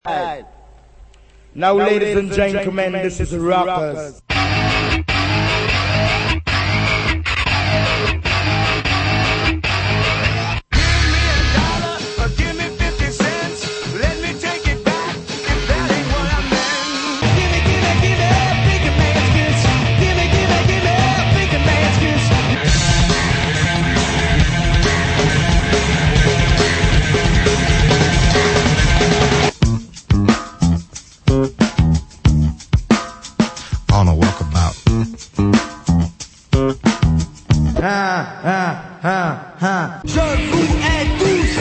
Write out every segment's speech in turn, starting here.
Now, ladies and gentlemen, this is Rockers. Je vous hais tous.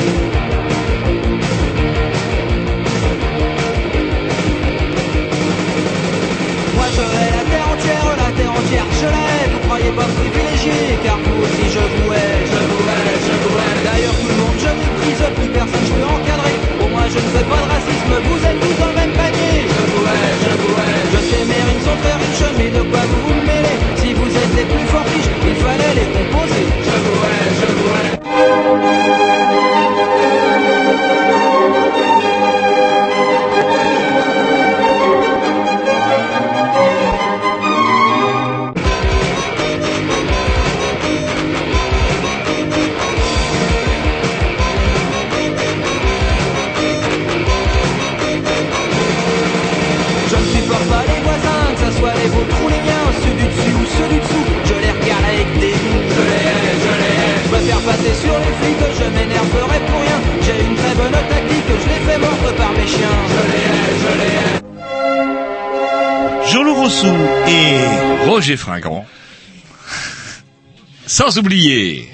Moi je hais la terre entière, je la hais. Vous croyez pas privilégié, car vous aussi je vous hais, je vous hais, je vous hais. D'ailleurs tout le monde je méprise, plus personne je peux encadrer. Pour moi je ne fais pas de racisme, vous êtes tous dans le même panier. Je vous hais, je vous hais. Je sais mes rimes sont très riches, mais de quoi vous vous mêlez? Si vous êtes les plus forts riches, il fallait les composer. Je vous hais, je vous hais. Je ne supporte pas les voisins, que ça soit les vôtres ou les miens, ceux du dessus ou ceux du dessous, je les regarde avec dégoût. Je les hais, je les hais. Je préfère passer sur les flics, je m'énerverai pour rien. J'ai une très bonne tactique, je les fais mordre par mes chiens. Je les hais, je les hais. Jean-Loup Rousseau et Roger Fringant. Sans oublier.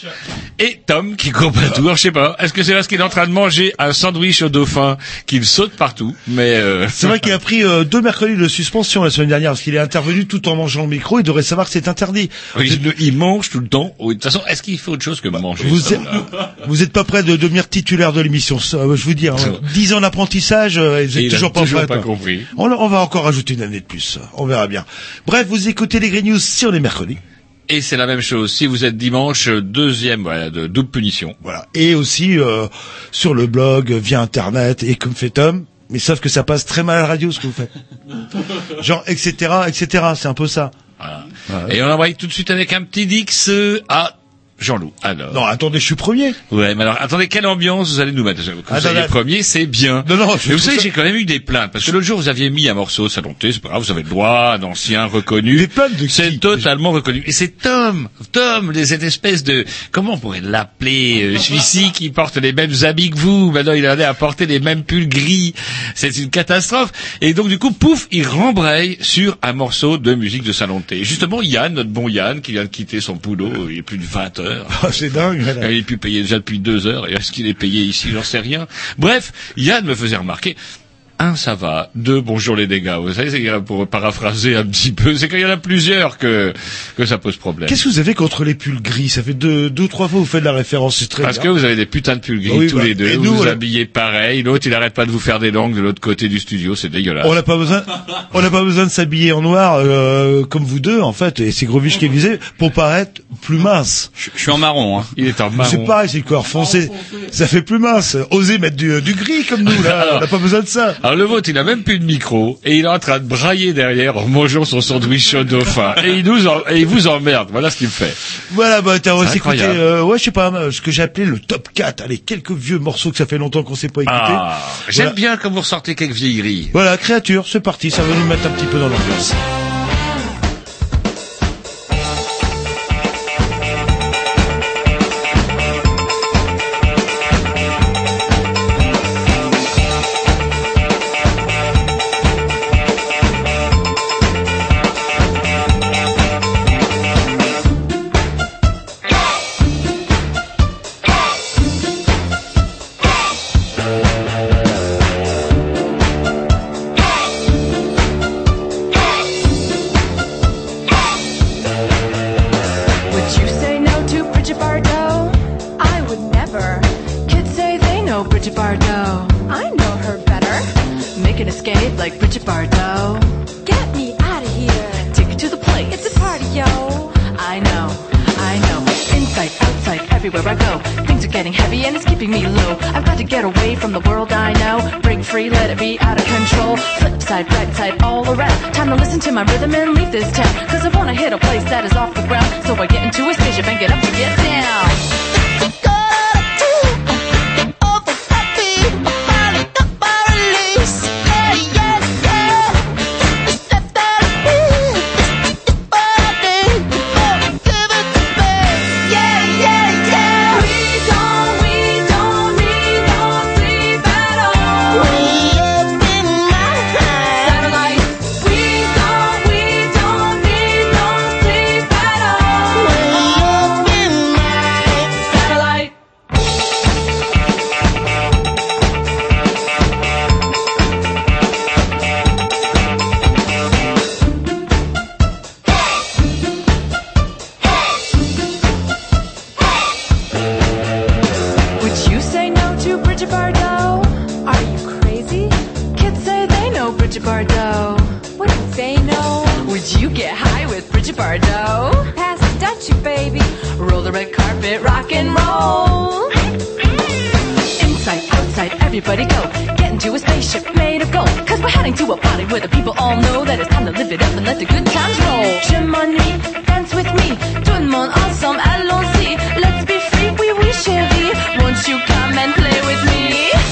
Et Tom qui court partout. Alors, je sais pas. Est-ce que c'est parce qu'il est en train de manger un sandwich au dauphin qu'il saute partout? Mais c'est vrai qu'il a pris 2 mercredis de suspension la semaine dernière parce qu'il est intervenu tout en mangeant le micro. Il devrait savoir que c'est interdit. Oui, il mange tout le temps. De toute façon, est-ce qu'il fait autre chose que manger? Vous êtes pas prêt de devenir titulaire de l'émission. Je vous dis, 10 ans d'apprentissage, vous êtes toujours pas prêt. Pas compris. On va encore ajouter une année de plus. On verra bien. Bref, vous écoutez les Green News si on est mercredi. Et c'est la même chose. Si vous êtes dimanche, deuxième, voilà, de double punition. Voilà. Et aussi, sur le blog, via Internet, et comme fait Tom, mais sauf que ça passe très mal à la radio, ce que vous faites. Genre, etc., c'est un peu ça. Voilà. Ouais. Et on envoie tout de suite avec un petit Dix à Jean-Loup. Alors. Non, attendez, je suis premier. Ouais, mais alors, attendez, quelle ambiance vous allez nous mettre? Quand vous allez premier, c'est bien. Non, mais vous savez, j'ai quand même eu des plaintes, parce que l'autre jour, vous aviez mis un morceau Salonté, c'est pas grave, vous avez le droit, un ancien reconnu. Des plaintes de qui? C'est totalement reconnu. Et c'est Tom, cette espèce de, comment on pourrait l'appeler, celui-ci qui porte les mêmes habits que vous, maintenant il en est à porter les mêmes pulls gris. C'est une catastrophe. Et donc, du coup, pouf, il rembraye sur un morceau de musique de Salonté. Et justement, Yann, notre bon Yann, qui vient de quitter son boulot, il est plus de 20 heures. C'est dingue. Il est plus payé déjà depuis 2 heures. Et est-ce qu'il est payé ici? J'en sais rien. Bref, Yann me faisait remarquer. 1, ça va. 2, bonjour les dégâts. Vous savez, c'est pour paraphraser un petit peu, c'est quand il y en a plusieurs que ça pose problème. Qu'est-ce que vous avez contre les pulls gris? Ça fait 2 ou 3 fois que vous faites la référence, c'est très Parce bien. que vous avez des putains de pulls gris tous les deux. Vous vous habillez pareil. L'autre, il arrête pas de vous faire des langues de l'autre côté du studio. C'est dégueulasse. On n'a pas besoin de s'habiller en noir, comme vous deux, en fait. Et c'est Grovich qui est visé pour paraître plus mince. Je suis en marron, hein. Il est en marron. C'est pareil, c'est le corps foncé. Ça fait plus mince. Osez mettre du gris comme nous, là. Alors, on n'a pas besoin de ça. Alors, le vôtre, il a même plus de micro et il est en train de brailler derrière en mangeant son sandwich au dauphin et il vous emmerde. Voilà ce qu'il fait. Voilà, bah on va s'écouter je sais pas, ce que j'ai appelé le top 4. Allez, quelques vieux morceaux que ça fait longtemps qu'on s'est pas écouté. J'aime bien quand vous ressortez quelques vieilleries. Voilà, Créature, c'est parti, ça va nous mettre un petit peu dans l'ambiance. Like Bridget Bardot. Get me out of here. Take it to the plate. It's a party, yo. I know. Inside, outside, everywhere I go. Things are getting heavy and it's keeping me low. I've got to get away from the world I know. Break free, let it be out of control. Flip side, right side, all around. Time to listen to my rhythm and leave this town. Cause I wanna hit a place that is off the ground. So I get into a spaceship and get up to get down. Everybody go, get into a spaceship made of gold. Cause we're heading to a party where the people all know that it's time to live it up and let the good times roll. Je m'ennuie, dance with me, tout le monde ensemble, allons-y. Let's be free, oui oui chérie, won't you come and play with me?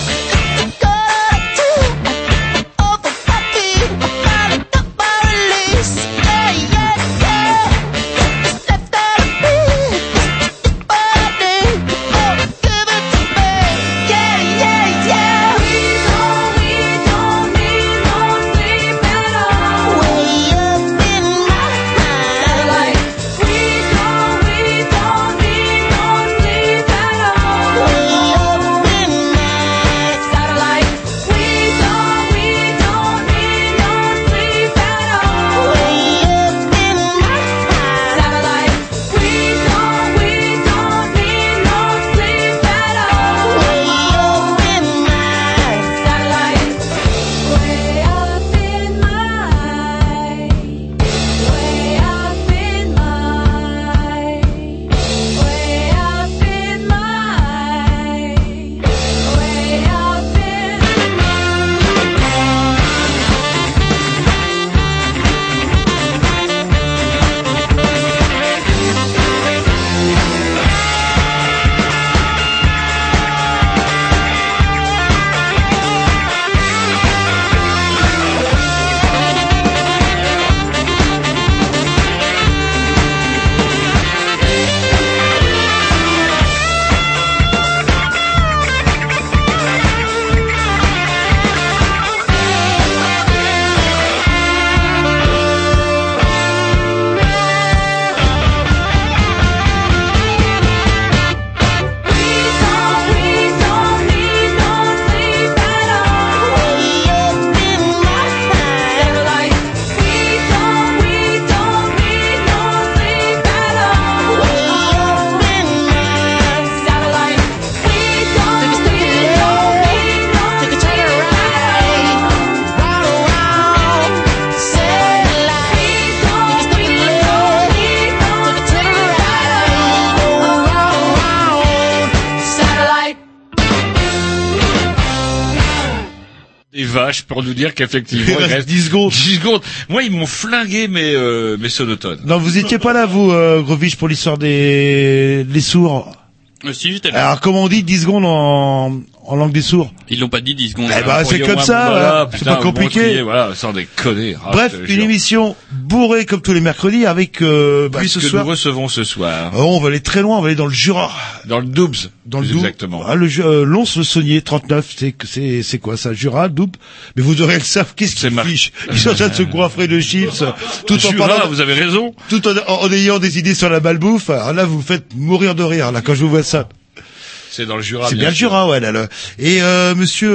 Vache pour nous dire qu'effectivement il reste 10 secondes. 10 secondes. Moi ils m'ont flingué mes sonotones. Non, vous étiez pas là vous Grovich pour l'histoire des sourds. Si, j'étais là. Alors comment on dit 10 secondes en langue des sourds? Ils l'ont pas dit 10 secondes. Eh ben, c'est comme ça, voilà, c'est pas compliqué. Voilà, sans déconner. Bref, une émission bourrée comme tous les mercredis avec puisque ce soir. Nous recevons ce soir. On va aller très loin, on va aller dans le Jura. Dans le Doubs. Dans le Doubs. Exactement. Ah, Lons-le-Saunier, 39, c'est quoi ça? Jura, Doubs? Mais vous aurez le savoir, qu'est-ce qu'ils fichent? Ils sont en train de se goinfrer de chips, tout en Jura, parlant, vous avez raison. tout en ayant des idées sur la malbouffe. Alors là, vous me faites mourir de rire, là, quand je vous vois ça. C'est dans le Jura. C'est bien le Jura, ouais, là. Et monsieur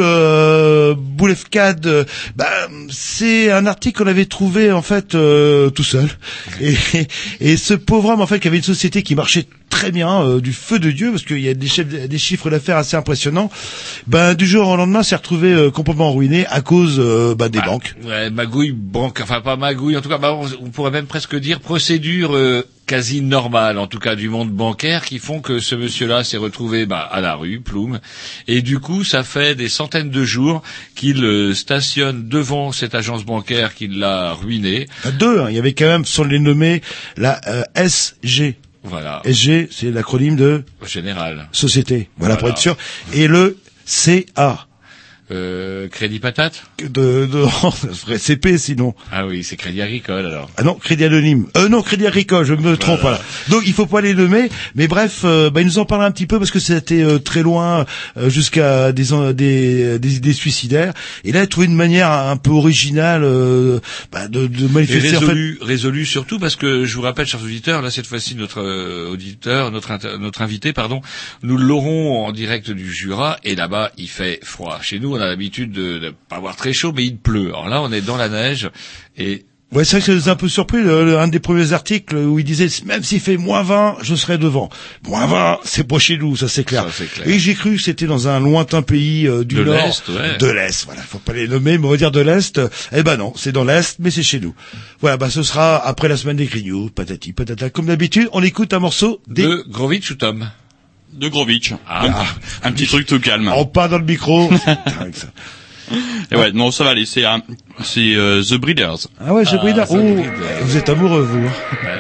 Boulefcad, c'est un article qu'on avait trouvé en fait tout seul. Et ce pauvre homme en fait qui avait une société qui marchait très bien, du feu de Dieu, parce qu'il y a des chiffres d'affaires assez impressionnants. Du jour au lendemain, s'est retrouvé complètement ruiné à cause des banques. Ouais, magouille, banque, enfin pas magouille, en tout cas, on pourrait même presque dire procédure quasi normale, en tout cas du monde bancaire, qui font que ce monsieur-là s'est retrouvé à la rue, ploum, et du coup, ça fait des centaines de jours qu'il stationne devant cette agence bancaire qui l'a ruiné. Deux, il y avait quand même, sans les nommer, la SG. Voilà. SG, c'est l'acronyme de Général. Société. Voilà, pour être sûr. Et le CA. Crédit Patate? Ça ferait CP sinon. Ah oui, c'est Crédit Agricole alors. Ah non, Crédit Anonyme. Non, Crédit Agricole, je me trompe, voilà. Donc il faut pas les nommer, mais bref, il nous en parle un petit peu parce que c'était très loin jusqu'à des idées suicidaires. Et là, il a trouvé une manière un peu originale de manifester. Et résolu surtout parce que je vous rappelle, chers auditeurs, là cette fois-ci notre invité, nous l'aurons en direct du Jura et là-bas il fait froid. Chez nous, on a l'habitude de pas avoir très chaud, mais il pleut. Alors là, on est dans la neige et... Ouais, c'est vrai que c'est un peu surpris, un des premiers articles où il disait, même s'il fait -20, je serai devant. -20, c'est pas chez nous, ça c'est clair. Et j'ai cru que c'était dans un lointain pays du Nord. L'Est, ouais. De l'Est, voilà. Faut pas les nommer, mais on va dire de l'Est. Non, c'est dans l'Est, mais c'est chez nous. Voilà, ce sera après la semaine des grignoux, patati, patata. Comme d'habitude, on écoute un morceau de Grovitch ou Tom? De Grovitch. Un petit truc tout calme. On part dans le micro. Avec ça. Et ouais, non, ça va aller, c'est The Breeders. Ah ouais, The Breeders. Oh, vous êtes amoureux, vous. Ouais.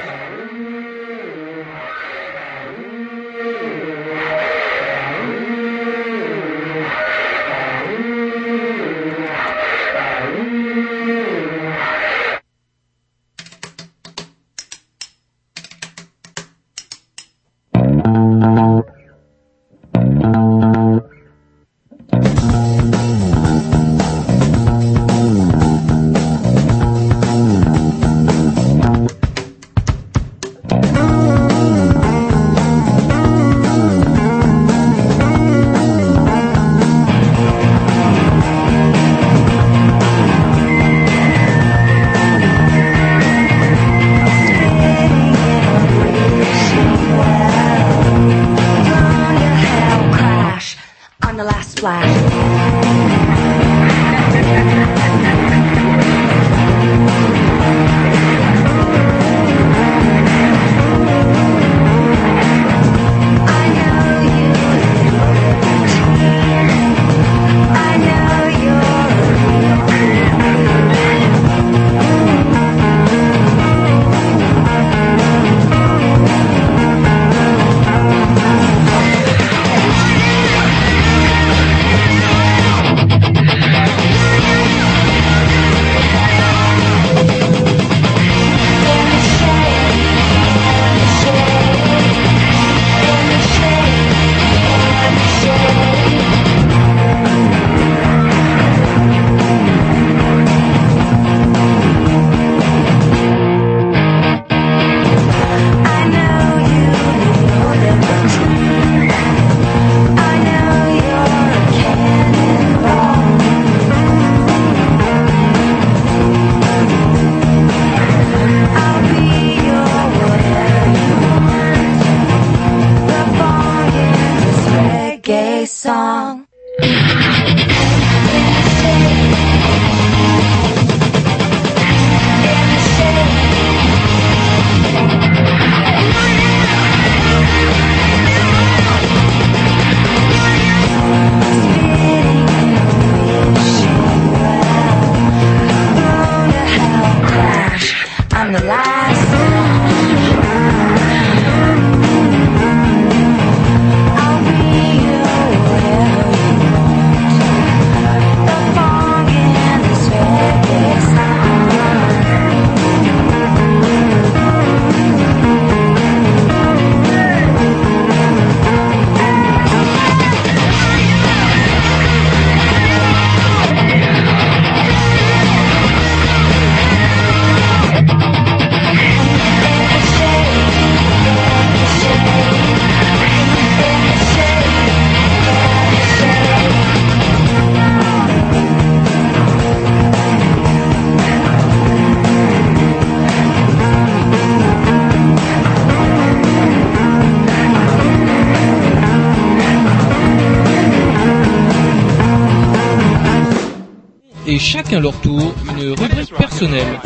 et chacun leur tour une rubrique personnelle.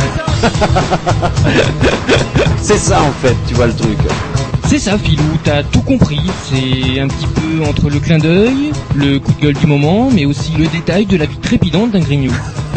C'est ça en fait, tu vois le truc. C'est ça, Philou, t'as tout compris. C'est un petit peu entre le clin d'œil, le coup de gueule du moment, mais aussi le détail de la vie trépidante d'un grignou.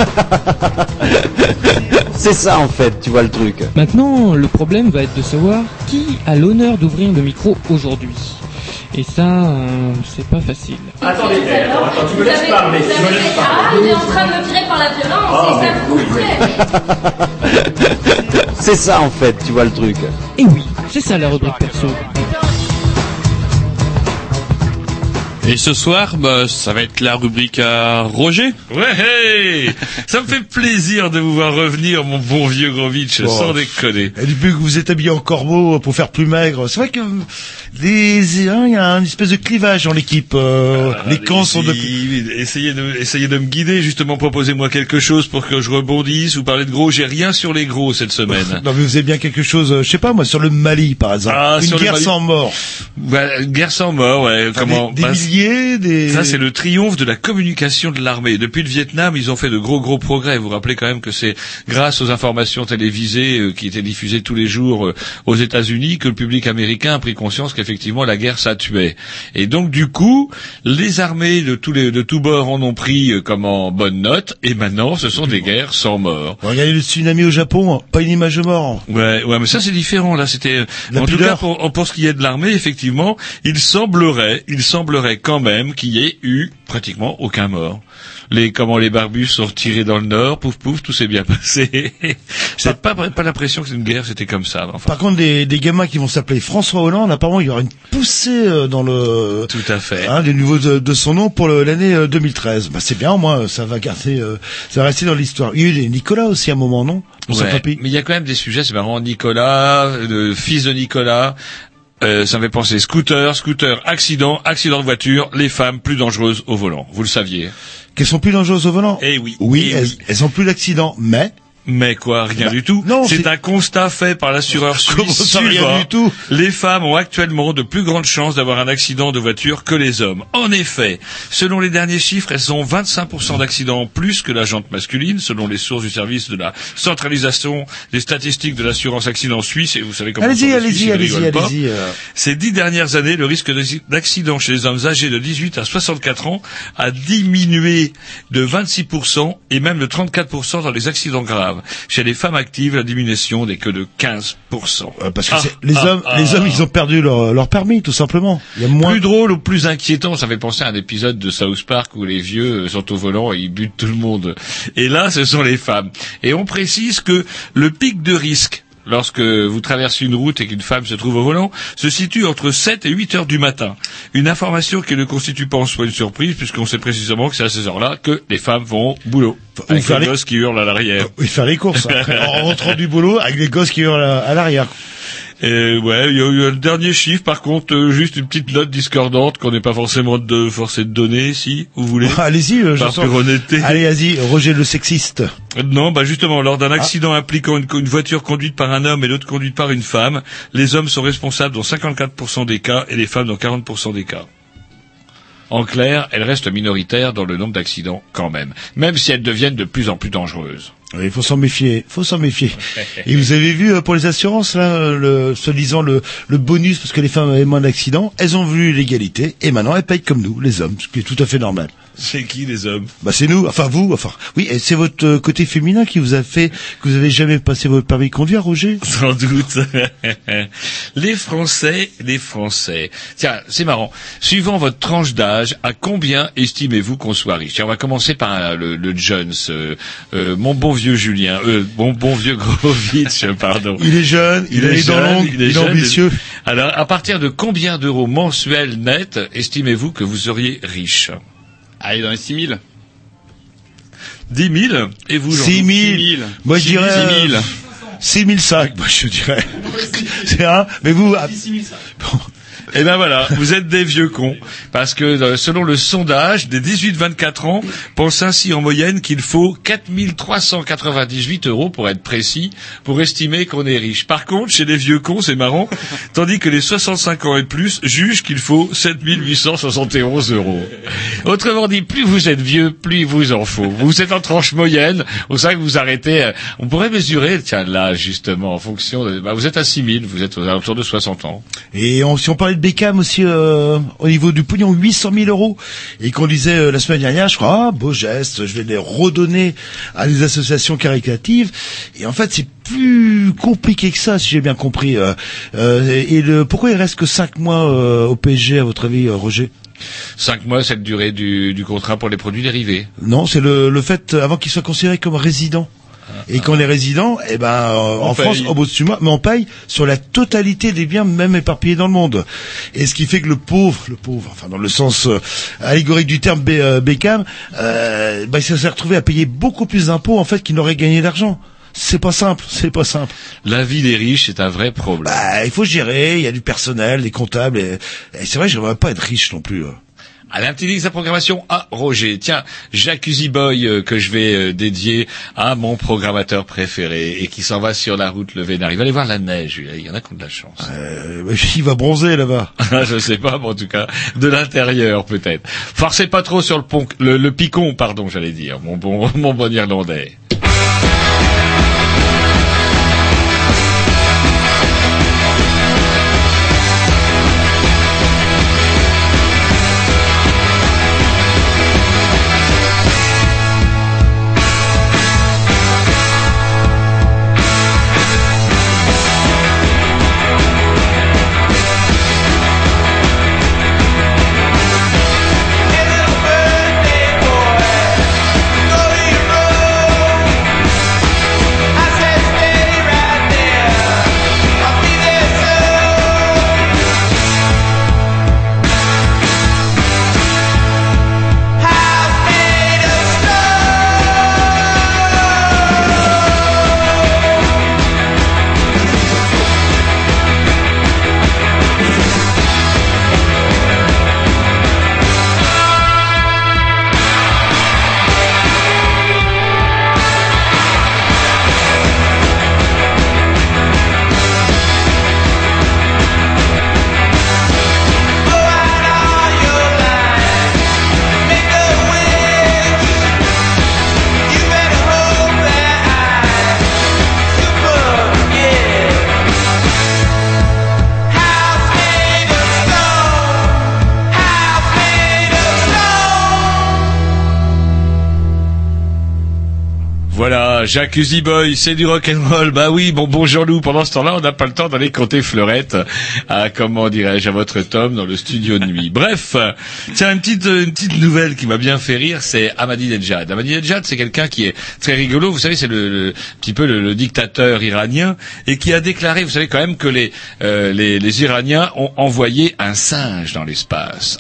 C'est ça en fait, tu vois le truc. Maintenant, le problème va être de savoir qui a l'honneur d'ouvrir le micro aujourd'hui. Et ça, c'est pas facile. Attendez, tu me laisses parler. Ah, il est en train de me tirer par la violence, et ça vous plaît. C'est ça en fait, tu vois le truc. Et oui, c'est ça la rubrique perso. Et ce soir, ça va être la rubrique à Roger. Ouais, ça me fait plaisir de vous voir revenir, mon bon vieux Grovitch, sans déconner. Et depuis que vous êtes habillé en corbeau pour faire plus maigre, c'est vrai que il y a une espèce de clivage dans l'équipe. Les camps sont de... Essayez de me guider, justement, proposez-moi quelque chose pour que je rebondisse ou parler de gros. J'ai rien sur les gros cette semaine. Non, mais vous avez bien quelque chose, je sais pas moi, sur le Mali par exemple. Une guerre sans mort. Une guerre sans mort, ouais. Comment des milliers, Ça, c'est le triomphe de la communication de l'armée. Depuis le Vietnam, ils ont fait de gros progrès. Vous vous rappelez quand même que c'est grâce aux informations télévisées qui étaient diffusées tous les jours aux États-Unis que le public américain a pris conscience qu'effectivement la guerre ça tuait. Et donc du coup, les armées de tous bords en ont pris comme en bonne note. Et maintenant, ce sont des guerres sans mort. Regardez le tsunami au Japon, pas une image de mort. Ouais, mais ça c'est différent. Là, c'était en tout cas pour ce qui est de l'armée, effectivement, il semblerait quand même qu'il y ait eu pratiquement aucun mort. Les barbus sont retirés dans le nord, pouf, tout s'est bien passé. J'ai pas l'impression que c'est une guerre, c'était comme ça. Enfin. Par contre, des gamins qui vont s'appeler François Hollande, apparemment, il y aura une poussée dans le... Tout à fait. Des niveaux de son nom pour l'année 2013. Bah, c'est bien, au moins, ça va garder, ça va rester dans l'histoire. Il y a eu Nicolas aussi à un moment, non? Ouais, mais il y a quand même des sujets, c'est marrant, Nicolas, le fils de Nicolas, ça me fait penser scooter, accident de voiture, les femmes plus dangereuses au volant. Vous le saviez. Qu'elles sont plus dangereuses au volant? Eh oui. Oui, elles ont plus d'accident, Mais quoi, rien du tout. Non, c'est un constat fait par l'assureur suisse. Rien du tout. Les femmes ont actuellement de plus grandes chances d'avoir un accident de voiture que les hommes. En effet, selon les derniers chiffres, elles ont 25% d'accidents en plus que la jante masculine, selon les sources du service de la centralisation des statistiques de l'assurance accident suisse. Et vous savez comment allez-y. Ces 10 dernières années, le risque d'accident chez les hommes âgés de 18 à 64 ans a diminué de 26% et même de 34% dans les accidents graves. Chez les femmes actives, la diminution n'est que de 15%. Parce que les hommes, ils ont perdu leur permis, tout simplement. Il y a moins... Plus drôle ou plus inquiétant, ça fait penser à un épisode de South Park où les vieux sont au volant et ils butent tout le monde. Et là, ce sont les femmes. Et on précise que le pic de risque, lorsque vous traversez une route et qu'une femme se trouve au volant, se situe entre 7 et 8 heures du matin. Une information qui ne constitue pas en soi une surprise, puisqu'on sait précisément que c'est à ces heures-là que les femmes vont au boulot. Avec les gosses qui hurlent à l'arrière. Oui, faire les courses. Après, en rentrant du boulot, avec les gosses qui hurlent à l'arrière. Et ouais, il y a eu un dernier chiffre, par contre, juste une petite note discordante qu'on n'est pas forcément forcé de donner, si vous voulez. Allez-y, par pure honnêteté. Allez, vas-y, Roger le sexiste. Non, justement, lors d'un accident impliquant une voiture conduite par un homme et l'autre conduite par une femme, les hommes sont responsables dans 54% des cas et les femmes dans 40% des cas. En clair, elles restent minoritaires dans le nombre d'accidents quand même si elles deviennent de plus en plus dangereuses. Oui, il faut s'en méfier. Et vous avez vu pour les assurances là, soi-disant le bonus parce que les femmes avaient moins d'accidents, elles ont voulu l'égalité et maintenant elles payent comme nous, les hommes, ce qui est tout à fait normal. C'est qui les hommes? C'est nous, vous. Oui, et c'est votre côté féminin qui vous a fait que vous avez jamais passé votre permis de conduire, Roger? Sans doute. Les Français. Tiens, c'est marrant. Suivant votre tranche d'âge, à combien estimez-vous qu'on soit riche? Tiens, on va commencer par le Jones, mon bon vieux Julien, mon bon vieux Grovitch, pardon. Il est jeune, il est dans l'ongle, il est ambitieux. Alors, à partir de combien d'euros mensuels nets estimez-vous que vous seriez riche? Allez, dans les 6 000. 10 000? Et vous, Jean? 6 000. Moi, je dirais... 6 000. 6 500, moi, je dirais. C'est un, mais vous... 6 500. Bon. Eh ben voilà, vous êtes des vieux cons. Parce que selon le sondage, des 18-24 ans pensent ainsi en moyenne qu'il faut 4 398 € pour être précis, pour estimer qu'on est riche. Par contre, chez les vieux cons, c'est marrant, tandis que les 65 ans et plus jugent qu'il faut 7 871 €. Autrement dit, plus vous êtes vieux, plus il vous en faut. Vous êtes en tranche moyenne, au sein que vous arrêtez, on pourrait mesurer, tiens, là, justement, en fonction de, vous êtes à 6 000, vous êtes aux alentours de 60 ans. Et si on parlait de Beckham aussi, au niveau du pognon, 800 000 €, et qu'on disait la semaine dernière, je crois, beau geste, je vais les redonner à des associations caritatives, et en fait, c'est plus compliqué que ça, si j'ai bien compris. Pourquoi il reste que 5 mois au PSG, à votre avis, Roger? 5 mois, c'est la durée du contrat pour les produits dérivés. Non, c'est le fait, avant qu'ils soient considérés comme résidents. Et quand les résidents, en France, au bout de 6 mois, mais on paye sur la totalité des biens, même éparpillés dans le monde. Et ce qui fait que le pauvre, enfin dans le sens allégorique du terme Beckham, il s'est retrouvé à payer beaucoup plus d'impôts en fait qu'il n'aurait gagné d'argent. C'est pas simple. La vie des riches, c'est un vrai problème. Il faut gérer, il y a du personnel, des comptables, et c'est vrai, je ne voudrais pas être riche non plus. Allez, un petit liste de programmation à Roger. Tiens, Jacuzzi Boy que je vais dédier à mon programmateur préféré et qui s'en va sur la route le Vénard. Il va aller voir la neige, il y en a qui ont de la chance. Il va bronzer là-bas. Je sais pas, mais en tout cas, de l'intérieur peut-être. Forcez pas trop sur le picon, pardon, j'allais dire, mon bon irlandais. Voilà, Jacuzzi Boy, c'est du rock'n'roll. Bah oui, bonjour nous. Pendant ce temps-là, on n'a pas le temps d'aller compter fleurettes à, comment dirais-je, à votre Tom dans le studio de nuit. Bref, tiens, une petite nouvelle qui m'a bien fait rire, c'est Ahmadinejad. Ahmadinejad, c'est quelqu'un qui est très rigolo. Vous savez, c'est petit peu le dictateur iranien et qui a déclaré, vous savez quand même que les Iraniens ont envoyé un singe dans l'espace.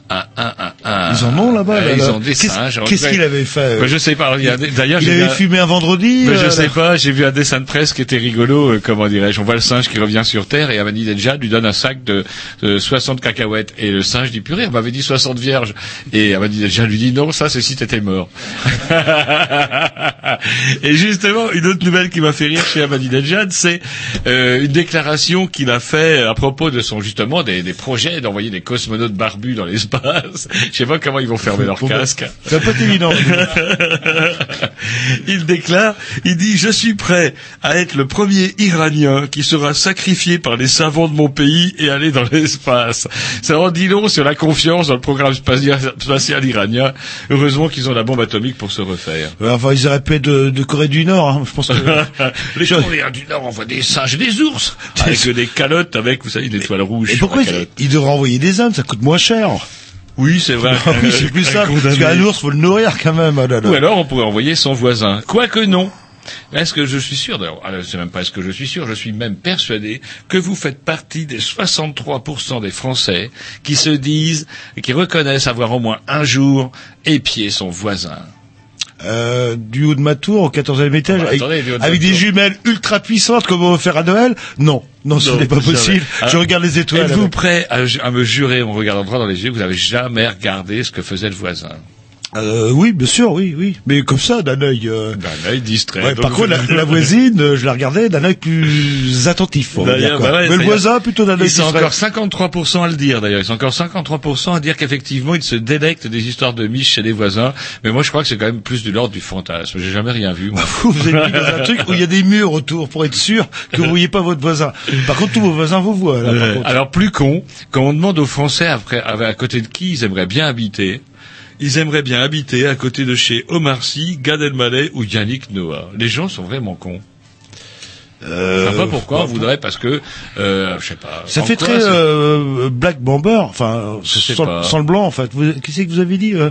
Ils en ont là-bas. Ils ont des singes. Qu'est-ce qu'il avait fait? Je sais pas. D'ailleurs, il avait fumé un vendredi. Je sais pas. J'ai vu un dessin de presse qui était rigolo. Comment dirais-je? On voit le singe qui revient sur Terre et Ahmadinejad lui donne un sac de 60 cacahuètes et le singe dit purée, on m'avait dit 60 vierges. Et Ahmadinejad lui dit non, ça c'est si t'étais mort. Et justement, une autre nouvelle qui m'a fait rire chez Ahmadinejad, c'est une déclaration qu'il a fait à propos de justement des projets d'envoyer des cosmonautes barbus dans l'espace. Je sais pas comment ils vont fermer leur casque. Ça peut être évident. Il déclare, il dit, je suis prêt à être le premier Iranien qui sera sacrifié par les savants de mon pays et aller dans l'espace. Ça en dit long sur la confiance dans le programme spatial iranien. Heureusement qu'ils ont la bombe atomique pour se refaire. Enfin, ils auraient pu être de Corée du Nord, hein. Je pense que les Coréens du Nord envoient des singes et des ours avec des calottes avec, vous savez, une étoile rouge. Et pourquoi ils devraient envoyer des hommes? Ça coûte moins cher. Oui, c'est vrai. Oui, c'est plus simple. Parce qu'un ours, faut le nourrir quand même. Ou alors, on pourrait envoyer son voisin. Quoique non. Est-ce que je suis sûr, d'ailleurs, c'est même pas est-ce que je suis sûr, je suis même persuadé que vous faites partie des 63% des Français qui se disent et qui reconnaissent avoir au moins un jour épié son voisin. du haut de ma tour, au 14e étage, attendez, avec des jumelles ultra puissantes comme on va faire à Noël? Non, ce n'est pas possible. Je regarde les étoiles. Êtes-vous prêt à me jurer, en me regardant droit dans les yeux, que vous n'avez jamais regardé ce que faisait le voisin? Oui, bien sûr, oui. Mais comme ça, d'un œil distrait. Ouais, par contre, la voisine, je la regardais d'un œil plus attentif. D'ailleurs, mais le voisin, plutôt d'un œil distrait. Ils sont encore 53% à le dire, d'ailleurs. Ils sont encore 53% à dire qu'effectivement, ils se délectent des histoires de miches chez les voisins. Mais moi, je crois que c'est quand même plus de l'ordre du fantasme. J'ai jamais rien vu, moi. Vous êtes mis dans un truc où il y a des murs autour pour être sûr que vous voyez pas votre voisin. Par contre, tous vos voisins vous voient, là, par contre. Alors, plus con, quand on demande aux Français à côté de qui ils aimeraient bien habiter, ils aimeraient bien habiter à côté de chez Omar Sy, Gad Elmaleh ou Yannick Noah. Les gens sont vraiment cons. Pas pourquoi on voudrait, parce que je sais pas. Ça fait très Black Bomber, enfin sans le blanc en fait. Qu'est-ce que vous avez dit?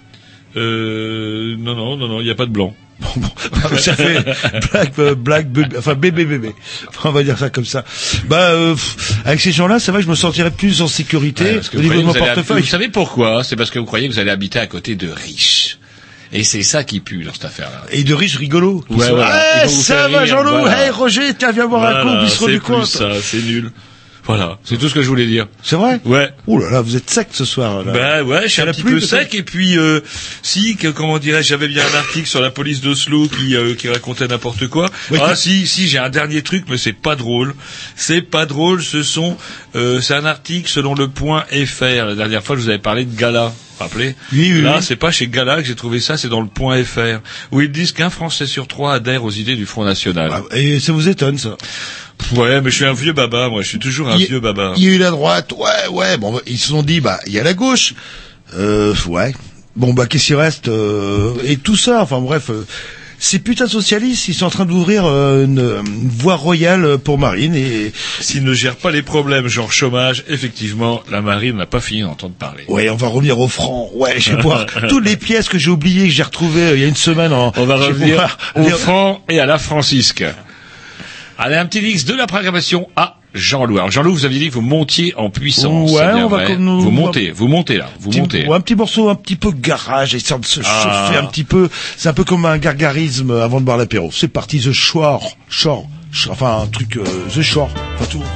Non, il y a pas de blanc. Bon, ça fait black, enfin bébé. On va dire ça comme ça. Avec ces gens-là, c'est vrai que je me sentirais plus en sécurité au niveau de mon portefeuille. Vous savez pourquoi? C'est parce que vous croyez que vous allez habiter à côté de riches. Et c'est ça qui pue dans cette affaire-là. Et de riches rigolos. Ouais, voilà. Ça va, Jean-Loup. Voilà. Hey, Roger, tiens, viens boire un coup au bistrot du coin. C'est plus ça, c'est nul. Voilà, c'est tout ce que je voulais dire. C'est vrai? Ouais. Ouh là là, vous êtes sec ce soir. Là. Ouais, je suis un petit peu sec. Et puis, comment dirais-je, j'avais bien un article sur la police d'Oslo qui racontait n'importe quoi. Oui, j'ai un dernier truc, mais c'est pas drôle. C'est pas drôle. C'est un article selon le Point FR. La dernière fois, je vous avais parlé de Gala. Rappelez? Oui. Là, c'est pas chez Gala que j'ai trouvé ça, c'est dans le Point FR, où ils disent qu'un Français sur 3 adhère aux idées du Front National. Et ça vous étonne, ça? Ouais, mais je suis un vieux baba, moi. Je suis toujours un vieux baba. Il y a eu la droite, ouais. Bon, ils se sont dit, il y a la gauche. Ouais. Bon, qu'est-ce qu'il reste? Et tout ça, enfin bref. Ces putains de socialistes, ils sont en train d'ouvrir une voie royale pour Marine et s'ils ne gèrent pas les problèmes, genre chômage, effectivement, la Marine n'a pas fini d'entendre parler. Ouais, on va revenir au franc. Ouais, je vais voir toutes les pièces que j'ai oubliées, que j'ai retrouvées il y a une semaine. On va revenir au franc et à la Francisque. Allez, un petit mix de la programmation à Jean-Loup. Alors Jean-Loup, vous aviez dit que vous montiez en puissance. Ouais, on va comme nous. Vous montez là. Un petit morceau, un petit peu garage, histoire de se chauffer un petit peu. C'est un peu comme un gargarisme avant de boire l'apéro. C'est parti, The Shore. Enfin, un truc, The Shore. Enfin, tout.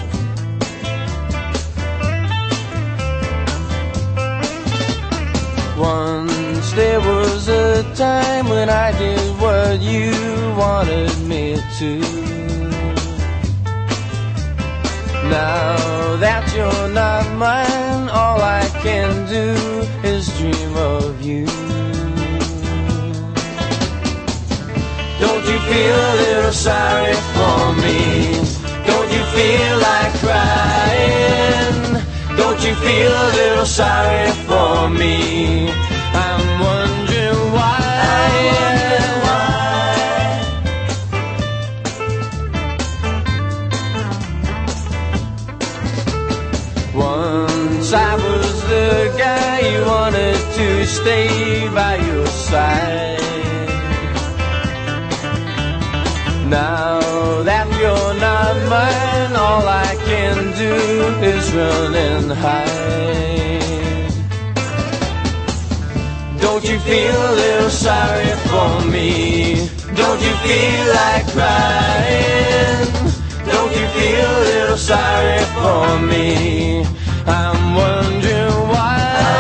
Once there was a time when I did what you wanted me to. Now that you're not mine, all I can do is dream of you. Don't you feel a little sorry for me? Don't you feel like crying? Don't you feel a little sorry for me? I'm wondering why. Once I was the guy you wanted to stay by your side. Now that you're not mine, all I can do is run and hide. Don't you feel a little sorry for me? Don't you feel like crying? Don't you feel a little sorry for me? I'm wondering why.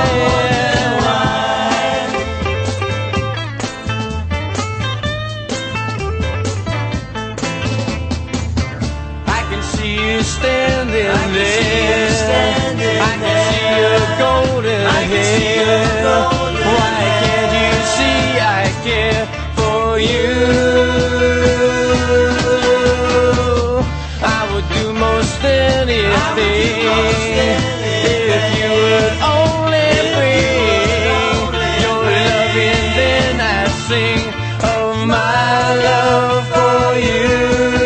I can see you standing there. I can see your golden hair. Why can't you see I care for you? Anything if you would only bring your love in, then I'd sing of my love for you.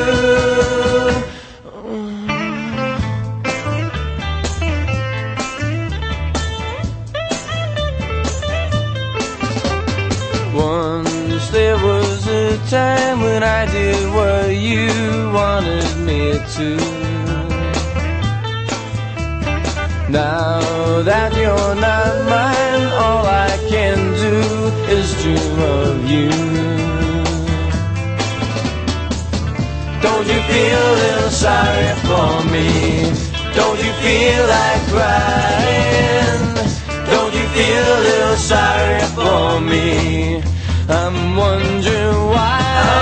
Once there was a time when I did what you wanted me to. Now that you're not mine, all I can do is to love you. Don't you feel a little sorry for me? Don't you feel like crying? Don't you feel a little sorry for me? I'm wondering why.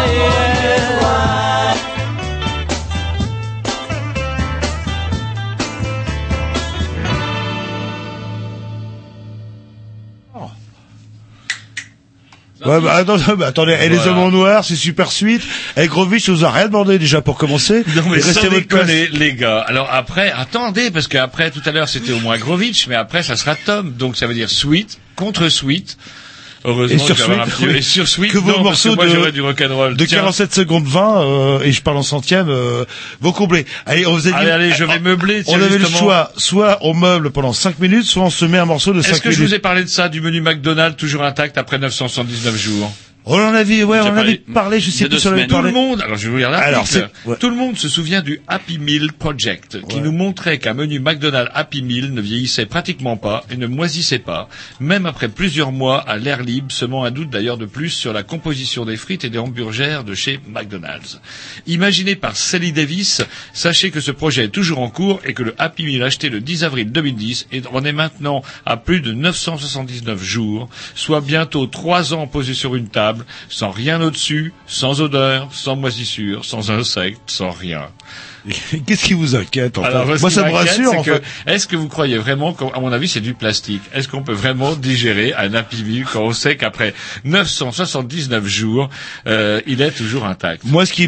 Ouais, attendez, et les hommes en noir, c'est super sweet. Et Grovitch, vous a rien demandé déjà pour commencer. Non, mais restez sans à votre place. déconner, les gars. Alors après, attendez, parce qu'après, tout à l'heure, c'était au moins Grovitch, mais après, ça sera Tom. Donc ça veut dire sweet contre sweet. Heureusement, Et sur que j'avais un Sweet, petit- oui. et sur Sweet, Que vos non, parce morceaux que moi de- j'aurais du rock'n'roll. De Tiens. 47 secondes 20, et je parle en centième, vos comblés. Allez, on vous a dit, Allez, je vais meubler. on tiens, avait le justement. choix, soit on meuble pendant 5 minutes, soit on se met un morceau de 5 Est-ce que minutes. je vous ai parlé de ça, du menu McDonald's toujours intact après 979 jours? On en avait, ouais, J'ai on en avait parlé, je sais il y a plus 2 si on avait semaines. Tout parlé. le monde, alors je vais vous lire l'article. Alors, ouais. Tout le monde se souvient du Happy Meal Project, qui nous montrait qu'un menu McDonald's Happy Meal ne vieillissait pratiquement pas et ne moisissait pas, même après plusieurs mois à l'air libre, semant un doute d'ailleurs de plus sur la composition des frites et des hamburgers de chez McDonald's. Imaginé par Sally Davis, sachez que ce projet est toujours en cours et que le Happy Meal acheté le 10 avril 2010 en est maintenant à plus de 979 jours, soit bientôt 3 ans posé sur une table, sans rien au-dessus, sans odeur, sans moisissure, sans insectes, sans rien. Qu'est-ce qui vous inquiète, en Alors, fait? ce Moi, qui ça me m'inquiète, rassure, c'est en que, fait. est-ce que vous croyez vraiment qu'à mon avis, c'est du plastique? Est-ce qu'on peut vraiment digérer un Happy Meal quand on sait qu'après 979 jours, il est toujours intact? Moi, ce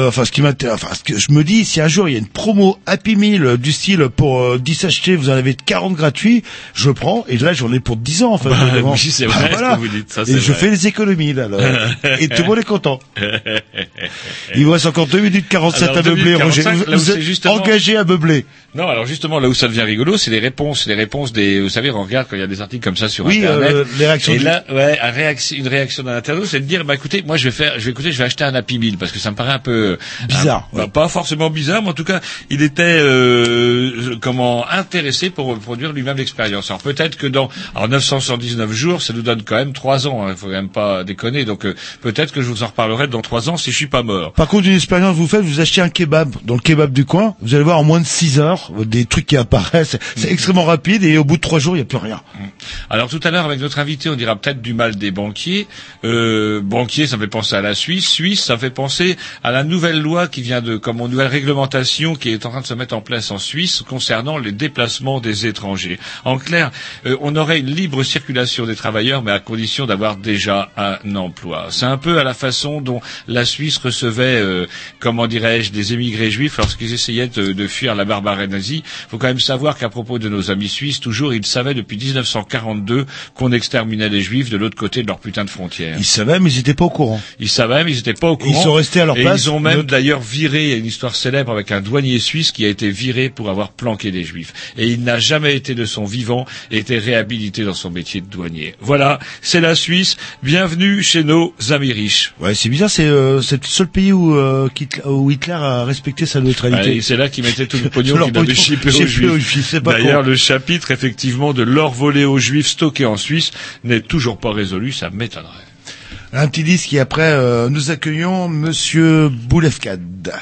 que je me dis, si un jour il y a une promo Happy Meal du style pour 10 achetés, vous en avez 40 gratuits, je prends, et là, j'en ai pour 10 ans, en fait. Oui, c'est vrai, ce que vous dites, ça, c'est Et je vrai. fais les économies, là, et tout le monde est content. Il vous reste encore 2 minutes 47 Alors, à 2 meubler, minutes Roger. 45, là où Vous c'est êtes justement- engagé à meubler. Non, alors justement, là où ça devient rigolo, c'est les réponses des, vous savez, on regarde quand il y a des articles comme ça sur Oui, Internet. les réactions Et du- là, ouais, une réaction d'un internaute, c'est de dire, bah écoutez, moi je vais acheter un Happy Meal parce que ça me paraît un peu Bizarre, ouais. pas forcément bizarre, mais en tout cas, il était intéressé pour produire lui-même l'expérience. Alors peut-être que dans 979 jours, ça nous donne quand même 3 ans. Il faut quand même pas déconner. Donc peut-être que je vous en reparlerai dans 3 ans si je suis pas mort. Par contre, une expérience que vous faites, vous achetez un kebab dans le kebab du coin, vous allez voir en moins de 6 heures, des trucs qui apparaissent, c'est extrêmement rapide, et au bout de 3 jours, il n'y a plus rien. Alors tout à l'heure, avec notre invité, on dira peut-être du mal des banquiers. Banquiers, ça me fait penser à la Suisse. Suisse, ça me fait penser à la nouvelle loi qui vient comme une nouvelle réglementation qui est en train de se mettre en place en Suisse concernant les déplacements des étrangers. En clair, on aurait une libre circulation des travailleurs, mais à condition d'avoir déjà un emploi. C'est un peu à la façon dont la Suisse recevait, comment dirais-je, des émigrés juifs lorsqu'ils essayaient de fuir la barbarie nazie. Il faut quand même savoir qu'à propos de nos amis suisses, toujours, ils savaient depuis 1942 qu'on exterminait les juifs de l'autre côté de leur putain de frontière. Ils savaient, mais ils n'étaient pas au courant. Ils savaient, mais ils n'étaient pas au courant. Ils sont restés à leur et place. ils ont même d'ailleurs viré, il y a une histoire célèbre avec un douanier suisse qui a été viré pour avoir planqué des juifs. Et il n'a jamais été de son vivant et été réhabilité dans son métier de douanier. Voilà, c'est la Suisse. Bienvenue chez nos amis riches. Ouais, c'est bizarre, c'est le seul pays où Hitler a respecté sa neutralité. Ouais, c'est là qu'il mettait tout le pognon Leur qu'il avait pognon, chippé aux chippé aux juifs. Juifs, c'est pas D'ailleurs, con. le chapitre, effectivement, de l'or volé aux juifs stocké en Suisse n'est toujours pas résolu, ça m'étonnerait. Un petit disque et après, nous accueillons Monsieur Boulefkad.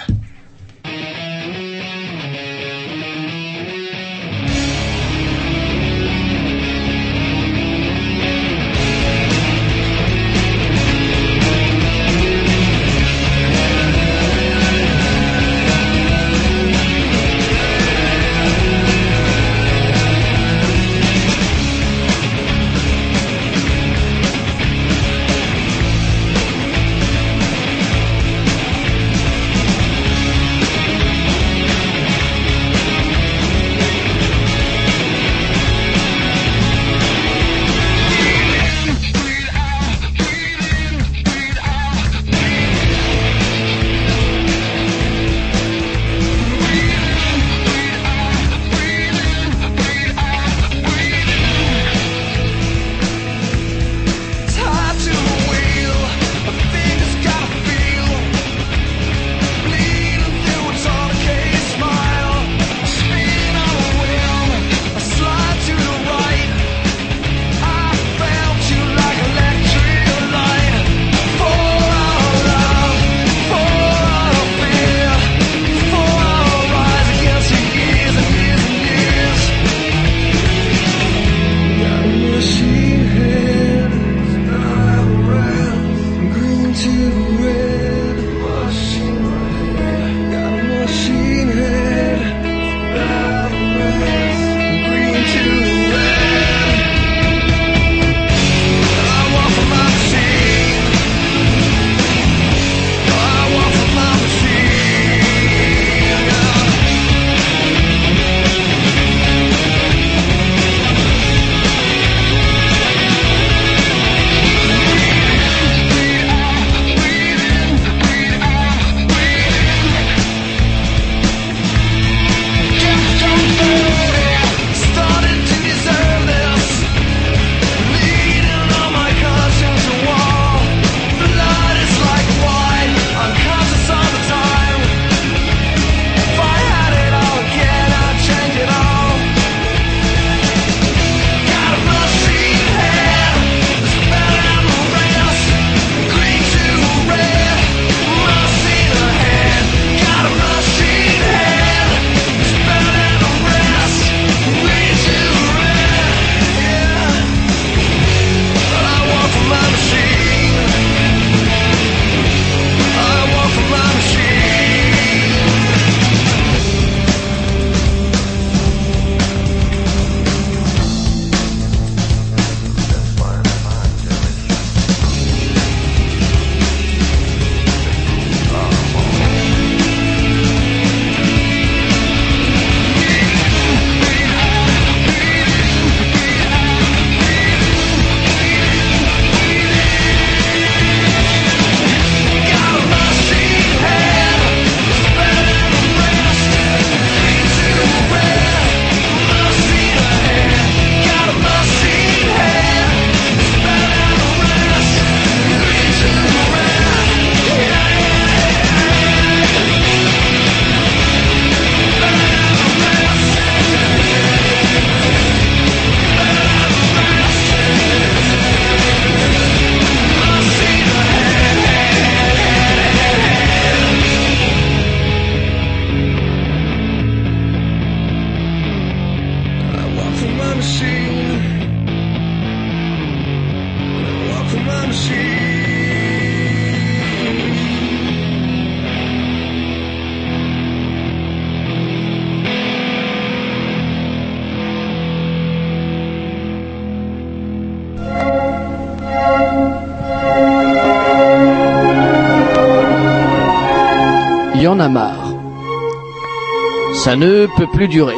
y en a marre. Ça ne peut plus durer.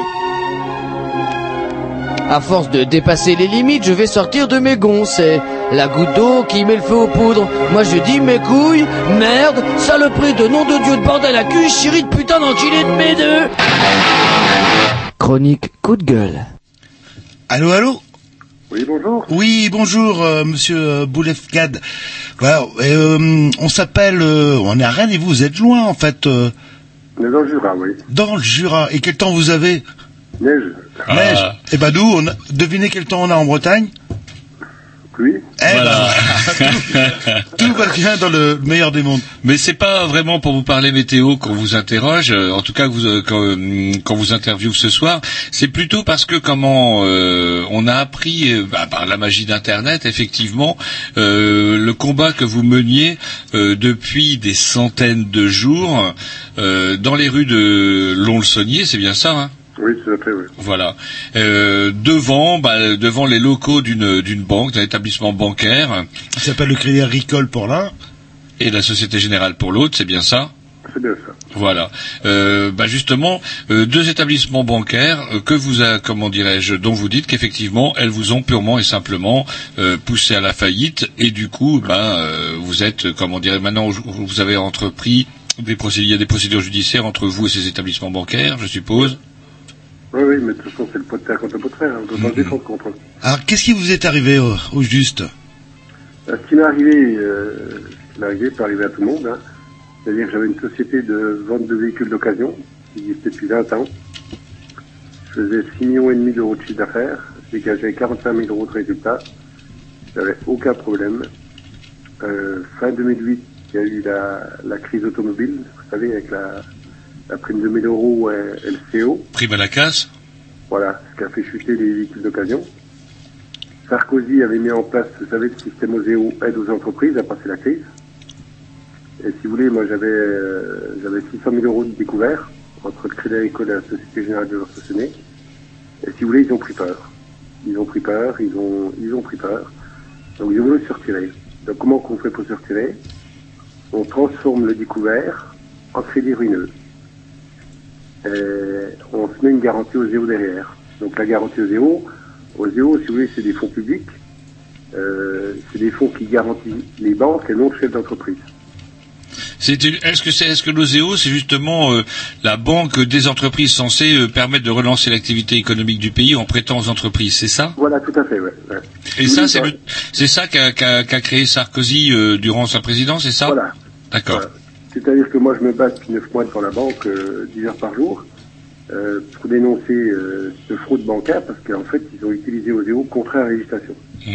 À force de dépasser les limites, je vais sortir de mes gonds. C'est la goutte d'eau qui met le feu aux poudres. Moi je dis mes couilles, merde, saloperie de nom de Dieu de bordel à cul, chérie de putain d'enculé de mes deux. Chronique coup de gueule. Allô, allô? Oui, bonjour. Oui, bonjour, monsieur Boulefkad. Voilà, on s'appelle, on est à Rennes et vous êtes loin, en fait. On est dans le Jura, oui. Dans le Jura. Et quel temps vous avez? Neige. Neige. Et ben nous, devinez quel temps on a en Bretagne? Oui. Voilà. Tout va bien dans le meilleur des mondes. Mais c'est pas vraiment pour vous parler météo qu'on vous interroge, en tout cas quand vous interviewez ce soir, c'est plutôt parce que on a appris par la magie d'internet effectivement le combat que vous meniez depuis des centaines de jours dans les rues de Lons-le-Saunier, c'est bien ça, hein? Oui, tout à fait, oui. Voilà. Devant les locaux d'une banque, d'un établissement bancaire. Qui s'appelle le Crédit Agricole pour l'un. Et la Société Générale pour l'autre, c'est bien ça? C'est bien ça. Voilà. Justement, deux établissements bancaires dont vous dites qu'effectivement, elles vous ont purement et simplement poussé à la faillite. Et du coup, vous êtes, maintenant, vous avez entrepris il y a des procédures judiciaires entre vous et ces établissements bancaires, je suppose. Oui, mais de toute façon, c'est le pot de terre contre le pot de fer, on doit pas se défendre contre eux. Alors, qu'est-ce qui vous est arrivé au juste? Ce qui m'est arrivé peut arriver à tout le monde, hein. C'est-à-dire que j'avais une société de vente de véhicules d'occasion, qui existait depuis 20 ans. Je faisais 6,5 millions d'euros de chiffre d'affaires, je dégageais 45 000 euros de résultats, j'avais aucun problème. Fin 2008, il y a eu la crise automobile, vous savez, avec la prime de 1 000 euros LCO. Prime à la casse. Voilà, ce qui a fait chuter les véhicules d'occasion. Sarkozy avait mis en place, vous savez, le système OSEO, aide aux entreprises à passer la crise. Et si vous voulez, moi j'avais 600 000 euros de découvert entre le Crédit Agricole et la Société Générale de Lons-le-Saunier. Et si vous voulez, ils ont pris peur. Ils ont pris peur. Donc ils ont voulu se retirer. Donc comment on fait pour se retirer? On transforme le découvert en crédit ruineux. Et on se met une garantie OSEO derrière. Donc la garantie OSEO, si vous voulez, c'est des fonds publics. C'est des fonds qui garantissent les banques et non le chef d'entreprise. Est-ce que l'OSEO, c'est justement la banque des entreprises censée permettre de relancer l'activité économique du pays en prêtant aux entreprises, c'est ça? Voilà, tout à fait, ouais. Et ça, c'est ça qu'a créé Sarkozy durant sa présidence, c'est ça? Voilà. D'accord. Voilà. C'est-à-dire que moi, je me bats depuis 9 mois devant la banque 10 heures par jour pour dénoncer cette fraude bancaire parce qu'en fait, ils ont utilisé OSEO contre la législation.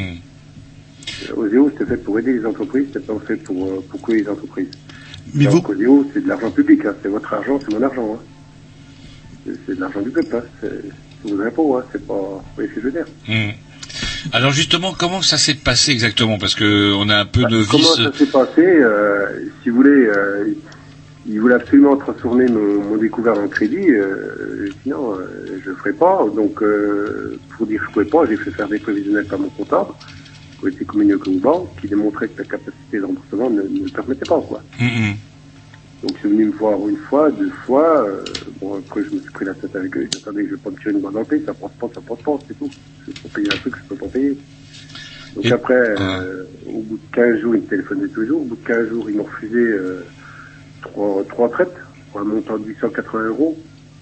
OSEO, c'était fait pour aider les entreprises, c'était pas fait pour couler les entreprises. Mais OSEO, c'est de l'argent public, hein. C'est votre argent, c'est mon argent. Hein. C'est de l'argent du peuple, hein. C'est vos impôts, hein. C'est pas... Vous voyez ce que je veux dire? Alors justement, comment ça s'est passé exactement? Parce que on a un peu novice. Comment ça s'est passé? Si vous voulez, ils voulaient absolument transformer mon découvert en crédit. Sinon, je le ferai pas. Donc, pour dire que je pouvais pas, j'ai fait faire des prévisionnels par mon comptable, qui ont été communiqués aux banques, qui démontraient que la capacité de remboursement ne le permettait pas, quoi. Donc, ils sont venus me voir une fois, 2 fois. Après, je me suis pris la tête avec eux. J'attendais que je vais pas me tirer une balle dans le pied. Ça passe pas, c'est tout. Je peux pas payer un truc que je peux pas payer. Donc après, au bout de 15 jours, ils me téléphonaient tous les jours. Au bout de 15 jours, ils m'ont refusé 3 traites pour un montant de 880 euros.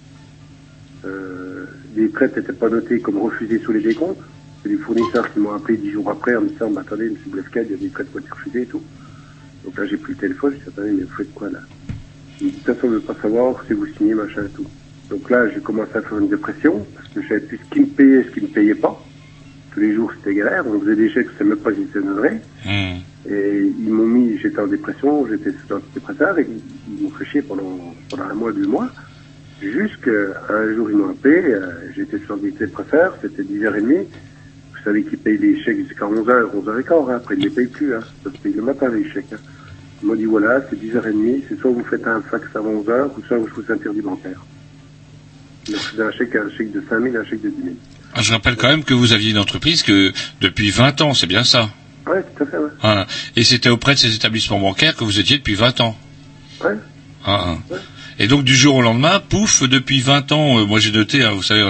Les traites n'étaient pas notées comme refusées sous les décomptes. C'est les fournisseurs qui m'ont appelé 10 jours après en me disant, attendez, M. Boulefkad, il y a des traites qui ont été refusées et tout. Donc là, j'ai pris le téléphone, je dis, attendez, mais vous faites quoi là? Il me dit, de toute façon, je ne veux pas savoir si vous signez, machin et tout. Donc là, j'ai commencé à faire une dépression, parce que je savais plus ce qui me payait et ce qui me payait pas. Tous les jours, c'était galère. On faisait des chèques, je ne savais même pas si c'était donnerait. Et ils m'ont mis, j'étais en dépression, j'étais sous antidépresseur, et ils m'ont fait chier pendant 1 mois, 2 mois. Jusqu'à un jour, ils m'ont appelé, j'étais sur antidépresseur, c'était 10h30. Vous savez qu'ils payent les chèques jusqu'à 11h, 11h15, hein. Après ils ne les payent plus, hein. Ça se paye le matin, les chèques, hein. Ils m'ont dit, voilà, c'est 10h30, c'est soit vous faites un fax avant 11h, ou soit je vous interdis bancaire. Donc, je faisais un chèque de 5 000, un chèque de 10 000. Je rappelle quand même que vous aviez une entreprise depuis 20 ans, c'est bien ça? Oui, tout à fait, ouais. Voilà. Et c'était auprès de ces établissements bancaires que vous étiez depuis 20 ans? Ouais. Ouais. Et donc du jour au lendemain, pouf, depuis 20 ans, moi j'ai noté, vous savez,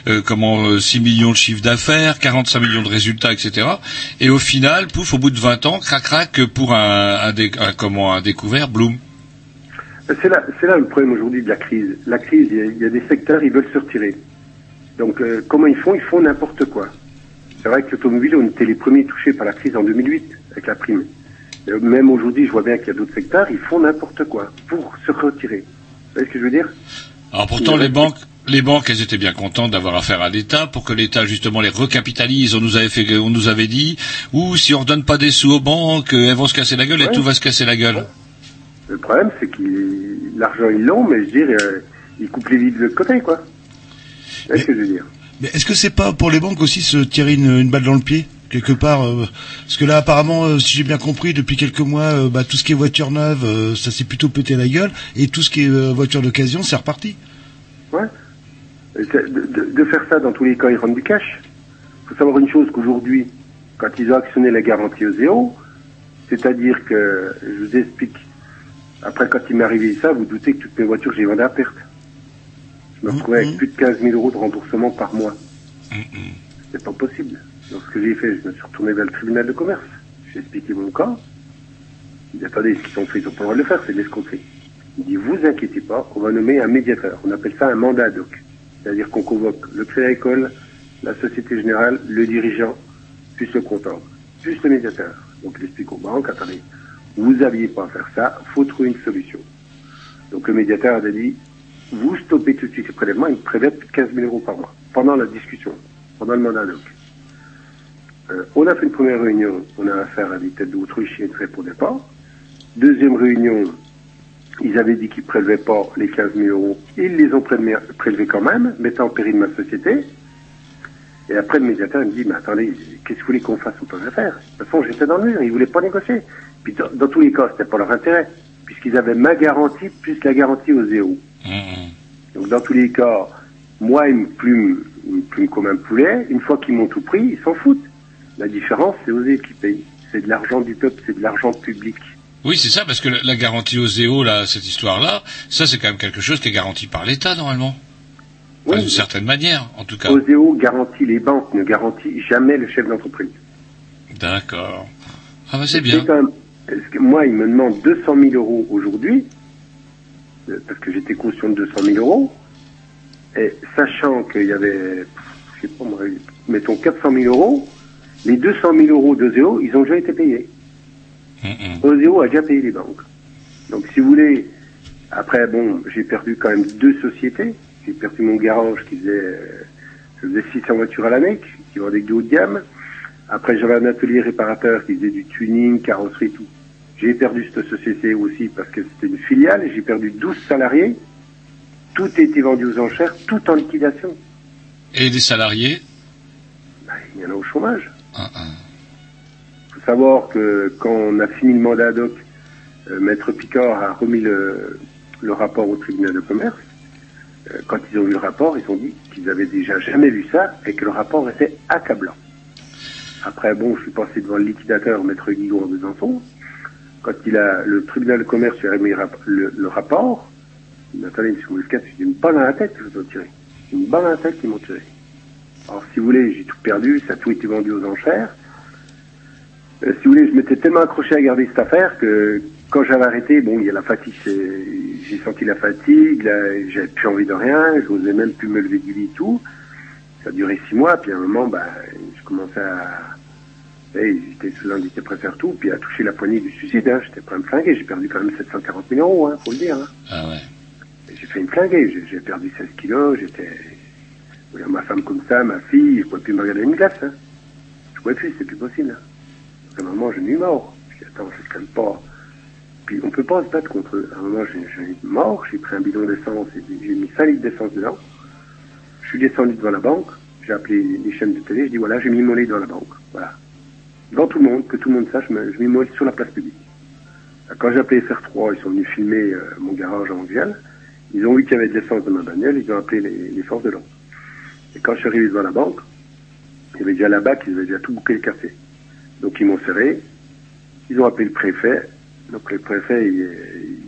6 millions de chiffre d'affaires, 45 millions de résultats, etc. Et au final, pouf, au bout de 20 ans, crac, pour un découvert, Bloom. C'est là le problème aujourd'hui de la crise. La crise, il y a des secteurs, ils veulent se retirer. Donc comment ils font? Ils font n'importe quoi. C'est vrai que l'automobile, on était les premiers touchés par la crise en 2008, avec la prime. Même aujourd'hui, je vois bien qu'il y a d'autres secteurs, ils font n'importe quoi pour se retirer. Vous voyez ce que je veux dire? Alors pourtant, les banques, elles étaient bien contentes d'avoir affaire à l'État pour que l'État justement les recapitalise. On nous avait dit, ou si on redonne pas des sous aux banques, elles vont se casser la gueule et tout va se casser la gueule. Le problème, c'est que l'argent ils l'ont, mais je veux dire, ils coupent les vides de l'autre côté, quoi. C'est ce que je veux dire. Mais est-ce que c'est pas pour les banques aussi se tirer une balle dans le pied quelque part, parce que là apparemment, si j'ai bien compris, depuis quelques mois, tout ce qui est voiture neuve, ça s'est plutôt pété la gueule, et tout ce qui est voiture d'occasion, c'est reparti. Ouais. De faire ça, dans tous les cas, ils rendent du cash. Il faut savoir une chose, qu'aujourd'hui, quand ils ont actionné la garantie au zéro, c'est-à-dire que, je vous explique, après quand il m'est arrivé ça, vous doutez que toutes mes voitures, j'ai vendu à perte. Je me retrouvais avec plus de 15 000 euros de remboursement par mois. C'est pas possible. Donc ce que j'ai fait, je me suis retourné vers le tribunal de commerce. J'ai expliqué mon cas. Il dit, attendez, ce qu'ils ont fait, ils n'ont pas le droit de le faire, c'est de l'escroquerie. Il dit, vous inquiétez pas, on va nommer un médiateur. On appelle ça un mandat ad hoc. C'est-à-dire qu'on convoque le Crédit Agricole, la Société Générale, le dirigeant, plus le comptable, plus le médiateur. Donc il explique aux banques, attendez, vous n'aviez pas à faire ça, faut trouver une solution. Donc le médiateur a dit, vous stoppez tout de suite les prélèvements, il me prélève plus de 15 000 euros par mois, pendant la discussion, pendant le mandat ad hoc. On a fait une première réunion, on a affaire à des têtes d'autruche et ne répondaient pas. Deuxième réunion, ils avaient dit qu'ils ne prélevaient pas les 15 000 euros. Ils les ont prélevés quand même, mettant en péril ma société. Et après, le médiateur me dit, mais attendez, qu'est-ce que vous voulez qu'on fasse? On peut rien faire. De toute façon, j'étais dans le mur, ils ne voulaient pas négocier. Puis dans tous les cas, c'était pas leur intérêt, puisqu'ils avaient ma garantie plus la garantie au zéro. Donc dans tous les cas, moi, ils me plument comme un poulet. Une fois qu'ils m'ont tout pris, ils s'en foutent. La différence, c'est OSEO qui paye. C'est de l'argent du peuple, c'est de l'argent public. Oui, c'est ça, parce que la garantie OSEO, là, cette histoire-là, ça, c'est quand même quelque chose qui est garanti par l'État, normalement. Enfin, d'une certaine manière, en tout cas. OSEO garantit les banques, ne garantit jamais le chef d'entreprise. D'accord. Ah bah c'est bien. Quand même, moi, il me demande 200 000 euros aujourd'hui, parce que j'étais caution de 200 000 euros, et sachant qu'il y avait, je sais pas moi, mettons 400 000 euros, les 200 000 euros d'OSEO, ils ont déjà été payés. OSEO a déjà payé les banques. Donc si vous voulez, après bon, j'ai perdu quand même 2 sociétés. J'ai perdu mon garage qui faisait 600 voitures à l'année, qui vendait du haut de gamme. Après j'avais un atelier réparateur qui faisait du tuning, carrosserie, tout. J'ai perdu cette société aussi parce que c'était une filiale. J'ai perdu 12 salariés. Tout a été vendu aux enchères, tout en liquidation. Et les salariés? Il y en a au chômage. Il faut savoir que quand on a fini le mandat ad hoc, Maître Picard a remis le rapport au tribunal de commerce. Quand ils ont vu le rapport, ils ont dit qu'ils avaient déjà jamais vu ça et que le rapport était accablant. Après, bon, je suis passé devant le liquidateur, Maître Guillaume en Besançon. Quand le tribunal de commerce lui a remis le rapport, il m'a dit, attendez, monsieur Mousquet, j'ai une balle dans la tête que je dois tirer. Une balle dans la tête qu'ils m'ont tiré. Alors, si vous voulez, j'ai tout perdu, ça a tout été vendu aux enchères. Si vous voulez, je m'étais tellement accroché à garder cette affaire que quand j'avais arrêté, bon, il y a la fatigue, j'ai senti la fatigue, j'avais plus envie de rien, j'osais même plus me lever du lit et tout. Ça a duré 6 mois, puis à un moment, je commençais j'étais sous antidépresseur tout, puis à toucher la poignée du suicide, hein. J'étais prêt à me flinguer, j'ai perdu quand même 740 000 euros, hein, faut le dire, hein. Ah ouais. Et j'ai fait une flinguée, j'ai perdu 16 kilos, ma femme comme ça, ma fille, je pouvais plus me regarder une glace, hein. Je pouvais plus, c'est plus possible, hein. À un moment, je suis mort. Je dis, attends, c'est quand même pas. Puis on peut pas se battre contre eux. À un moment, j'ai mort, j'ai pris un bidon d'essence, j'ai mis 5 litres d'essence dedans. Je suis descendu devant la banque, j'ai appelé les chaînes de télé, je dis voilà, j'ai mis mon lit dans la banque. Voilà. Devant tout le monde, que tout le monde sache, je mets mon lit sur la place publique. Quand j'ai appelé FR3, ils sont venus filmer mon garage en Vielle. Ils ont vu qu'il y avait de l'essence dans ma bagnole, ils ont appelé les forces de l'ordre. Et quand je suis arrivé devant la banque, il y avait déjà la BAC, ils avaient déjà tout bouqué le café. Donc ils m'ont serré, ils ont appelé le préfet, donc le préfet il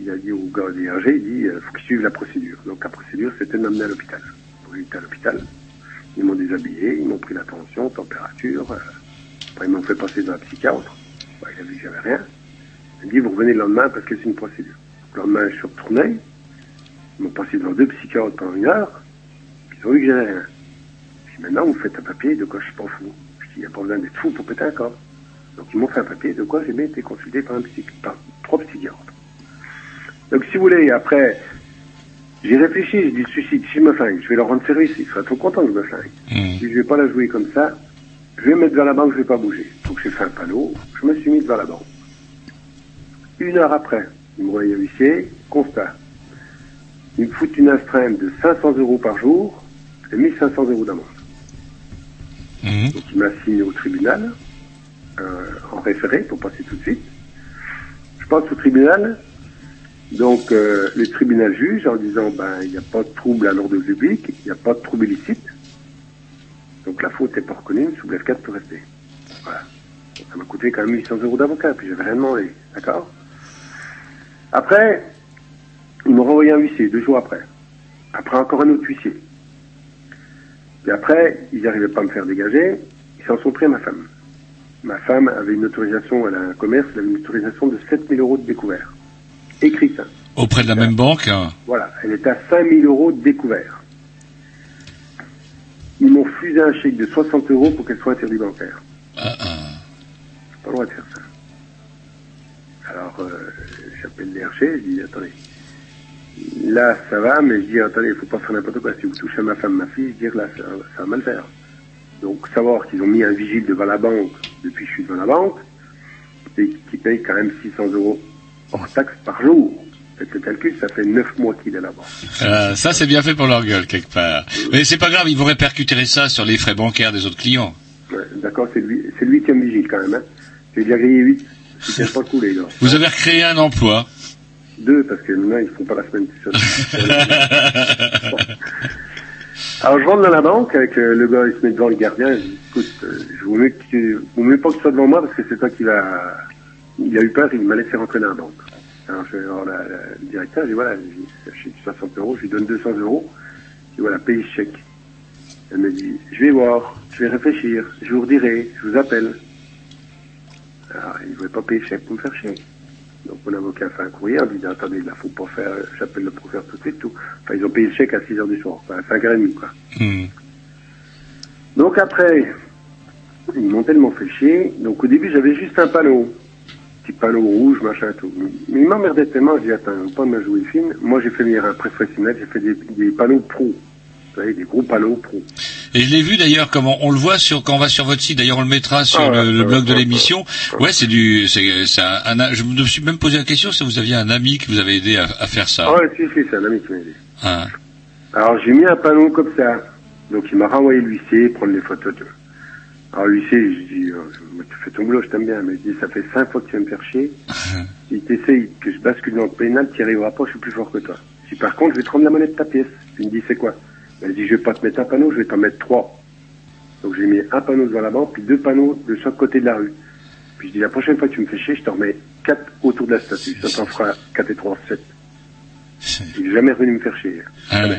il a dit au gars des RG, il dit, faut qu'ils suivent la procédure. Donc la procédure, c'était de m'amener à l'hôpital. Donc j'étais à l'hôpital. Ils m'ont déshabillé, ils m'ont pris la tension, température. Après, ils m'ont fait passer dans un psychiatre. Bah, il a vu que j'avais rien. Il m'a dit, vous revenez le lendemain parce que c'est une procédure. Le lendemain, je suis retourné. Ils m'ont passé devant 2 psychiatres pendant 1 heure. Puis ils ont vu que j'avais rien. Puis maintenant, vous faites un papier de quoi je suis pas fou. Puis il n'y a pas besoin d'être fou pour péter un corps. Donc ils m'ont fait un papier de quoi j'ai bien été consulté par 3 psychiatres. Donc si vous voulez, après, j'ai réfléchi, j'ai dit suicide, si je me flingue, je vais leur rendre service, ils seraient trop contents que je me flingue. Si je vais pas la jouer comme ça, je vais me mettre vers la banque, je vais pas bouger. Donc j'ai fait un panneau, je me suis mis vers la banque. 1 heure après, ils me voyaient huissier, constat. Ils me foutent une astreinte de 500 € par jour et 1500 € d'amende. Donc il m'a signé au tribunal, en référé, pour passer tout de suite. Je passe au tribunal, donc le tribunal juge en disant, il n'y a pas de trouble à l'ordre public, il n'y a pas de trouble illicite, donc la faute n'est pas reconnue, le soulève 4 peut rester. Voilà. Donc, ça m'a coûté quand même 800 € d'avocat, puis j'avais rien demandé, d'accord? Après, ils m'ont renvoyé un huissier 2 jours après. Après encore un autre huissier. Puis après, ils n'arrivaient pas à me faire dégager, ils s'en sont pris à ma femme. Ma femme avait une autorisation, elle a un commerce, elle avait une autorisation de 7 000 € de découvert. Écrite. Auprès de la même banque? Voilà, elle était à 5 000 € de découvert. Ils m'ont refusé un chèque de 60 € pour qu'elle soit interdite bancaire. J'ai pas le droit de faire ça. Alors, j'appelle l'RG, je dis, attendez, là, ça va, mais je dis, attendez, il faut pas faire n'importe quoi. Si vous touchez à ma femme, ma fille, je dis, là, ça va mal faire. Donc, savoir qu'ils ont mis un vigile devant la banque, depuis que je suis devant la banque, et qui paye quand même 600 € hors taxe par jour. Faites le calcul, ça fait 9 mois qu'il est là-bas. Ça, c'est bien fait pour leur gueule, quelque part. Mais c'est pas grave, ils vont répercuter ça sur les frais bancaires des autres clients. Ouais, d'accord, c'est le 8e vigile quand même, hein. J'ai déjà grillé 8. Je tiens pas le coup, les gars. Vous avez recréé un emploi? 2, parce que maintenant, ils font pas la semaine tout seul. Alors, je rentre dans la banque avec le gars, il se met devant le gardien, je dis, écoute, je vaut mieux pas que tu sois devant moi parce que c'est toi qui va... Il a eu peur, il m'a laissé rentrer dans la banque. Alors, je vais voir le directeur, je dis, voilà, j'ai acheté 60 €, je lui donne 200 €, je dis, voilà, paye ce chèque. Elle me dit, je vais voir, je vais réfléchir, je vous redirai, je vous appelle. Alors, il ne voulait pas payer le chèque pour me faire chier. Donc, mon avocat a fait un courrier en disant, attendez, là, faut pas faire, j'appelle le procureur tout de suite, tout. Enfin, ils ont payé le chèque à 6 h du soir, enfin, à 5 h 30, quoi. Donc, après, ils m'ont tellement fait chier. Donc, au début, j'avais juste un panneau. Petit panneau rouge, machin, tout. Mais il m'emmerdait tellement, je dis, attends, faut pas me jouer fine. Moi, j'ai fait venir un professionnel, j'ai fait des panneaux pro. Vous savez, des gros panneaux pro. Et je l'ai vu d'ailleurs, comment on le voit quand on va sur votre site. D'ailleurs, on le mettra sur le blog de l'émission. Ouais, je me suis même posé la question si vous aviez un ami qui vous avait aidé à faire ça. Ouais, si, c'est un ami qui m'a aidé. Alors, j'ai mis un panneau comme ça. Donc, il m'a renvoyé l'huissier, prendre les photos de... Alors, l'huissier, je dis, tu fais ton boulot, je t'aime bien, mais je dis, ça fait 5 fois que tu vas me faire chier. Si t'essayes que je bascule dans le pénal, tu n'y arriveras pas, je suis plus fort que toi. Si par contre, je vais te rendre la monnaie de ta pièce. Il me dit, c'est quoi? Elle dit, je vais pas te mettre un panneau, je vais t'en mettre 3. Donc j'ai mis un panneau devant la banque, puis 2 panneaux de chaque côté de la rue. Puis je dis, la prochaine fois que tu me fais chier, je t'en remets 4 autour de la statue. Ça t'en fera 4 et 3, 7. Il n'est jamais revenu me faire chier.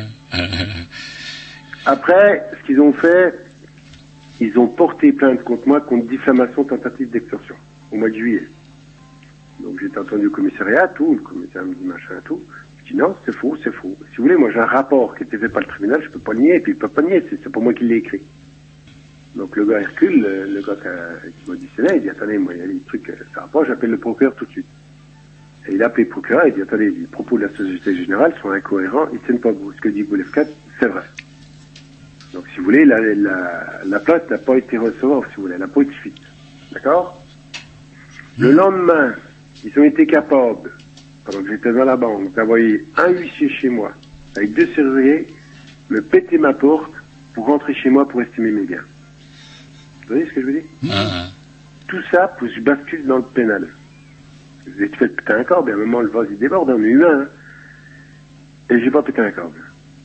Après, ce qu'ils ont fait, ils ont porté plainte contre moi contre diffamation tentative d'extorsion au mois de juillet. Donc j'étais entendu au commissariat, tout, le commissaire me dit machin, tout. Je dis non, c'est faux, c'est faux. Si vous voulez, moi j'ai un rapport qui était fait par le tribunal, je peux pas nier, et puis il peut pas nier, c'est pas moi qui l'ai écrit. Donc le gars Hercule, le gars qui m'a auditionné, il dit attendez, moi il y a des trucs, ça va pas, j'appelle le procureur tout de suite. Et il a appelé le procureur, il dit attendez, les propos de la Société Générale sont incohérents, ils tiennent pas debout. Ce que dit Boulef 4, c'est vrai. Donc si vous voulez, la plainte n'a pas été recevable, si vous voulez, elle n'a pas été suite. D'accord? Le lendemain, ils ont été capables, pendant que j'étais dans la banque, d'envoyer un huissier chez moi, avec 2 serruriers, me péter ma porte pour rentrer chez moi pour estimer mes biens. Vous voyez ce que je veux dire? Tout ça pour que je bascule dans le pénal. Vous êtes fait péter un câble, et à un moment le vase il déborde, on est humain, hein. Et j'ai pas pété un câble.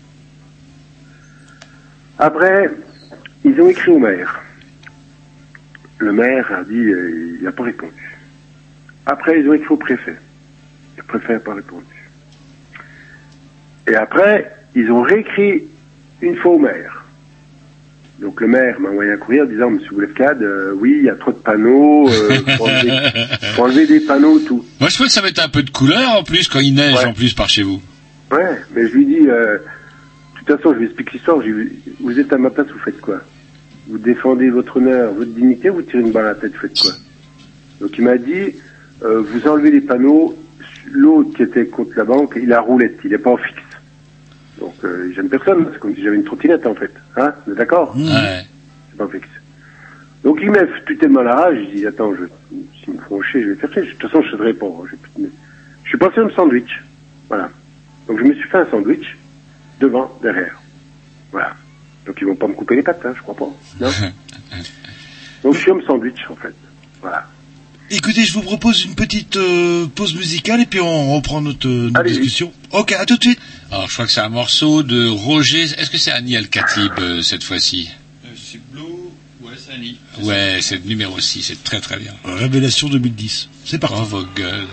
Après, ils ont écrit au maire. Le maire a dit, il n'a pas répondu. Après, ils ont écrit au préfet. Le préfet n'a pas répondu. Et après, ils ont réécrit une fois au maire. Donc le maire m'a envoyé un courrier en disant, Monsieur Boulefcade, oui, il y a trop de panneaux, faut enlever des panneaux, tout. Moi, je trouve que ça met un peu de couleur en plus quand il neige en plus par chez vous. Ouais, mais je lui dis, de toute façon, je lui explique l'histoire, je lui dis, vous êtes à ma place, vous faites quoi? Vous défendez votre honneur, votre dignité, vous tirez une balle à la tête, vous faites quoi? Donc il m'a dit, vous enlevez les panneaux, l'autre qui était contre la banque, il a roulette, il n'est pas en fixe. Donc j'aime personne, c'est comme si j'avais une trottinette en fait. Hein, vous êtes d'accord? Ouais. C'est pas fixe. Donc il m'a foutu tellement la rage, je dis attends, s'ils me font chier, je vais faire chier. De toute façon, je céderai pas. Je suis passé un sandwich. Voilà. Donc je me suis fait un sandwich, devant, derrière. Voilà. Donc ils vont pas me couper les pattes, hein, je crois pas. Non. Donc je suis un sandwich en fait. Voilà. Écoutez, je vous propose une petite pause musicale et puis on reprend notre discussion. Ok, à tout de suite. Alors, je crois que c'est un morceau de Roger. Est-ce que c'est Annie Al-Khatib cette fois-ci? C'est Blue, ouais, c'est Annie. Ouais, c'est le numéro 6, c'est très très bien. Révélation 2010. C'est parti. Oh, vos gueules.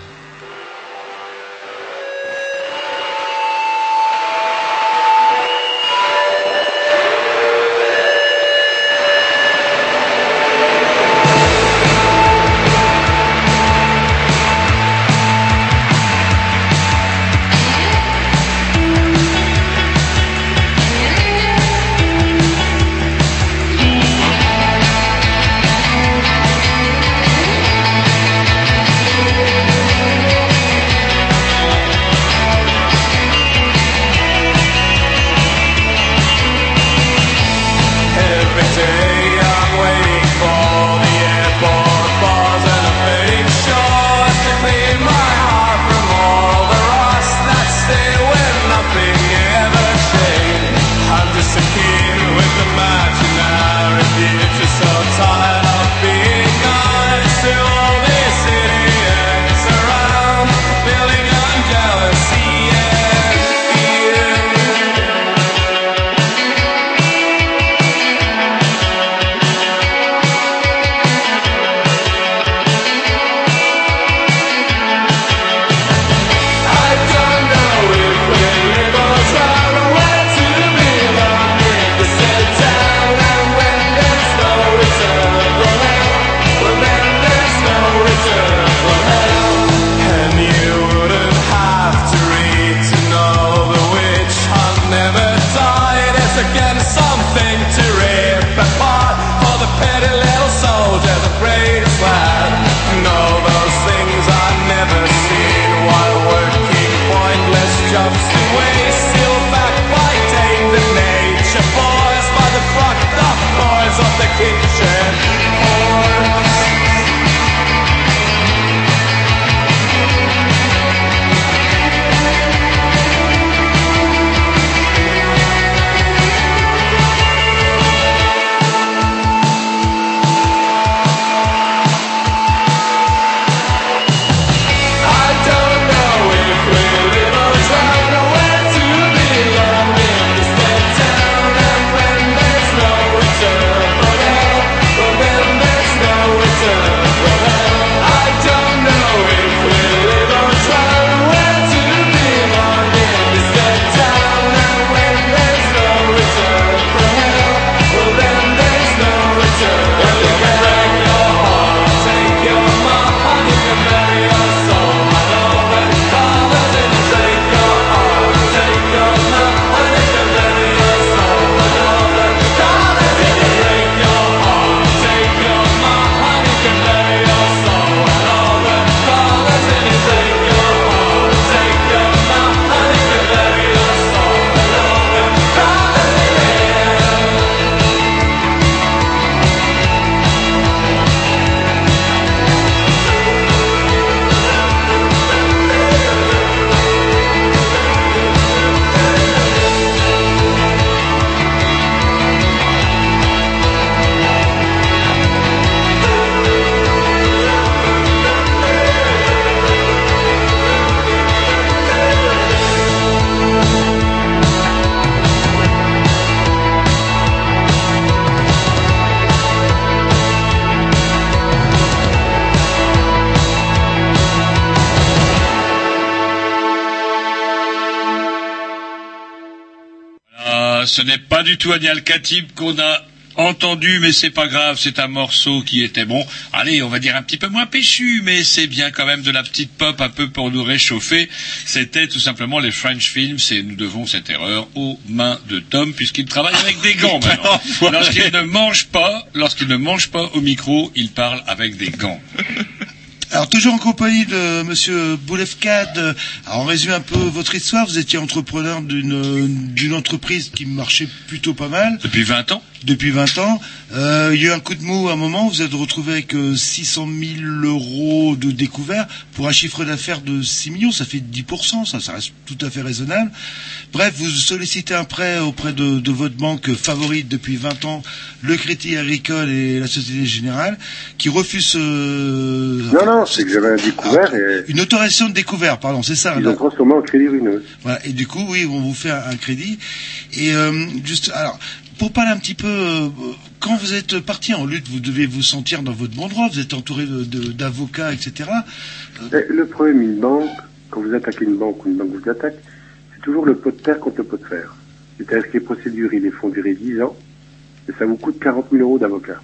Thank Voilà, ce n'est pas du tout Ania Al-Khatib qu'on a entendu, mais c'est pas grave, c'est un morceau qui était bon. Allez, on va dire un petit peu moins péchu, mais c'est bien quand même de la petite pop un peu pour nous réchauffer. C'était tout simplement les French Films et nous devons cette erreur aux mains de Tom puisqu'il travaille avec des gants maintenant. Lorsqu'il ne mange pas au micro, il parle avec des gants. Alors toujours en compagnie de Monsieur Boulefkad. Alors on résume un peu votre histoire. Vous étiez entrepreneur d'une entreprise qui marchait plutôt pas mal. Depuis 20 ans. Depuis 20 ans. Il y a eu un coup de mou à un moment. Vous êtes retrouvé avec 600 000 euros de découvert pour un chiffre d'affaires de 6 millions. Ça fait 10%. Ça reste tout à fait raisonnable. Bref, vous sollicitez un prêt auprès de votre banque favorite depuis 20 ans, le Crédit Agricole et la Société Générale, qui refusent... Non, c'est que j'avais un découvert et... Une autorisation de découvert, pardon, c'est ça. Ils ont transformé en crédit ruineux. Voilà, et du coup, oui, on vous fait un crédit. Et juste, alors, pour parler un petit peu, quand vous êtes parti en lutte, vous devez vous sentir dans votre bon droit, vous êtes entouré d'avocats, etc. Le problème d'une banque, quand vous attaquez une banque ou une banque vous attaque, c'est toujours le pot de terre contre le pot de fer. C'est-à-dire que les procédures, ils les font durer 10 ans, et ça vous coûte 40 000 euros d'avocat.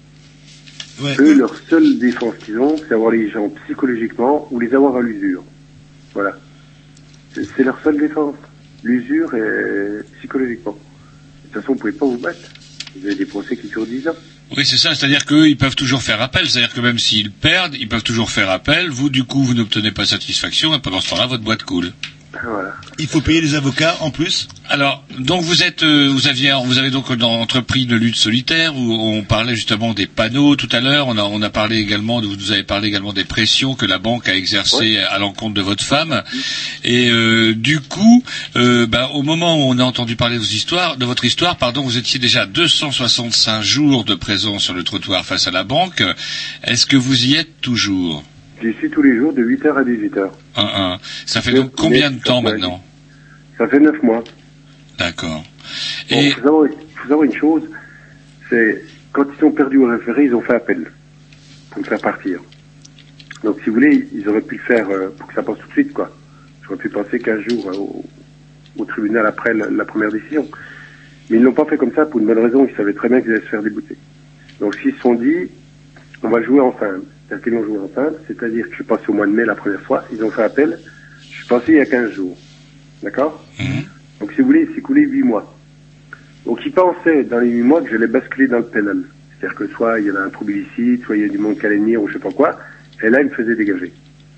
Ouais. Eux, leur seule défense qu'ils ont, c'est avoir les gens psychologiquement ou les avoir à l'usure. Voilà. C'est leur seule défense. L'usure et psychologiquement. De toute façon, vous pouvez pas vous battre. Vous avez des procès qui durent 10 ans. Oui, c'est ça. C'est-à-dire qu'eux, ils peuvent toujours faire appel. C'est-à-dire que même s'ils perdent, ils peuvent toujours faire appel. Vous, du coup, vous n'obtenez pas satisfaction et pendant ce temps-là, votre boîte coule. Voilà. Il faut payer les avocats en plus. Alors, donc vous avez donc entrepris une lutte solitaire où on parlait justement des panneaux tout à l'heure. On a parlé également, vous nous avez parlé également des pressions que la banque a exercées à l'encontre de votre femme. Et du coup, au moment où on a entendu parler de votre histoire, vous étiez déjà 265 jours de présence sur le trottoir face à la banque. Est-ce que vous y êtes toujours? J'y suis tous les jours de 8h à 18h. Ça fait donc combien de temps maintenant? Ça fait 9 mois. D'accord. Bon, il faut savoir une chose, c'est quand ils sont perdus au référé, ils ont fait appel pour me faire partir. Donc si vous voulez, ils auraient pu le faire pour que ça passe tout de suite, quoi. J'aurais pu passer 15 jours au tribunal après la première décision. Mais ils l'ont pas fait comme ça pour une bonne raison, ils savaient très bien qu'ils allaient se faire débouter. Donc s'ils se sont dit, on va jouer ensemble. C'est-à-dire qu'ils l'ont joué ensemble, c'est-à-dire que je suis passé au mois de mai la première fois, ils ont fait appel, je suis passé il y a 15 jours. D'accord? Donc si vous voulez, il s'est coulé 8 mois. Donc ils pensaient dans les 8 mois que j'allais basculer dans le pénal. C'est-à-dire que soit il y en a un trouble illicite, soit il y a du monde qui allait venir ou je sais pas quoi, et là ils me faisaient dégager.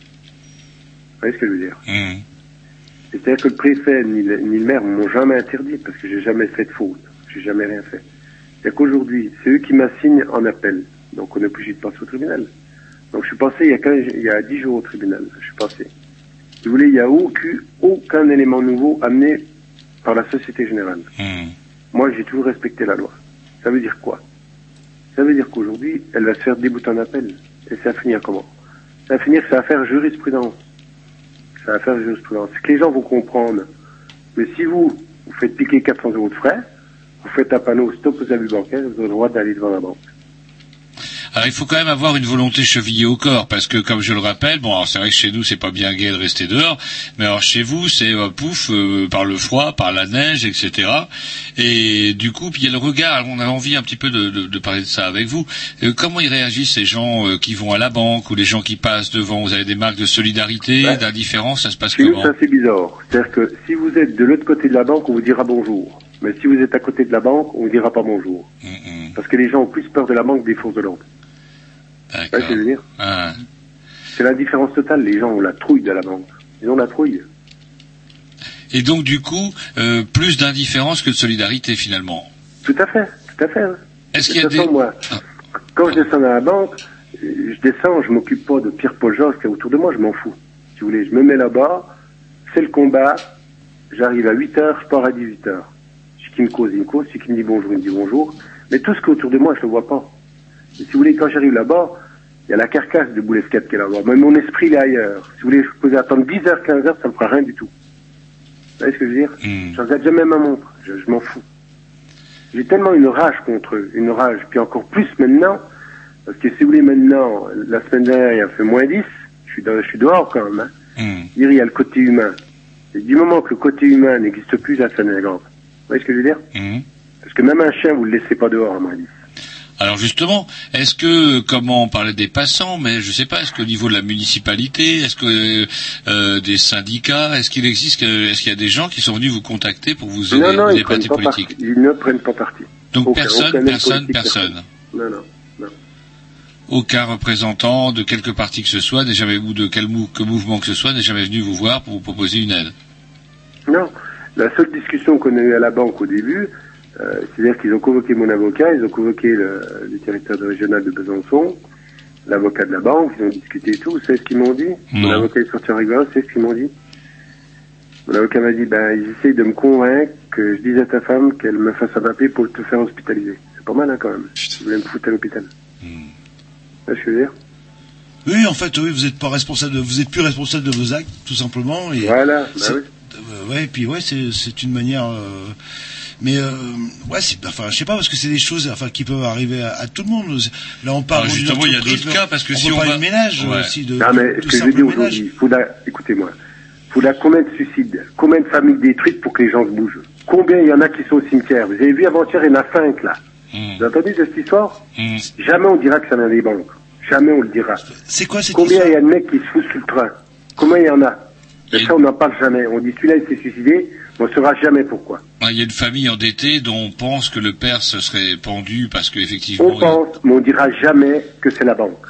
Vous voyez ce que je veux dire? C'est-à-dire que le préfet ni le maire m'ont jamais interdit parce que j'ai jamais fait de faute, j'ai jamais rien fait. C'est-à-dire qu'aujourd'hui, c'est eux qui m'assignent en appel. Donc on est obligé de passer au tribunal. Donc je suis passé il y a 10 jours au tribunal. Je suis passé. Si vous voulez, il n'y a aucun élément nouveau amené par la Société Générale. Moi, j'ai toujours respecté la loi. Ça veut dire quoi? Ça veut dire qu'aujourd'hui, elle va se faire débouter en appel. Et ça va finir comment? Ça va finir que ça va faire jurisprudence. Ça va faire jurisprudence. C'est que les gens vont comprendre que si vous faites piquer 400 euros de frais, vous faites un panneau stop aux abus bancaires, vous avez le droit d'aller devant la banque. Alors il faut quand même avoir une volonté chevillée au corps, parce que comme je le rappelle, bon alors c'est vrai que chez nous c'est pas bien gai de rester dehors, mais alors chez vous c'est par le froid, par la neige, etc. Et du coup puis il y a le regard. On a envie un petit peu de parler de ça avec vous. Comment ils réagissent ces gens qui vont à la banque ou les gens qui passent devant? Vous avez des marques de solidarité, d'indifférence, ça se passe comment? C'est assez bizarre. C'est-à-dire que si vous êtes de l'autre côté de la banque, on vous dira bonjour. Mais si vous êtes à côté de la banque, on vous dira pas bonjour. Parce que les gens ont plus peur de la banque que des forces de l'ordre. D'accord. Ouais, je veux dire. C'est l'indifférence totale. Les gens ont la trouille de la banque. Ils ont la trouille. Et donc, du coup, plus d'indifférence que de solidarité, finalement. Tout à fait. Hein. Est-ce qu'il y a moi, quand je descends dans la banque, je descends, je m'occupe pas de Pierre-Paul Georges qui est autour de moi, je m'en fous. Si vous voulez, je me mets là-bas, c'est le combat, j'arrive à 8h, je pars à 18h. Celui qui me cause, il me cause. Celui qui me dit bonjour, il me dit bonjour. Mais tout ce qui est autour de moi, je le vois pas. Et si vous voulez, quand j'arrive là-bas, il y a la carcasse de Boulefkad qui est là-bas. Mais mon esprit, il est ailleurs. Si vous voulez, je peux attendre 10h, 15h, ça me fera rien du tout. Vous voyez ce que je veux dire? Je regarde jamais ma montre. Je m'en fous. J'ai tellement une rage contre eux. Une rage. Puis encore plus maintenant. Parce que si vous voulez, maintenant, la semaine dernière, il a fait moins 10. Je suis dehors quand même. Il y a le côté humain. Et du moment que le côté humain n'existe plus, là, ça n'est grave. voyez ce que je veux dire? Parce que même un chien, vous le laissez pas dehors, à mon avis. Alors justement, est-ce que, comment on parlait des passants, mais je sais pas, est-ce qu'au niveau de la municipalité, est-ce que des syndicats, est-ce qu'il y a des gens qui sont venus vous contacter pour vous aider Non, des partis politiques? Ils ne prennent pas parti. Donc personne. Non. Aucun représentant de quelque parti que ce soit n'est jamais, ou de quel mouvement que ce soit n'est jamais venu vous voir pour vous proposer une aide? Non. La seule discussion qu'on a eue à la banque au début, c'est-à-dire qu'ils ont convoqué mon avocat, ils ont convoqué le directeur régional de Besançon, l'avocat de la banque, ils ont discuté et tout. Vous savez ce qu'ils m'ont dit? Mon avocat est sorti en rigolant, vous savez ce qu'ils m'ont dit? Mon avocat m'a dit, ils essayent de me convaincre que je dise à ta femme qu'elle me fasse un papier pour te faire hospitaliser. C'est pas mal, hein, quand même. Vous voulez me foutre à l'hôpital. C'est ce que je veux dire? Oui, en fait, oui, vous êtes pas responsable vous êtes plus responsable de vos actes, tout simplement. Et voilà, oui. Ouais, et puis ouais, c'est une manière, mais ouais, je sais pas, parce que c'est des choses, qui peuvent arriver à tout le monde. Là, on parle justement, il y a d'autres cas, parce que si on parle de ménage aussi, de. Non, mais ce que je veux dire aujourd'hui, écoutez-moi, combien de suicides, combien de familles détruites pour que les gens se bougent? Combien il y en a qui sont au cimetière? Vous avez vu avant-hier, il y en a 5 là. Vous avez entendu de cette histoire? Jamais on dira que ça vient des banques. Jamais on le dira. C'est quoi cette Combien histoire? il y a de mecs qui se foutent sur le train? Combien il y en a? Et ça, on n'en parle jamais. On dit celui-là, il s'est suicidé, mais on ne saura jamais pourquoi. Il y a une famille endettée dont on pense que le père se serait pendu parce qu'effectivement... On pense, mais on dira jamais que c'est la banque.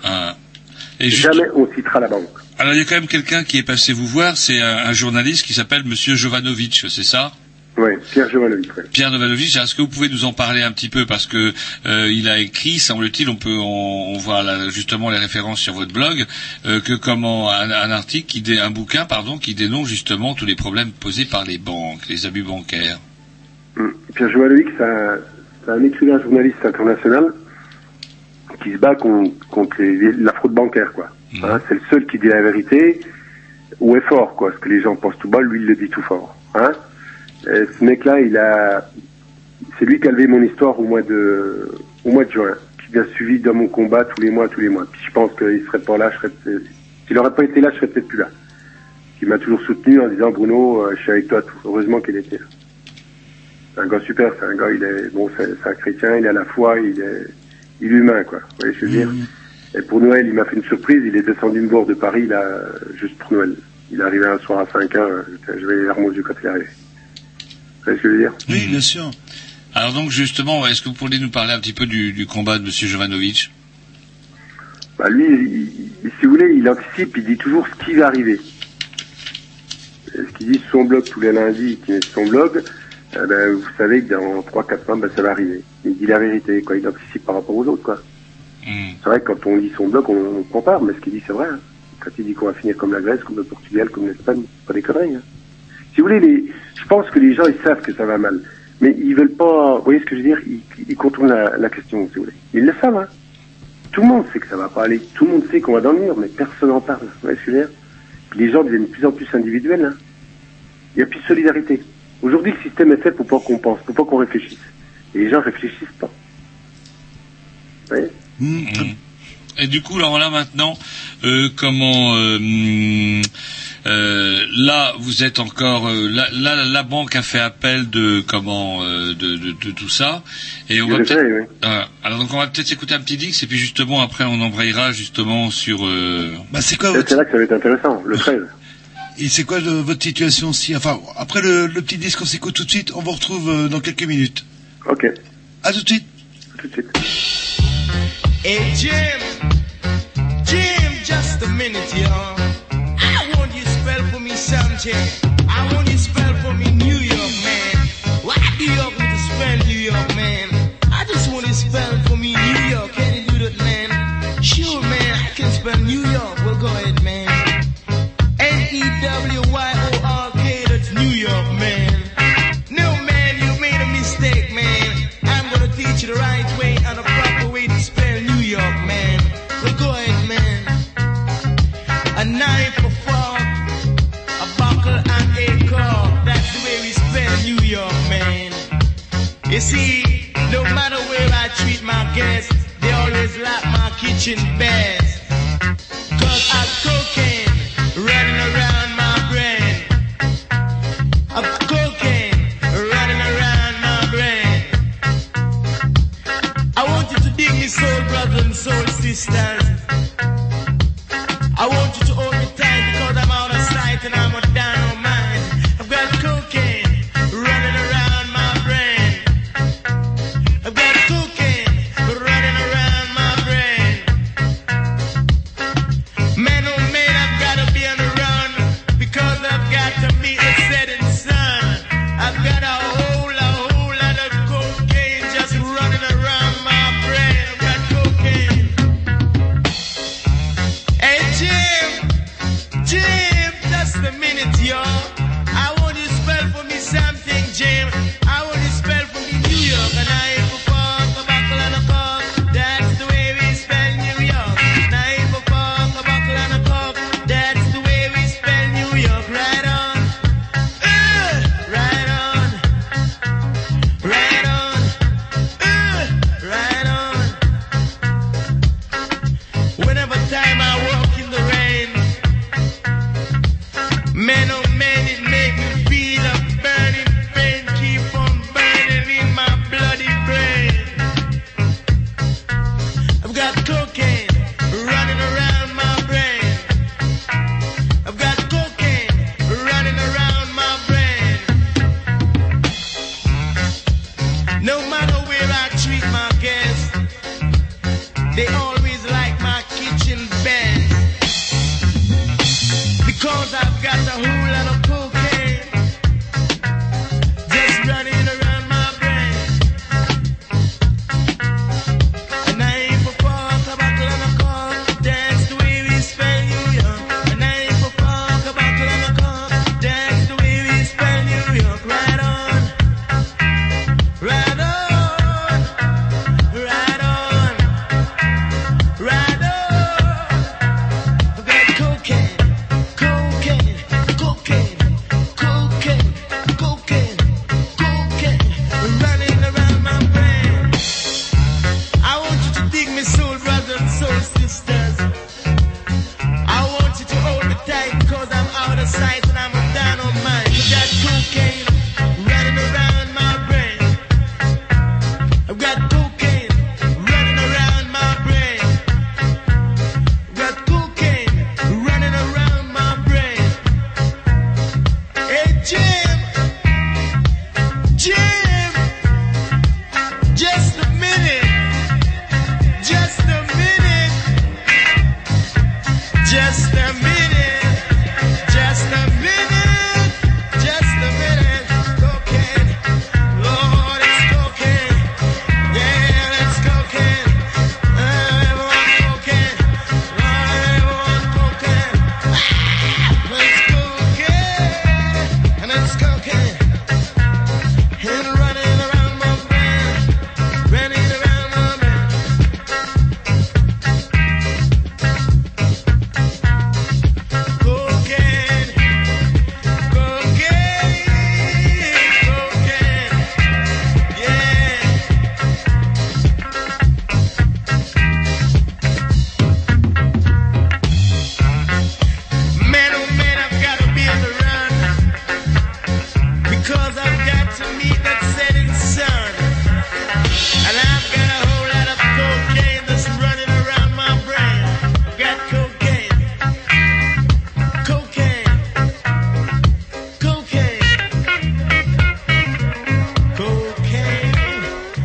Jamais on citera la banque. Alors, il y a quand même quelqu'un qui est passé vous voir, c'est un journaliste qui s'appelle Monsieur Jovanovic, c'est ça? Oui, Pierre Jovanovic. Oui. Pierre Jovanovic, est-ce que vous pouvez nous en parler un petit peu, parce que il a écrit, semble-t-il, on voit là, justement les références sur votre blog, que comment un article un bouquin qui dénonce justement tous les problèmes posés par les banques, les abus bancaires. Pierre Jovanovic, c'est un écrivain journaliste international qui se bat contre la fraude bancaire, quoi. Hein, c'est le seul qui dit la vérité ou est fort, quoi. Ce que les gens pensent tout bas, lui il le dit tout fort. Hein. Ce mec-là, c'est lui qui a levé mon histoire au mois de juin, qui m'a suivi dans mon combat tous les mois. Puis je pense qu'il serait pas là, s'il aurait pas été là, je serais peut-être plus là. Il m'a toujours soutenu en disant, Bruno, je suis avec toi. Heureusement qu'il était là. C'est un gars super, c'est un gars, c'est un chrétien, il a la foi, il est humain, quoi. Vous voyez ce que je veux dire? Et pour Noël, il m'a fait une surprise, il est descendu me voir de Paris, là, juste pour Noël. Il est arrivé un soir à 5h, j'avais les larmes aux yeux quand il est arrivé. Vous voyez ce que je veux dire? Oui, bien sûr. Alors donc, justement, est-ce que vous pourriez nous parler un petit peu du combat de Monsieur Jovanovic? Lui, si vous voulez, il anticipe, il dit toujours ce qui va arriver. Et ce qu'il dit sur son blog tous les lundis, qui met sur son blog, vous savez que dans 3-4 mois, ça va arriver. Il dit la vérité, quoi. Il anticipe par rapport aux autres, quoi. C'est vrai que quand on lit son blog, on compare, mais ce qu'il dit, c'est vrai. Hein. Quand il dit qu'on va finir comme la Grèce, comme le Portugal, comme l'Espagne, c'est pas des conneries. Hein. Si vous voulez, je pense que les gens, ils savent que ça va mal. Mais ils veulent pas, vous voyez ce que je veux dire? Ils contournent la question, si vous voulez. Ils le savent, hein. Tout le monde sait que ça va pas aller. Tout le monde sait qu'on va dans le mur, mais personne n'en parle. Vous voyez ce que je veux dire? Puis les gens deviennent de plus en plus individuels, hein. Il n'y a plus de solidarité. Aujourd'hui, le système est fait pour pas qu'on pense, pour pas qu'on réfléchisse. Et les gens réfléchissent pas. Vous voyez? Et du coup, alors là maintenant, là vous êtes encore la banque a fait appel de tout ça, et on va peut-être alors donc on va peut-être écouter un petit dix, et puis justement après on embrayera justement sur c'est quoi c'est là que ça va être intéressant, le 13. Et c'est quoi votre situation aussi? Enfin, après le petit disque qu'on s'écoute tout de suite, on vous retrouve dans quelques minutes. Ok. À tout de suite. À tout de suite. Hey Jim, just a minute, y'all. I want you to spell for me something. I want you to spell for me New York, man. Why do you want to spell New York, man? I just want you to spell for me New York. Can you do that, man? Sure, man, I can spell New York. Well, go ahead, man. N-E-W-Y-O-R-K, that's New York, man. No, man, you made a mistake, man. I'm gonna teach you the right way and the proper way to spell New York, man. Well, go ahead, man. A knife, a fork, a buckle, and a cork. That's the way we spell New York, man. You see, no matter where I treat my guests, they always like my kitchen best. 'Cause I'm cocaine running around my brain. I'm cocaine running around want to meet that setting sun. And I've got a whole lot of cocaine that's running around my brain. Got cocaine. Cocaine. Cocaine. Cocaine.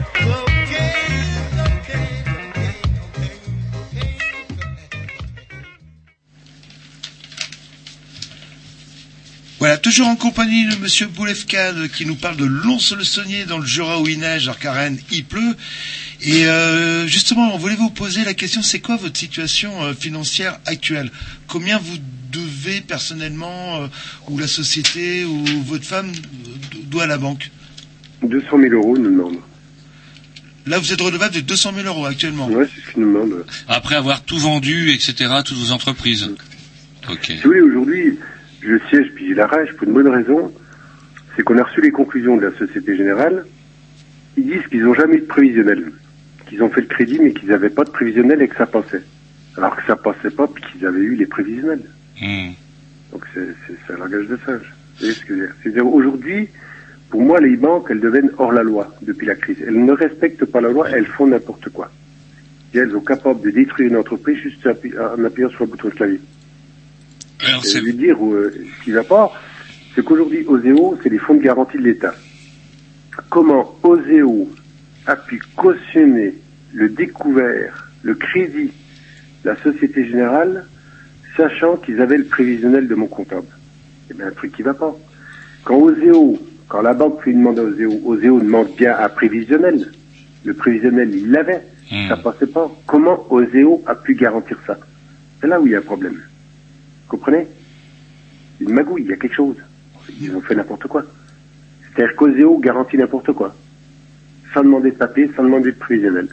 Voilà, toujours en compagnie de Monsieur Boulefcade qui nous parle de Lons-le-Saunier dans le Jura où il neige, alors qu'à Rennes il pleut. Et justement, on voulait vous poser la question, c'est quoi votre situation financière actuelle? Combien vous devez personnellement, ou la société, ou votre femme doit à la banque? 200 000 euros, nous demandons. Là, vous êtes redevable de 200 000 euros actuellement. Ouais, c'est ce qu'ils nous demandent. Après avoir tout vendu, etc., toutes vos entreprises. Ok. Oui, aujourd'hui, je siège puis j'ai la rage pour une bonne raison, c'est qu'on a reçu les conclusions de la Société Générale. Ils disent qu'ils n'ont jamais eu de prévisionnel, qu'ils ont fait le crédit mais qu'ils n'avaient pas de prévisionnel et que ça passait. Alors que ça passait pas puis qu'ils avaient eu les prévisionnels. Donc c'est un langage de singe. Vous voyez ce que je veux dire? C'est-à-dire aujourd'hui, pour moi, les banques, elles deviennent hors la loi depuis la crise. Elles ne respectent pas la loi, elles font n'importe quoi. Et elles sont capables de détruire une entreprise juste en appuyant sur le bouton de clavier. Alors, je veux dire, ce qui va pas, c'est qu'aujourd'hui, Oseo, c'est les fonds de garantie de l'État. Comment Oseo a pu cautionner le découvert, le crédit de la Société Générale, sachant qu'ils avaient le prévisionnel de mon comptable? Eh bien, un truc qui va pas. Quand la banque fait une demande à Oseo demande bien un prévisionnel. Le prévisionnel, il l'avait. Ça passait pas. Comment Oseo a pu garantir ça? C'est là où il y a un problème. Vous comprenez? Une magouille, il y a quelque chose. Ils ont fait n'importe quoi. C'est-à-dire qu'Oseo garantit n'importe quoi. Sans demander de papier, sans demander de prévisionnel.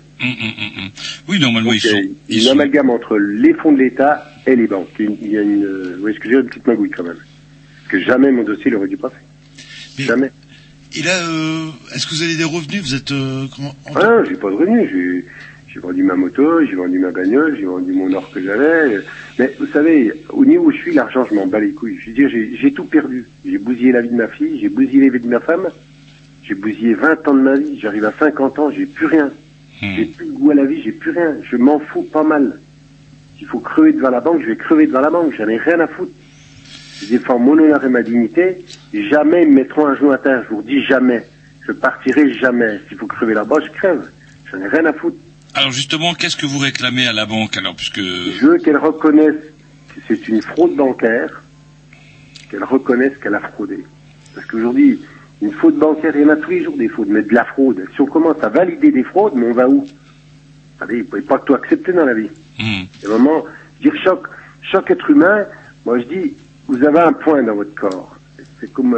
Oui, normalement, donc, ils sont... amalgame entre les fonds de l'État et les banques. Il y a une petite magouille quand même. Parce que jamais mon dossier n'aurait dû passer. Mais, jamais. Et là, est-ce que vous avez des revenus? Vous êtes Ah, j'ai pas de revenus. J'ai vendu ma moto, j'ai vendu ma bagnole, j'ai vendu mon or que j'avais. Mais vous savez, au niveau où je suis, l'argent, je m'en bats les couilles. Je veux dire, j'ai tout perdu. J'ai bousillé la vie de ma fille, j'ai bousillé la vie de ma femme, j'ai bousillé 20 ans de ma vie. J'arrive à 50 ans, j'ai plus rien. J'ai plus de goût à la vie, j'ai plus rien. Je m'en fous pas mal. S'il faut crever devant la banque, je vais crever devant la banque. J'en ai rien à foutre. Je défends mon honneur et ma dignité. Jamais ils me mettront un genou à terre. Je vous dis jamais. Je partirai jamais. S'il faut crever là-bas, je crève. J'en ai rien à foutre. Alors justement, qu'est-ce que vous réclamez à la banque alors, puisque... Je veux qu'elle reconnaisse que c'est une fraude bancaire, qu'elle reconnaisse qu'elle a fraudé. Parce qu'aujourd'hui, une fraude bancaire, il y en a tous les jours des fraudes, mais de la fraude. Si on commence à valider des fraudes, mais on va où? Vous savez, vous ne pouvez pas tout accepter dans la vie. Et vraiment, dire chaque être humain, moi je dis, vous avez un point dans votre corps. C'est comme,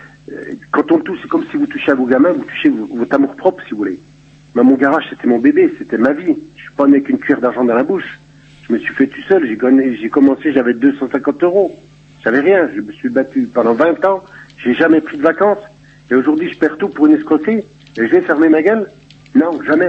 quand on touche, c'est comme si vous touchez à vos gamins, vous touchez votre amour propre, si vous voulez. Mais mon garage, c'était mon bébé, c'était ma vie. Je suis pas né avec une cuillère d'argent dans la bouche. Je me suis fait tout seul, j'ai commencé, j'avais 250 euros. J'avais rien, je me suis battu pendant 20 ans, j'ai jamais pris de vacances. Et aujourd'hui, je perds tout pour une escroquerie. Et je vais fermer ma gueule? Non, jamais.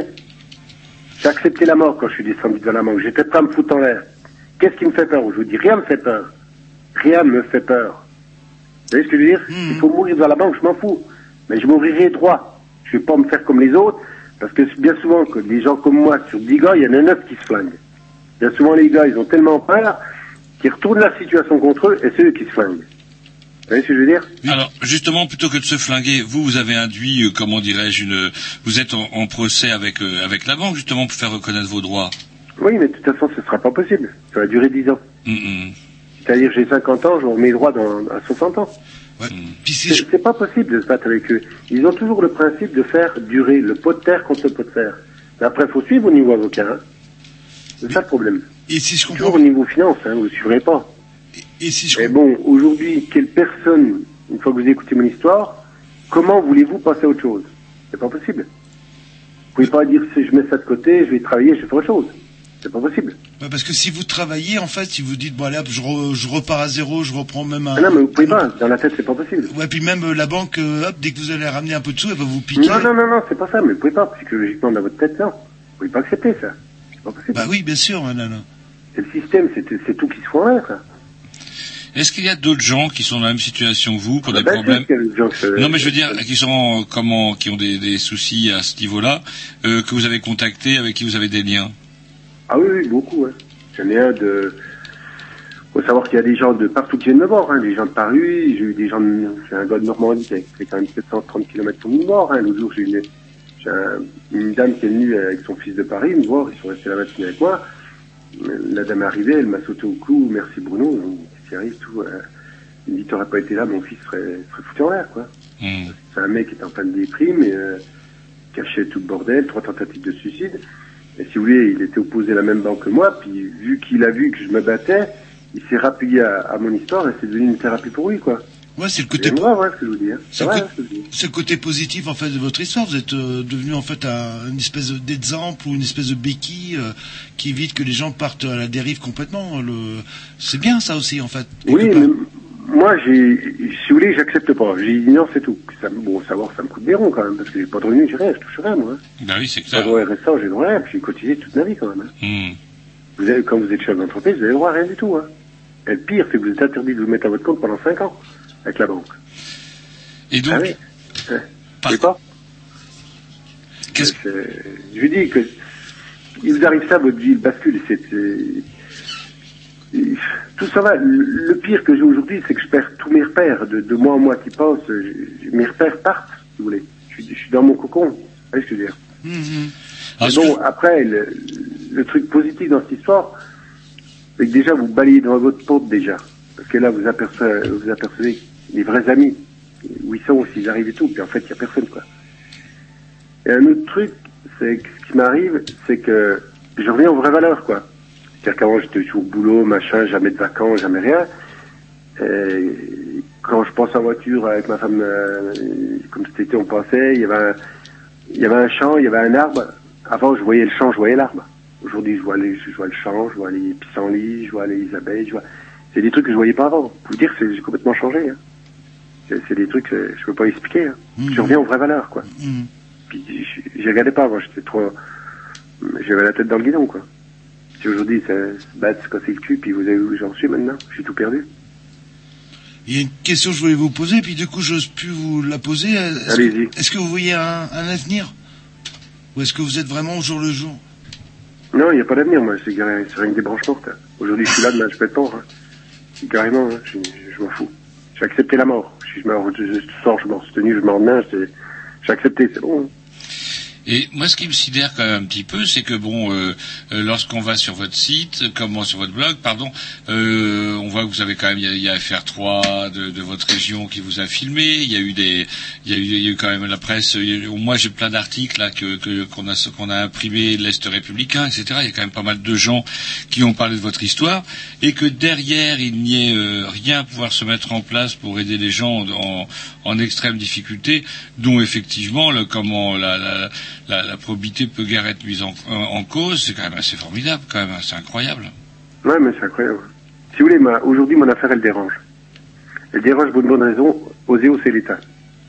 J'ai accepté la mort quand je suis descendu devant la banque. J'étais prêt à me foutre en l'air. Qu'est-ce qui me fait peur? Je vous dis, rien me fait peur. Rien me fait peur. Vous voyez ce que je veux dire? Il faut mourir devant la banque, je m'en fous. Mais je mourirai droit. Je vais pas me faire comme les autres. Parce que bien souvent, que des gens comme moi, sur 10 gars, il y en a 9 qui se flinguent. Bien souvent, les gars, ils ont tellement peur qu'ils retournent la situation contre eux et c'est eux qui se flinguent. Vous voyez ce que je veux dire? Alors, justement, plutôt que de se flinguer, vous avez induit, comment dirais-je, vous êtes en procès avec la banque, justement, pour faire reconnaître vos droits. Oui, mais de toute façon, ce sera pas possible. Ça va durer 10 ans. C'est-à-dire, j'ai 50 ans, j'aurai mes droits à 60 ans. Ouais. C'est pas possible de se battre avec eux. Ils ont toujours le principe de faire durer le pot de terre contre le pot de fer. Mais après, il faut suivre au niveau avocat. Hein. C'est ça le problème. Et si je comprends... Toujours au niveau finance, hein, vous ne suivrez pas. Et si je Mais bon, aujourd'hui, quelle personne, une fois que vous écoutez mon histoire, comment voulez-vous passer à autre chose? C'est pas possible. Vous pouvez pas dire, si je mets ça de côté, je vais travailler, je fais autre chose. C'est pas possible. Ouais, parce que si vous travaillez, en fait, si vous dites, bon, allez, hop, je repars à zéro, je reprends même un... Ah non, mais vous pouvez pas. Dans la tête, c'est pas possible. Ouais, puis même la banque, hop, dès que vous allez ramener un peu de sous, elle va vous piquer. Non, c'est pas ça, mais vous pouvez pas. Psychologiquement, dans votre tête, non. Vous pouvez pas accepter ça. C'est pas possible. Bah oui, bien sûr, non. C'est le système, c'est tout qui se fout en l'air, ça. Est-ce qu'il y a d'autres gens qui sont dans la même situation que vous pour des Ben, problèmes? qu'il y a des gens que- Non, mais je veux dire, qui ont des soucis à ce niveau-là, que vous avez contactés, avec qui vous avez des liens. Ah oui, beaucoup, hein. J'en ai un de... Faut savoir qu'il y a des gens de partout qui viennent me voir, hein. Des gens de Paris, j'ai eu des gens j'ai un gars de Normandie qui a fait quand même 730 km pour me voir, hein. L'autre jour, j'ai une dame qui est venue avec son fils de Paris me voir, ils sont restés la matinée avec moi. La dame est arrivée, elle m'a sauté au cou, merci Bruno, qu'est-ce qui arrive, tout. Il me dit, t'aurais pas été là, mon fils serait foutu en l'air, quoi. C'est un mec qui est en pleine déprime, et cachait tout le bordel, 3 tentatives de suicide. Et si vous voulez, il était opposé à la même banque que moi, puis vu qu'il a vu que je me battais, il s'est rappuyé à mon histoire et c'est devenu une thérapie pour lui, quoi. Ouais, c'est le côté. C'est grave, hein, ce que je vous dis. Hein. C'est le côté positif en fait de votre histoire. Vous êtes devenu en fait une espèce d'exemple ou une espèce de béquille qui évite que les gens partent à la dérive complètement. C'est bien ça aussi en fait. Oui, mais moi, si vous voulez, j'accepte pas. J'ai dit non, c'est tout. Bon, savoir, ça me coûte des ronds quand même parce que j'ai pas de revenus, j'ai rien, je touche rien moi. Hein. Ben oui, c'est clair. Pas de RSA, j'ai droit à rien, puis j'ai cotisé toute ma vie quand même. Hein. Quand vous êtes chef d'entreprise, vous avez droit à rien du tout. Hein. Et le pire, c'est que vous êtes interdit de vous mettre à votre compte pendant 5 ans. Avec la banque. Et donc, je sais pas. Je lui dis que il vous arrive ça, votre vie bascule. Tout ça va. Le pire que j'ai aujourd'hui, c'est que je perds tous mes repères. De mois en mois qui passent, mes repères partent, si vous voulez. Je suis dans mon cocon. Vous voyez ce que je veux dire. Mais bon, après, le truc positif dans cette histoire, c'est que déjà, vous balayez devant votre porte déjà. Parce que là, vous apercevez les vrais amis, où ils sont, s'ils arrivent et tout, puis en fait, il n'y a personne, quoi. Et un autre truc, c'est que ce qui m'arrive, c'est que je reviens aux vraies valeurs, quoi. C'est-à-dire qu'avant, j'étais toujours au boulot, machin, jamais de vacances, jamais rien. Et quand je pense en voiture avec ma femme, comme cet été, on pensait, il y avait un champ, il y avait un arbre. Avant, je voyais le champ, je voyais l'arbre. Aujourd'hui, je vois le champ, je vois les pissenlits, je vois les abeilles, c'est des trucs que je voyais pas avant. Pour vous dire que j'ai complètement changé. Hein. C'est des trucs que je peux pas expliquer. Hein. Je reviens aux vraies valeurs, quoi. Puis j'y regardais pas avant, j'avais la tête dans le guidon, quoi. Si aujourd'hui, c'est se battre, se casser le cul, puis vous avez vu où j'en suis maintenant, je suis tout perdu. Il y a une question que je voulais vous poser, puis du coup, j'ose plus vous la poser. Allez-y. Est-ce que vous voyez un avenir? Ou est-ce que vous êtes vraiment au jour le jour? Non, il n'y a pas d'avenir, moi, c'est rien que des branches mortes. Hein. Aujourd'hui, je suis là, demain, je peux être mort. Hein. Carrément, hein. Je m'en fous. J'ai accepté la mort. Si je meurs, je sors, je meurs cette nuit, je meurs demain, j'ai accepté, c'est bon. Hein. Et moi, ce qui me sidère quand même un petit peu, c'est que bon, lorsqu'on va sur votre site, sur votre blog, pardon, on voit que vous avez quand même, il y a FR3 de votre région qui vous a filmé. Il y a eu quand même la presse. Moi, j'ai plein d'articles là qu'on a imprimé, l'Est républicain, etc. Il y a quand même pas mal de gens qui ont parlé de votre histoire, et que derrière, il n'y ait rien à pouvoir se mettre en place pour aider les gens en extrême difficulté, dont effectivement la probité peut guère être mise en cause. C'est quand même assez formidable, quand même, c'est incroyable. Ouais, mais c'est incroyable. Si vous voulez, aujourd'hui, mon affaire, elle dérange. Elle dérange pour une bonne raison. Oseo, c'est l'État.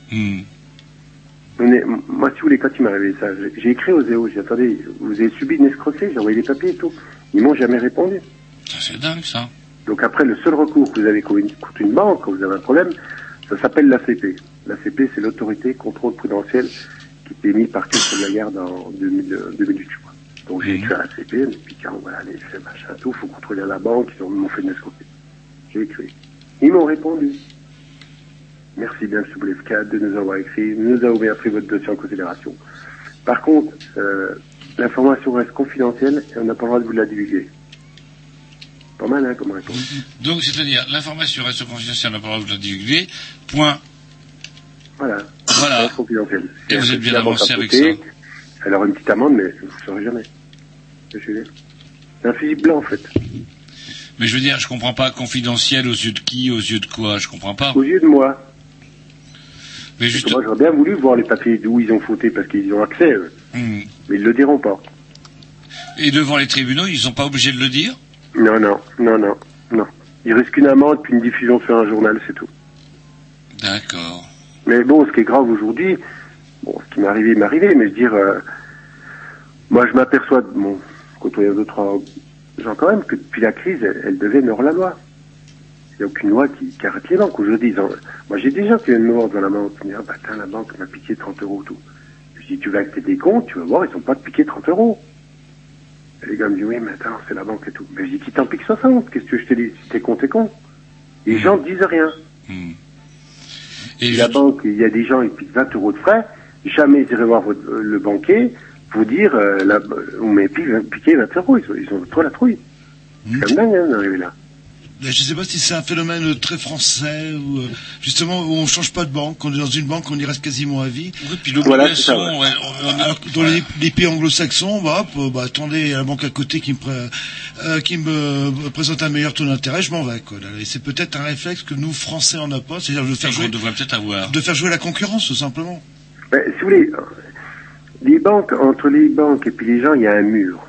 Moi, si vous voulez, quand il m'est arrivé ça, j'ai écrit aux EO, j'ai dit, attendez, vous avez subi une escroquerie, j'ai envoyé des papiers et tout. Ils m'ont jamais répondu. Ça, c'est dingue, ça. Donc après, le seul recours que vous avez contre une banque, quand vous avez un problème, ça s'appelle l'ACP. L'ACP, c'est l'autorité contrôle prudentiel qui était émise par Christophe Lagarde en 2008, je crois. Donc j'ai écrit à l'ACP, et puis quand voilà, les faits, machin, tout, faut contrôler la banque, ils m'ont fait une escroquerie. J'ai écrit. Ils m'ont répondu. Merci bien, M. Boulevka, de nous avoir écrit. Nous avons bien pris votre dossier en considération. Par contre, l'information reste confidentielle et on n'a pas le droit de vous la divulguer. Pas mal, hein, comme réponse. Donc, c'est-à-dire, l'information reste confidentielle, on n'a pas le droit de vous la divulguer. Point. Voilà. Voilà. Confidentielle. Et vous êtes bien avancé avec ça. Elle aura une petite amende, mais vous ne saurez jamais. C'est un fusil blanc, en fait. Mais je veux dire, je comprends pas, confidentiel aux yeux de qui, aux yeux de quoi, je comprends pas. Aux yeux de moi. Mais juste... Moi, j'aurais bien voulu voir les papiers d'où ils ont fauté parce qu'ils ont accès, eux. Mais ils le diront pas. Et devant les tribunaux, ils sont pas obligés de le dire? Non. Il risque une amende puis une diffusion sur un journal, c'est tout. D'accord. Mais bon, ce qui est grave aujourd'hui, ce qui m'est arrivé, mais je veux dire, moi je m'aperçois, côtoyant d'autres gens quand même, que depuis la crise, elle devient hors la loi. n'y a aucune loi qui arrête les banques. Aujourd'hui, moi j'ai des gens qui viennent me voir dans la banque, qui me disent, la banque m'a piqué 30 euros tout. Je dis, tu vas acter des comptes, tu vas voir, ils sont pas de piquer 30 euros. Et les gars me disent, oui, mais attends, c'est la banque et tout. Mais je dis, qui t'en pique 60? Qu'est-ce que je te dis? Si t'es con, t'es con. Les gens disent rien. Et la banque, il y a des gens, ils piquent 20 euros de frais, jamais ils iraient voir le banquier pour dire, on m'a piqué 20 euros, ils ont trop la trouille. C'est quand même dingue, d'arriver là. Je ne sais pas si c'est un phénomène très français ou justement où on change pas de banque. Quand on est dans une banque, on y reste quasiment à vie. Oui, puis l'obligation. Alors que dans les pays anglo-saxons, attendez, la banque à côté qui me présente un meilleur taux d'intérêt, je m'en vais. Quoi. Et c'est peut-être un réflexe que nous Français on n'a pas, c'est-à-dire de faire jouer. On devrait peut-être avoir. De faire jouer la concurrence, tout simplement. Ben, si vous voulez, les banques, entre les banques et puis les gens, il y a un mur.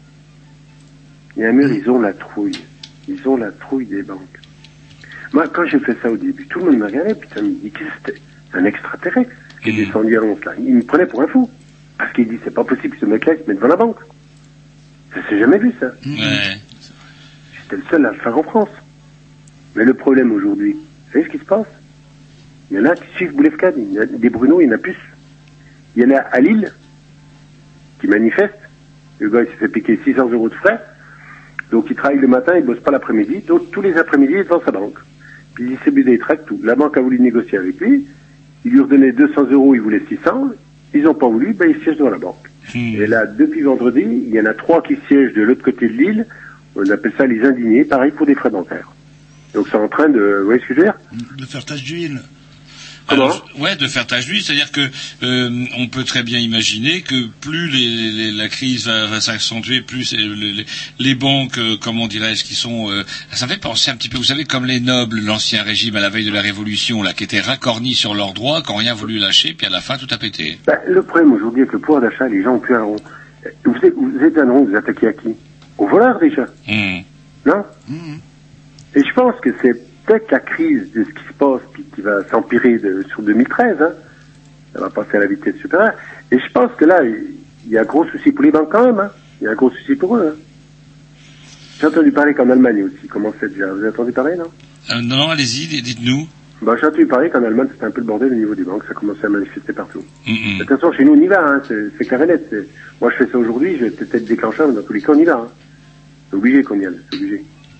Il y a un mur, ils ont la trouille. Ils ont la trouille des banques. Moi, quand j'ai fait ça au début, tout le monde m'a regardé, putain, il me dit que c'était un extraterrestre qui est descendu à l'once là. Il me prenait pour un fou. Parce qu'il dit, c'est pas possible que ce mec-là se mette devant la banque. Ça s'est jamais vu, ça. Ouais. J'étais le seul à le faire en France. Mais le problème aujourd'hui, vous savez ce qui se passe? Il y en a qui suivent Boulevcade, il y en a des Bruno, il y en a plus. Il y en a à Lille, qui manifestent. Le gars, il s'est fait piquer 600 euros de frais. Donc il travaille le matin, il bosse pas l'après-midi, donc tous les après-midi il est devant sa banque. Puis il distribue des tracts, tout. La banque a voulu négocier avec lui, il lui redonnait 200 euros, il voulait 600, ils n'ont pas voulu, il siège devant la banque. Et là, depuis vendredi, il y en a 3 qui siègent de l'autre côté de l'île, on appelle ça les indignés, pareil pour des frais bancaires. Donc c'est en train de, vous voyez ce que je veux dire? De faire tache d'huile. Alors, de faire tache d'huile, c'est-à-dire que on peut très bien imaginer que plus la crise va s'accentuer, plus les banques, comment dirais-je, qui sont, ça me fait penser un petit peu, vous savez, comme les nobles, l'ancien régime à la veille de la Révolution, là, qui étaient racornis sur leurs droits, qui n'ont rien voulu lâcher, puis à la fin tout a pété. Le problème aujourd'hui avec le pouvoir d'achat, les gens ont plus un rond. Vous êtes un rond, vous attaquez à qui? Aux voleurs déjà. Non? Et je pense que c'est peut-être la crise de ce qui se passe, puis qui va s'empirer sur 2013, hein. Ça va passer à la vitesse supérieure. Et je pense que là, il y a un gros souci pour les banques quand même, hein. Il y a un gros souci pour eux, hein. J'ai entendu parler qu'en Allemagne aussi, comment c'est déjà. Vous avez entendu parler, non? Non, allez-y, dites-nous. J'ai entendu parler qu'en Allemagne, c'était un peu le bordel au niveau des banques, ça commençait à manifester partout. De toute façon, chez nous, on y va, hein. C'est clair et net. Moi, je fais ça aujourd'hui, je vais peut-être déclencher, mais dans tous les cas, on y va, hein. C'est obligé qu'on y aille, c'est obligé.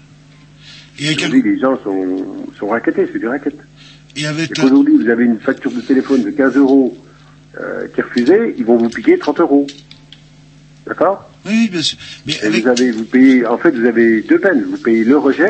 Et aujourd'hui, les gens sont raquettés, c'est du racket. Et qu'aujourd'hui, vous avez une facture de téléphone de 15 euros qui est refusée, ils vont vous piquer 30 euros. D'accord? Oui, bien sûr. Mais vous payez, en fait, vous avez deux peines. Vous payez le rejet,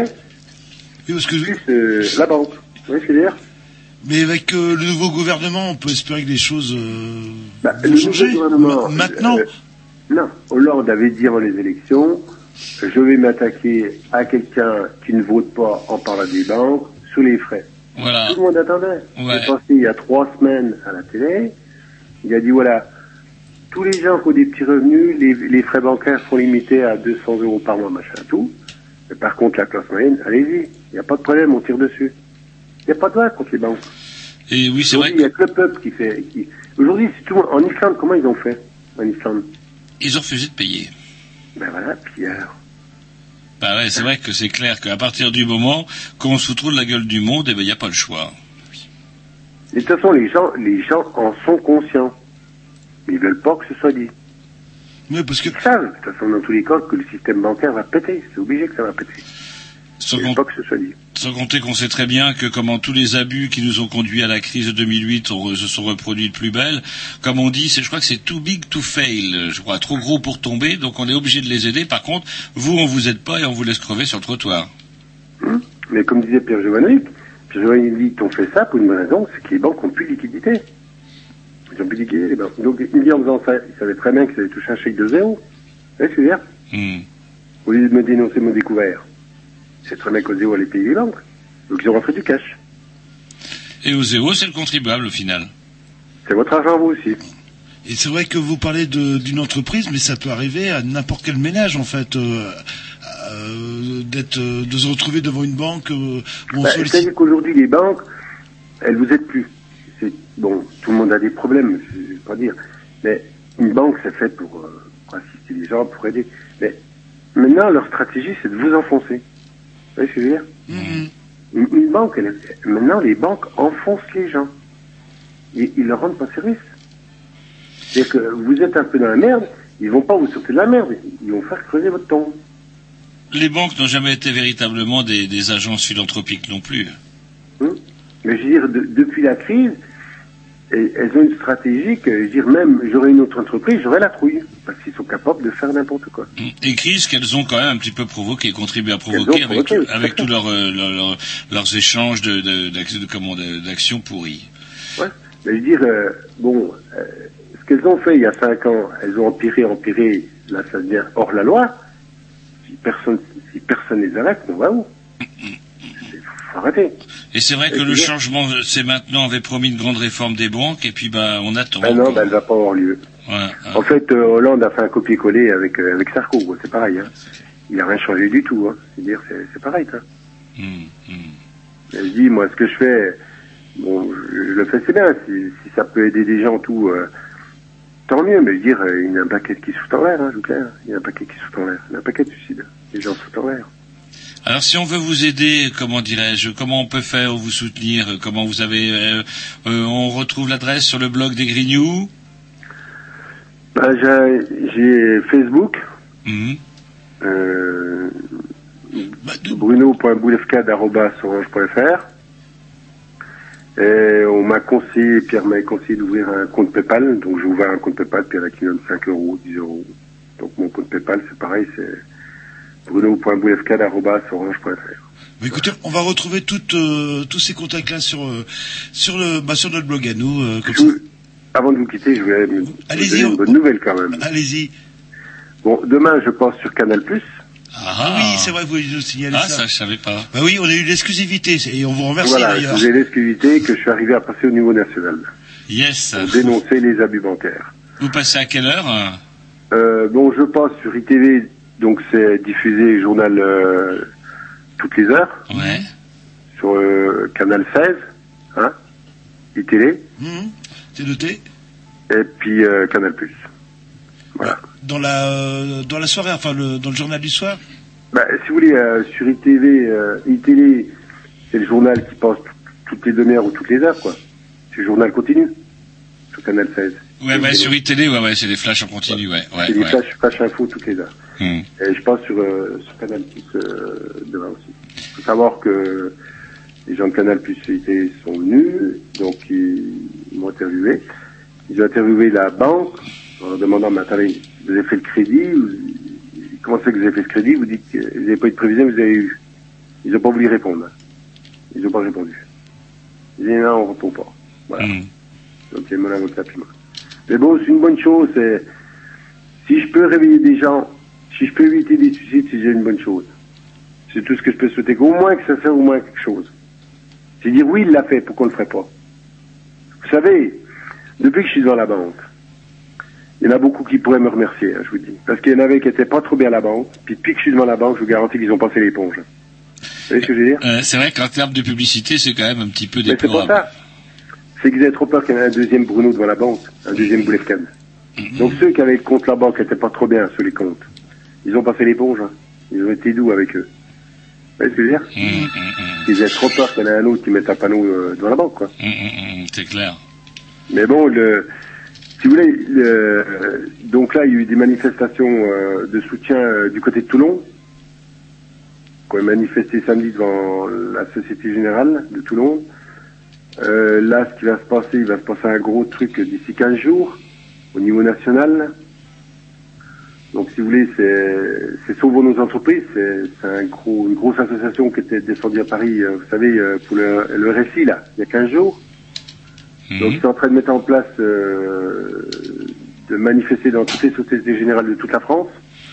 plus la banque. Vous voyez ce que je veux dire? Mais avec le nouveau gouvernement, on peut espérer que les choses vont changer. Maintenant non. Hollande avait dit avant les élections, je vais m'attaquer à quelqu'un qui ne vote pas en parlant des banques sous les frais. Voilà. Tout le monde attendait. Ouais. J'ai passé il y a 3 semaines à la télé. Il a dit voilà, tous les gens qui ont des petits revenus, les frais bancaires sont limités à 200 euros par mois, machin, tout. Mais par contre, la classe moyenne, allez-y. Il n'y a pas de problème, on tire dessus. Il n'y a pas de loi contre les banques. Et oui, c'est vrai. Il y a que le peuple qui fait. Aujourd'hui, c'est tout. En Islande, comment ils ont fait? En Islande, ils ont refusé de payer. Ben voilà, puis alors. Bah ouais, c'est vrai que c'est clair qu'à partir du moment qu'on se fout de la gueule du monde, il n'y a pas le choix. Et de toute façon, les gens en sont conscients. Mais ils veulent pas que ce soit dit. Mais parce que... Ils savent, de toute façon, dans tous les cas, que le système bancaire va péter. C'est obligé que ça va péter. Ils veulent pas que ce soit dit. Sans compter qu'on sait très bien que comment tous les abus qui nous ont conduits à la crise de 2008 se sont reproduits de plus belle. Comme on dit, je crois que c'est too big to fail. Je crois trop gros pour tomber, donc on est obligé de les aider. Par contre, vous, on vous aide pas et on vous laisse crever sur le trottoir. Mais comme disait Pierre Giovanni, dit qu'on fait ça pour une bonne raison, c'est que les banques ont plus de liquidité. Ils ont plus de liquidité, les banques. Donc, il dit en faisant ça, ils savaient très bien qu'ils allaient toucher un chèque de 0. Vous voyez ce que je veux dire? Au lieu de me dénoncer mon découvert. C'est très bien qu'au 0, les payer les banques. Donc ils ont rentré du cash. Et au 0, c'est le contribuable au final. C'est votre argent, vous aussi. Et c'est vrai que vous parlez d'une entreprise, mais ça peut arriver à n'importe quel ménage, en fait, de se retrouver devant une banque où on sollicite. C'est-à-dire qu'aujourd'hui, les banques, elles vous aident plus. Bon, tout le monde a des problèmes, je ne vais pas dire. Mais une banque, c'est fait pour assister les gens, pour aider. Mais maintenant, leur stratégie, c'est de vous enfoncer. Vous voyez ce que je veux dire? Une banque, maintenant, les banques enfoncent les gens. Ils leur rendent pas service. C'est-à-dire que vous êtes un peu dans la merde, ils vont pas vous sortir de la merde, ils vont faire creuser votre tombe. Les banques n'ont jamais été véritablement des agences philanthropiques non plus. Mais je veux dire, depuis la crise, elles ont une stratégie que, je veux dire, même j'aurais une autre entreprise, j'aurais la trouille. Parce qu'ils sont capables de faire n'importe quoi. Et crise qu'elles ont quand même un petit peu provoqué, contribué à provoquer avec tous leurs échanges d'actions pourries. Ouais. Mais je veux dire, ce qu'elles ont fait il y a 5 ans, elles ont empiré, là ça devient hors la loi. Si personne les arrête, on va où? Faut arrêter. Et c'est vrai que le changement, c'est maintenant, on avait promis une grande réforme des banques, et puis on attend. Non, elle va pas avoir lieu. Ouais. En fait, Hollande a fait un copier-coller avec Sarko, c'est pareil. Hein. Il a rien changé du tout. Hein. C'est-à-dire, c'est pareil. Quoi. Je dis, moi, ce que je fais, bon, je le fais, c'est bien. Si ça peut aider des gens, tout, tant mieux. Mais je veux dire, il y a un paquet qui saute en l'air, hein, je vous clair. Il y a un paquet qui saute en l'air. Il y a un paquet de suicides. Les gens sautent en l'air. Alors, si on veut vous aider, comment dirais-je, comment on peut faire vous soutenir, comment vous avez, on retrouve l'adresse sur le blog des Grignoux. J'ai Facebook, bruno.boulefcade@orange.fr, et Pierre m'a conseillé d'ouvrir un compte PayPal, donc j'ai ouvert un compte PayPal, puis il y en a qui donnent 5 €, 10 €. Donc mon compte PayPal, c'est pareil, c'est bruno.boulefcade@orange.fr. Mais écoutez, on va retrouver tous ces contacts-là sur notre blog à nous. Avant de vous quitter, je vais vous donner une bonne nouvelle quand même. Allez-y. Bon, demain, je passe sur Canal+. Oui, c'est vrai, vous voulez nous signaler ça. Ça, je savais pas. Bah oui, on a eu l'exclusivité, et on vous remercie d'ailleurs. Voilà, vous avez l'exclusivité que je suis arrivé à passer au niveau national. Yes. Pour dénoncer les abus bancaires. Vous passez à quelle heure Bon, je passe sur ITV, donc c'est diffusé journal toutes les heures. Ouais. Sur Canal 16, hein, ITV. C'est noté. Et puis Canal+. Voilà. Dans la soirée, enfin dans le journal du soir. Si vous voulez, sur ITV, c'est le journal qui passe toutes les demi-heures ou toutes les heures, quoi. C'est le journal continu sur Canal 16. Ouais, sur ITV, c'est des flashs en continu, ouais. C'est des flash info toutes les heures. Et je passe sur Canal+ demain aussi. Il faut savoir que les gens de Canal+ ITV sont venus, donc ils m'ont interviewé. Ils ont interviewé la banque en leur demandant, mais attendez, vous avez fait le crédit, comment c'est que vous avez fait ce crédit? Vous dites que vous n'avez pas eu de prévision, vous avez eu. Ils n'ont pas voulu répondre. Ils n'ont pas répondu. Ils disaient non, on ne répond pas. Voilà. Donc c'est mon avocat puis moi. Mais bon, c'est une bonne chose, si je peux réveiller des gens, si je peux éviter des suicides, c'est déjà une bonne chose. C'est tout ce que je peux souhaiter, qu'au moins que ça serve au moins quelque chose. C'est dire oui, il l'a fait, pourquoi on ne le ferait pas? Vous savez, depuis que je suis dans la banque, il y en a beaucoup qui pourraient me remercier, hein, je vous dis. Parce qu'il y en avait qui étaient pas trop bien à la banque, puis depuis que je suis devant la banque, je vous garantis qu'ils ont passé l'éponge. Vous voyez ce que je veux dire? C'est vrai qu'en termes de publicité, c'est quand même un petit peu déplorable. Mais c'est pas ça. C'est qu'ils avaient trop peur qu'il y en ait un deuxième Bruno devant la banque, un deuxième Boulefcade. Donc ceux qui avaient le compte la banque n'étaient pas trop bien sur les comptes. Ils ont passé l'éponge, hein. Ils ont été doux avec eux. Vous voyez ce que je veux dire? Ils avaient trop peur qu'il y en ait un autre qui mette un panneau devant la banque, quoi. C'est clair. Mais bon, si vous voulez, donc là, il y a eu des manifestations de soutien du côté de Toulon. On a manifesté samedi devant la Société Générale de Toulon. Là, ce qui va se passer, il va se passer un gros truc d'ici 15 jours, au niveau national. Donc, si vous voulez, c'est Sauvons nos entreprises, c'est une grosse association qui était descendue à Paris, vous savez, pour le RSI, là, il y a 15 jours. Donc, ils sont en train de mettre en place, de manifester dans toutes les sociétés générales de toute la France.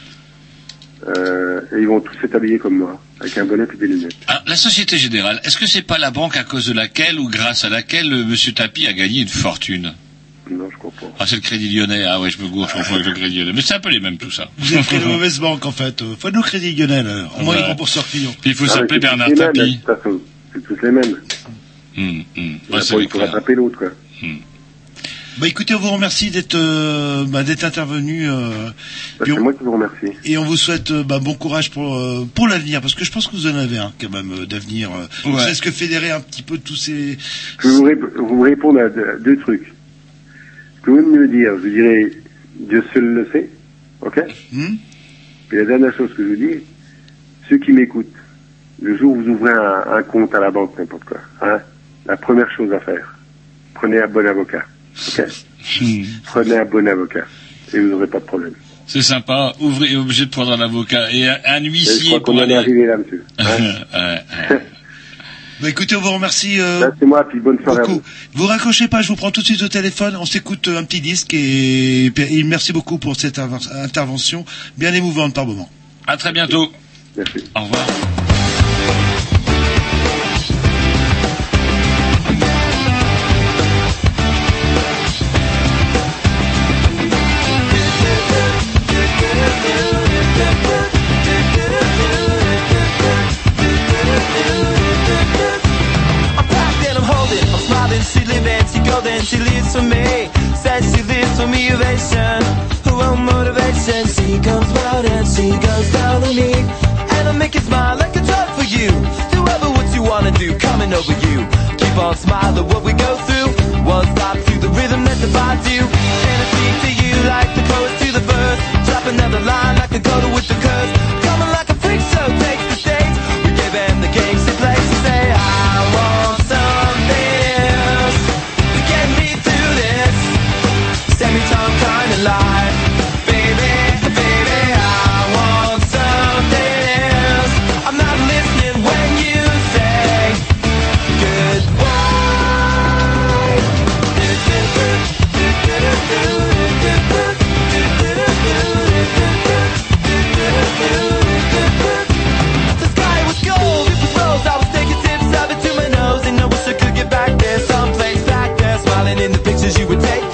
Et ils vont tous être habillés comme moi, avec un bonnet et des lunettes. Alors, la Société Générale, est-ce que c'est pas la banque à cause de laquelle ou grâce à laquelle Monsieur Tapi a gagné une fortune? Non, je comprends. Ah, c'est le Crédit Lyonnais. Ah ouais, je me gourre, je confonds avec le Crédit Lyonnais. Mais c'est un peu les mêmes, tout ça. Vous avez pris la mauvaise banque, en fait. Faut nous Crédit Lyonnais, là. Au moins, ils remboursent leurs clients. Puis il faut s'appeler Bernard Tapie. De toute façon, c'est tous les mêmes. Ouais, il faut rattraper l'autre, quoi. Bah écoutez, on vous remercie d'être intervenu. C'est moi qui vous remercie. Et on vous souhaite bon courage pour l'avenir, parce que je pense que vous en avez un quand même d'avenir. Vous savez ce que fédérer un petit peu tous ces. Je vais vous répondre à deux trucs. Ce que vous venez de me dire, je dirais Dieu seul le sait, ok. Et la dernière chose que je vous dis, ceux qui m'écoutent, le jour où vous ouvrez un compte à la banque, n'importe quoi, hein, la première chose à faire, prenez un bon avocat. Ok. Prenez un bon avocat et vous n'aurez pas de problème. C'est sympa, obligé de prendre un avocat et un huissier. Je crois qu'on en est arrivé là, monsieur. Hein. Bah écoutez, on vous remercie. C'est moi, puis bonne soirée. Vous raccrochez pas, je vous prends tout de suite au téléphone, on s'écoute un petit disque et merci beaucoup pour cette intervention bien émouvante par moment. À très bientôt. Merci. Au revoir. She live and she go then she lives for me. Says she lives for me, ovation, her own motivation. She comes round and she goes down on me, and I make it smile like a drug for you. Do ever what you wanna do, coming over you. Keep on smiling what we go through. One stop to the rhythm that divides you, and I sing to you like the chorus to the verse. Drop another line like a coda with the curse. Coming like a freak show takes the stage. We gave them the game she plays. She say I want something. Semi-tongue kind of life, baby, baby, I want something else. I'm not listening when you say goodbye. The sky was gold, it was rose, I was taking tips of it to my nose, and I wish I could get back there, someplace back there, smiling in the pictures you would take.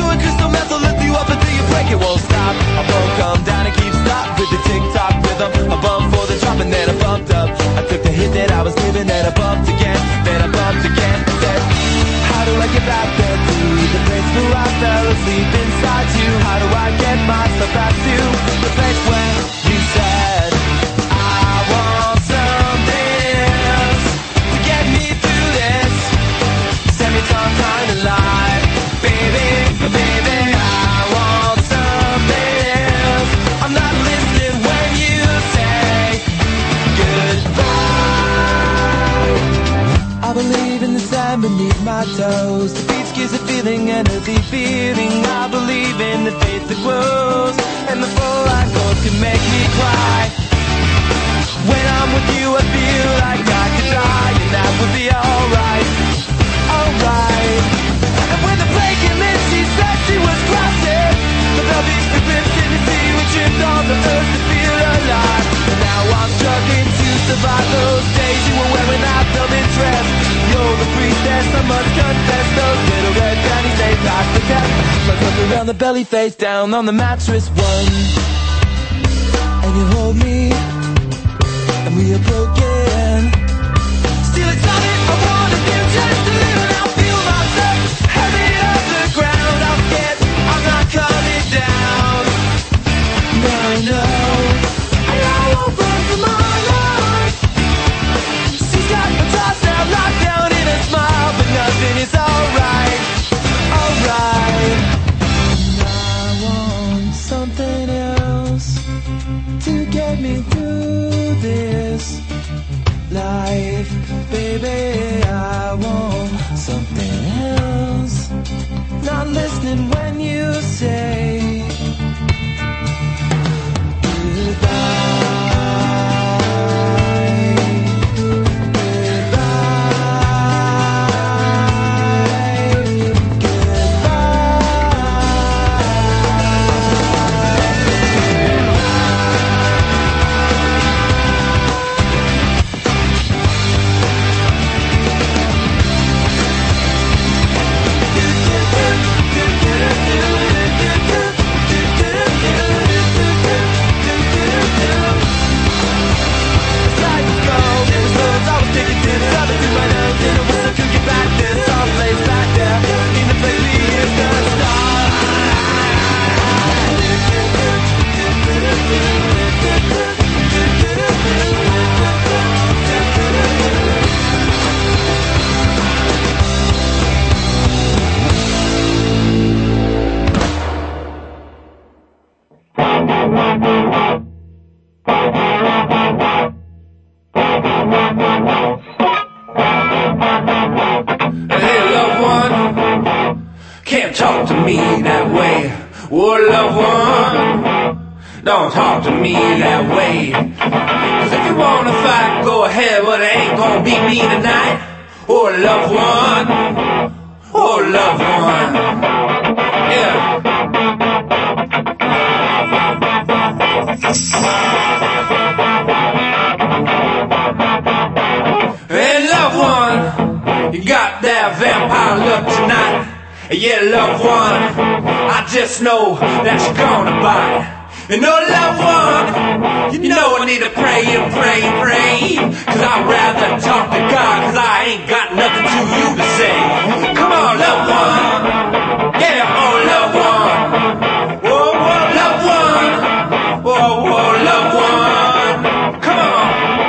It won't stop, I won't come down and keep stop with the tick-tock rhythm. I bumped for the drop and then I bumped up. I took the hit that I was giving and I bumped again, then I bumped again. I said, how do I get back there to the place where I fell asleep inside you? How do I get myself back to the place where you said I want something else to get me through this semi-tongue kind of life, baby, baby. I'm not listening when you say goodbye. I believe in the sand beneath my toes. The beach gives a feeling, energy feeling. I believe in the faith that grows, and the full line goes can make me cry. When I'm with you I feel like I could die, and that would be alright, alright. And when the plane came in she said she was crossing the velvet ribbons in the sea. We tripped on the earth to feel alive, and now I'm struggling to survive those days you were wearing that velvet dress. You're the priestess, I must confess. Those little red panties, they passed the test. My cup around the belly, face down on the mattress. One, and you hold me, and we are broken. Still it's all that I wanna do, just to live and I'll feel myself heavy off the ground. I'm scared I'm not coming down. No, no, and I won't run from my life. She's got my thoughts now locked down in a smile, but nothing is alright, alright. And I want something else to get me through this life, baby. I want something else. Not listening when you say goodbye. talk to me that way. Oh, loved one, don't talk to me that way. 'Cause if you wanna fight, go ahead, but it ain't gonna be me tonight. Oh, loved one, oh, loved one, yeah. Hey, loved one, you got that vampire look tonight. Yeah, loved one, I just know that you're gonna bite. And oh, loved one, you know I need to pray and pray and pray. 'Cause I'd rather talk to God, 'cause I ain't got nothing to you to say. Come on, loved one, yeah, oh, loved one. Whoa, whoa, loved one, whoa, whoa, loved one. Come on.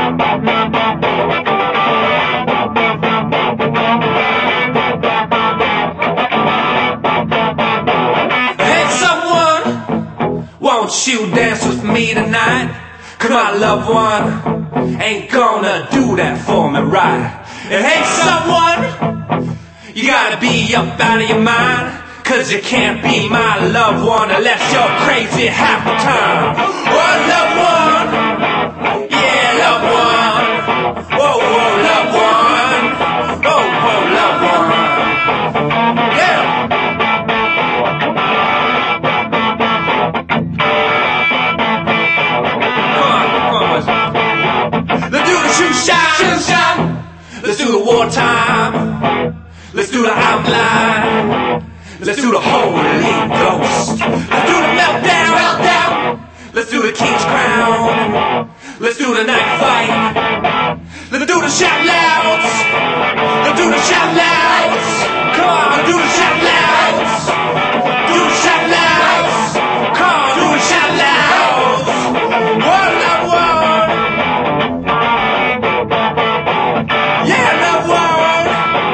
Hey, someone, won't you dance with me tonight? 'Cause my loved one ain't gonna do that for me right. And hey, someone, you gotta be up out of your mind. 'Cause you can't be my loved one unless you're crazy half the time. Oh, loved one, yeah, loved one. Whoa, whoa, loved one. Oh, whoa, loved one. Yeah. Let's do the shoe shine. Let's do the wartime. Let's do the outline. Let's do the Holy Ghost. Let's do the meltdown. Let's do the King's Crown. Let's do the night fight. Let's do the shout louds. Let's do the shout louds. Come on, let's do the shout louds. Do the shout louds. Come on, do the shout louds. One love one. Yeah, love one.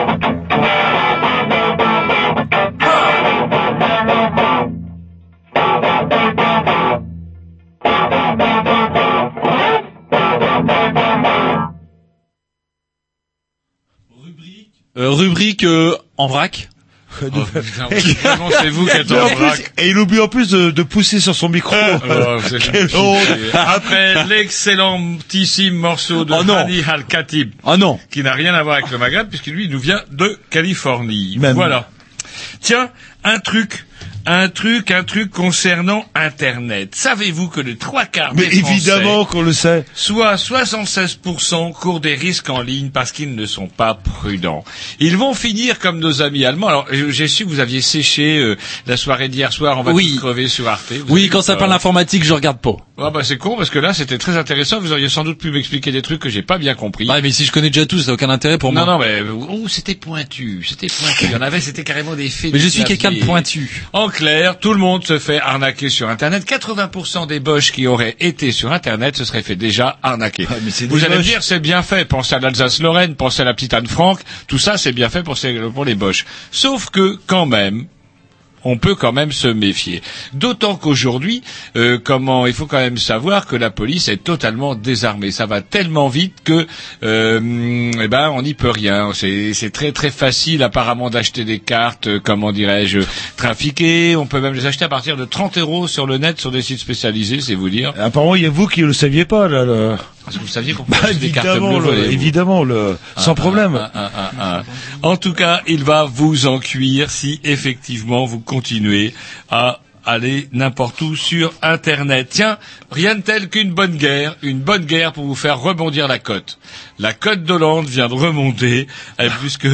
Rubrique en vrac. Vraiment, c'est vous qui êtes en vrac. Et il oublie en plus de pousser sur son micro. Quelle honte. Après l'excellentissime morceau de Hani Al-Khatib. Ah non. Qui n'a rien à voir avec le Maghreb, puisque lui, il nous vient de Californie. Même. Voilà. Tiens, un truc concernant Internet. Savez-vous que les 3/4 des Français, évidemment qu'on le sait, soit 76% courent des risques en ligne parce qu'ils ne sont pas prudents. Ils vont finir comme nos amis allemands. Alors, j'ai su que vous aviez séché la soirée d'hier soir, on va tous crever sur Arte. Oui, quand ça parle d'informatique, je regarde pas. Ah bah c'est con parce que là c'était très intéressant, vous auriez sans doute pu m'expliquer des trucs que j'ai pas bien compris. Ah mais si je connais déjà tout, ça n'a aucun intérêt pour moi. Non mais c'était pointu. Il y en avait, c'était carrément des faits. Mais je suis quelqu'un de pointu. En clair, tout le monde se fait arnaquer sur Internet. 80% des boches qui auraient été sur Internet se seraient fait déjà arnaquer. Ah, vous allez me dire c'est bien fait, pensez à l'Alsace-Lorraine, pensez à la petite Anne Frank, tout ça c'est bien fait pour les boches. Sauf que quand même, on peut quand même se méfier. D'autant qu'aujourd'hui, il faut quand même savoir que la police est totalement désarmée. Ça va tellement vite que, on n'y peut rien. C'est très très facile apparemment d'acheter des cartes, trafiquées. On peut même les acheter à partir de 30 € sur le net, sur des sites spécialisés, c'est vous dire. Apparemment, il y a vous qui le saviez pas, là. Parce que vous saviez qu'on pouvait acheter des cartes bleues volées. Évidemment, sans problème. En tout cas, il va vous en cuire si effectivement vous continuez à aller n'importe où sur Internet. Tiens, rien de tel qu'une bonne guerre pour vous faire rebondir la cote. La cote d'Hollande vient de remonter, puisque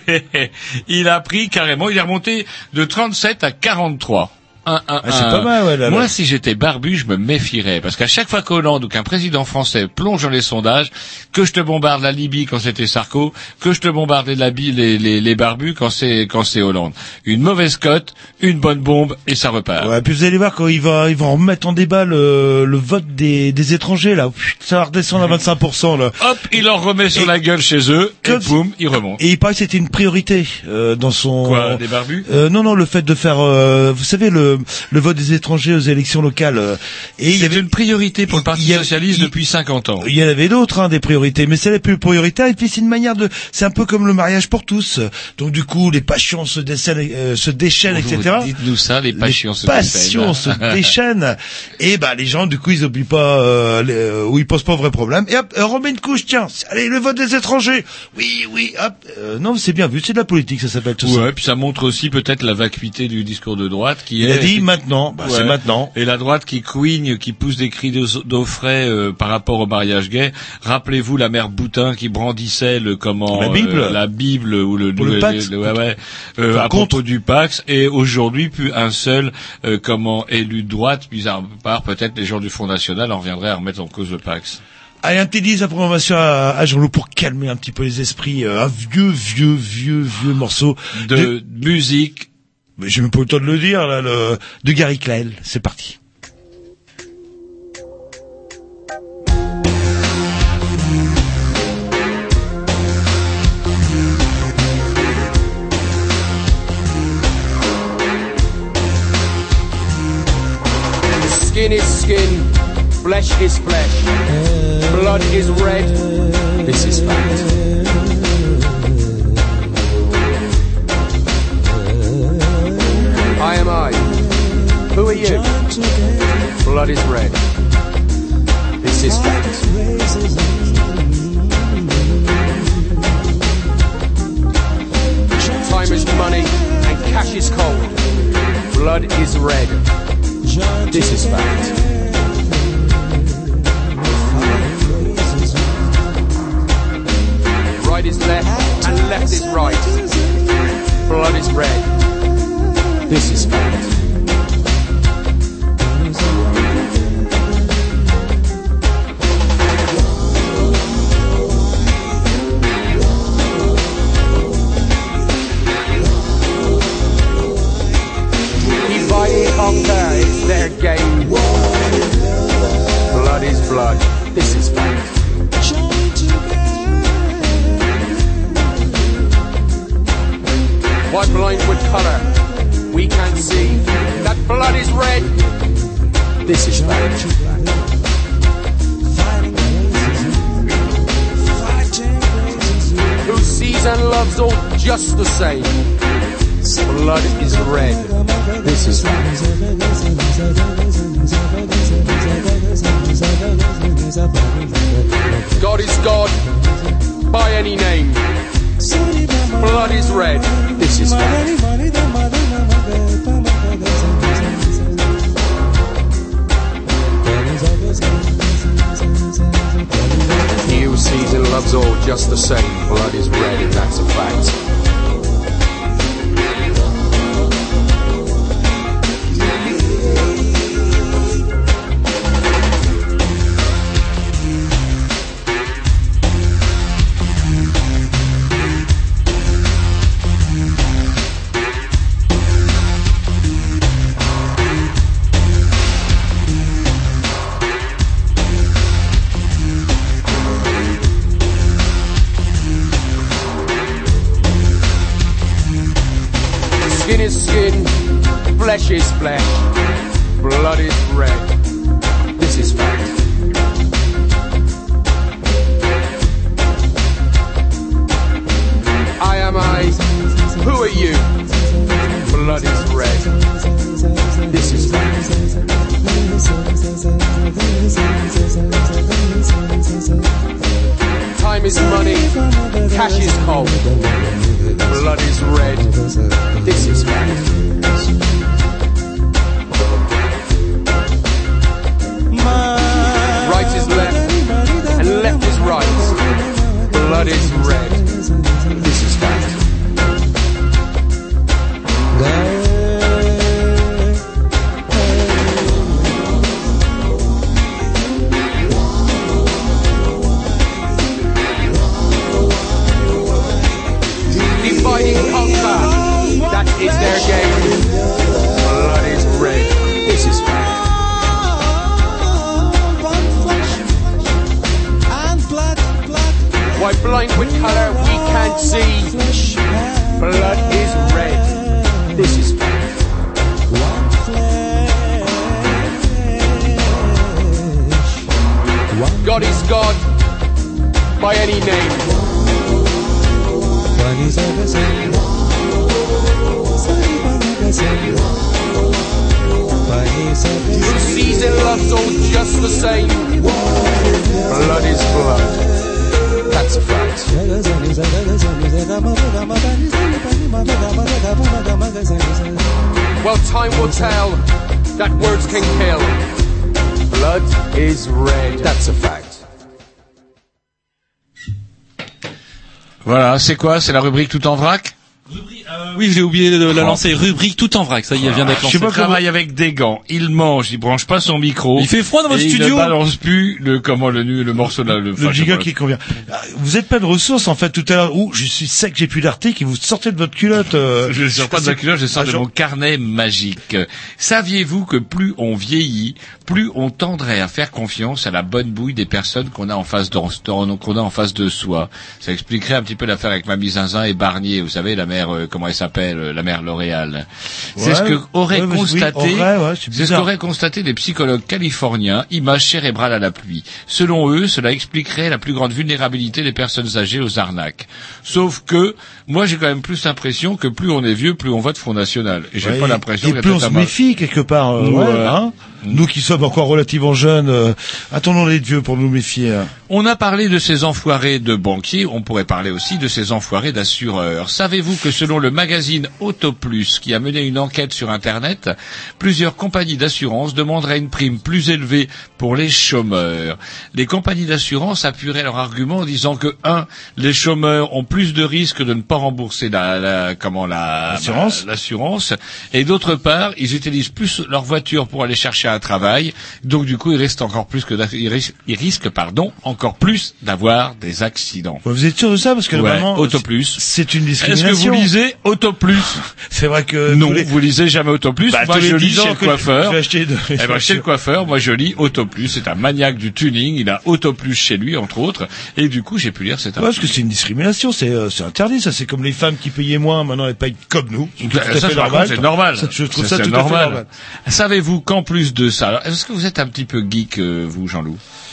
il a pris carrément, il est remonté de 37 à 43. C'est pas mal, ouais, là. Moi, si j'étais barbu, je me méfierais. Parce qu'à chaque fois qu'Hollande ou qu'un président français plonge dans les sondages, que je te bombarde la Libye quand c'était Sarko, que je te bombarde les barbus quand c'est Hollande. Une mauvaise cote, une bonne bombe, et ça repart. Ouais, puis vous allez voir quand ils vont remettre en débat le vote des étrangers, là. Ça va redescendre à 25%, là. Hop, il leur remet sur la gueule chez eux, et boum, il remonte. Et il paraît que c'était une priorité, dans son... Quoi, des barbus? Non, le fait de faire, vous savez, le vote des étrangers aux élections locales. Et il y avait une priorité pour le Parti socialiste depuis 50 ans. Il y en avait d'autres, des priorités, mais c'est la plus prioritaire. Et puis c'est une manière c'est un peu comme le mariage pour tous. Donc du coup, les passions se déchaînent, etc. Dites-nous ça, les passions se déchaînent. Et les gens, du coup, ils oublient pas, ou ils posent pas un vrai problème. Et hop, on remet une couche, tiens. Allez, le vote des étrangers. Oui, hop. Non, c'est bien vu. C'est de la politique, ça s'appelle tout ça. Ouais, puis ça montre aussi peut-être la vacuité du discours de droite qui Il a dit maintenant. C'est maintenant. Et la droite qui couigne, qui pousse des cris d'offret par rapport au mariage gay. Rappelez-vous la mère Boutin qui brandissait la Bible ou le Pax. À propos du Pax. Et aujourd'hui, plus un seul élu de droite, mis à part peut-être les gens du Front National en reviendraient à remettre en cause le Pax. Allez, un petit 10 information à Jean-Loup pour calmer un petit peu les esprits. Un vieux morceau de musique. Mais j'ai même pas eu le temps de le dire, là, de Gary Clael. C'est parti. Skin is skin, flesh is flesh, blood is red, this is fact. I am I, who are you? Blood is red, this is fact. Time is money and cash is cold, blood is red. This is fact. Right is left and left is right. Blood is red. This is fact. Divide and conquer is their game. Blood is blood. This is fact. Why blind with colour? We can't see that blood is red. This is fact. Who sees and loves all just the same? Blood is red. This is fact. God is God by any name. Blood is red. This is fact. He who sees and loves all just the same. Blood is red, and that's a fact. Skin is skin, flesh is flesh, blood is red. This is fact. I am I, who are you? Blood is red. This is fact. Time is money, cash is cold, blood is red. This is fact. Right is left and left is right. Blood is red. This is fact. Divide and conquer, that is their game. by any name. Season love's all just the same. Blood is blood. That's a fact. Well, time will tell that words can kill. Blood is red. That's a fact. Voilà, c'est quoi? C'est la rubrique Tout en vrac? Oui, j'ai oublié de la lancer. Rubrique Tout en vrac, ça y est, vient d'être lancé. Je travaille avec des gants. Il mange, il branche pas son micro. Il fait froid dans votre studio. Il ne balance plus le morceau là, le giga qui convient. Vous êtes pas de ressources, en fait, tout à l'heure. Ouh, je suis sec, j'ai plus d'articles, et vous sortez de votre culotte, Je ne sors pas de ma culotte, je sors de mon carnet magique. Saviez-vous que plus on vieillit, plus on tendrait à faire confiance à la bonne bouille des personnes qu'on a en face de soi? Ça expliquerait un petit peu l'affaire avec Mamie Zinzin et Barnier, vous savez, la mère, comment elle s'appelle, la mère L'Oréal. C'est ce que auraient constaté les psychologues californiens, images cérébrales à la pluie. Selon eux, cela expliquerait la plus grande vulnérabilité des personnes âgées aux arnaques. Sauf que, moi j'ai quand même plus l'impression que plus on est vieux, plus on vote Front National. Et j'ai pas l'impression que plus on se méfie quelque part. Nous qui sommes encore relativement jeunes, attendons les vieux pour nous méfier. On a parlé de ces enfoirés de banquiers, on pourrait parler aussi de ces enfoirés d'assureurs. Savez-vous que selon le magazine Autoplus, qui a mené une enquête sur Internet, plusieurs compagnies d'assurance demanderaient une prime plus élevée pour les chômeurs. Les compagnies d'assurance appuieraient leur argument en disant que, les chômeurs ont plus de risques de ne pas rembourser l'assurance, et d'autre part, ils utilisent plus leur voiture pour aller chercher un travail, donc du coup, ils risquent encore plus d'avoir des accidents. Vous êtes sûr de ça? Parce que normalement, Autoplus, c'est une discrimination. Est-ce que vous lisez Autoplus? C'est vrai que non, vous lisez jamais Autoplus. Moi, je lis chez le coiffeur. Chez le coiffeur, moi, je lis Autoplus. C'est un maniaque du tuning. Il a Autoplus chez lui, entre autres. Et du coup, j'ai pu lire cet article. Parce que c'est une discrimination. C'est interdit. Ça, c'est comme les femmes qui payaient moins. Maintenant, elles payent comme nous. C'est normal. Je trouve ça tout à fait normal. Savez-vous qu'en plus de ça, alors, est-ce que vous êtes un petit peu geek, vous, Jean-Loup?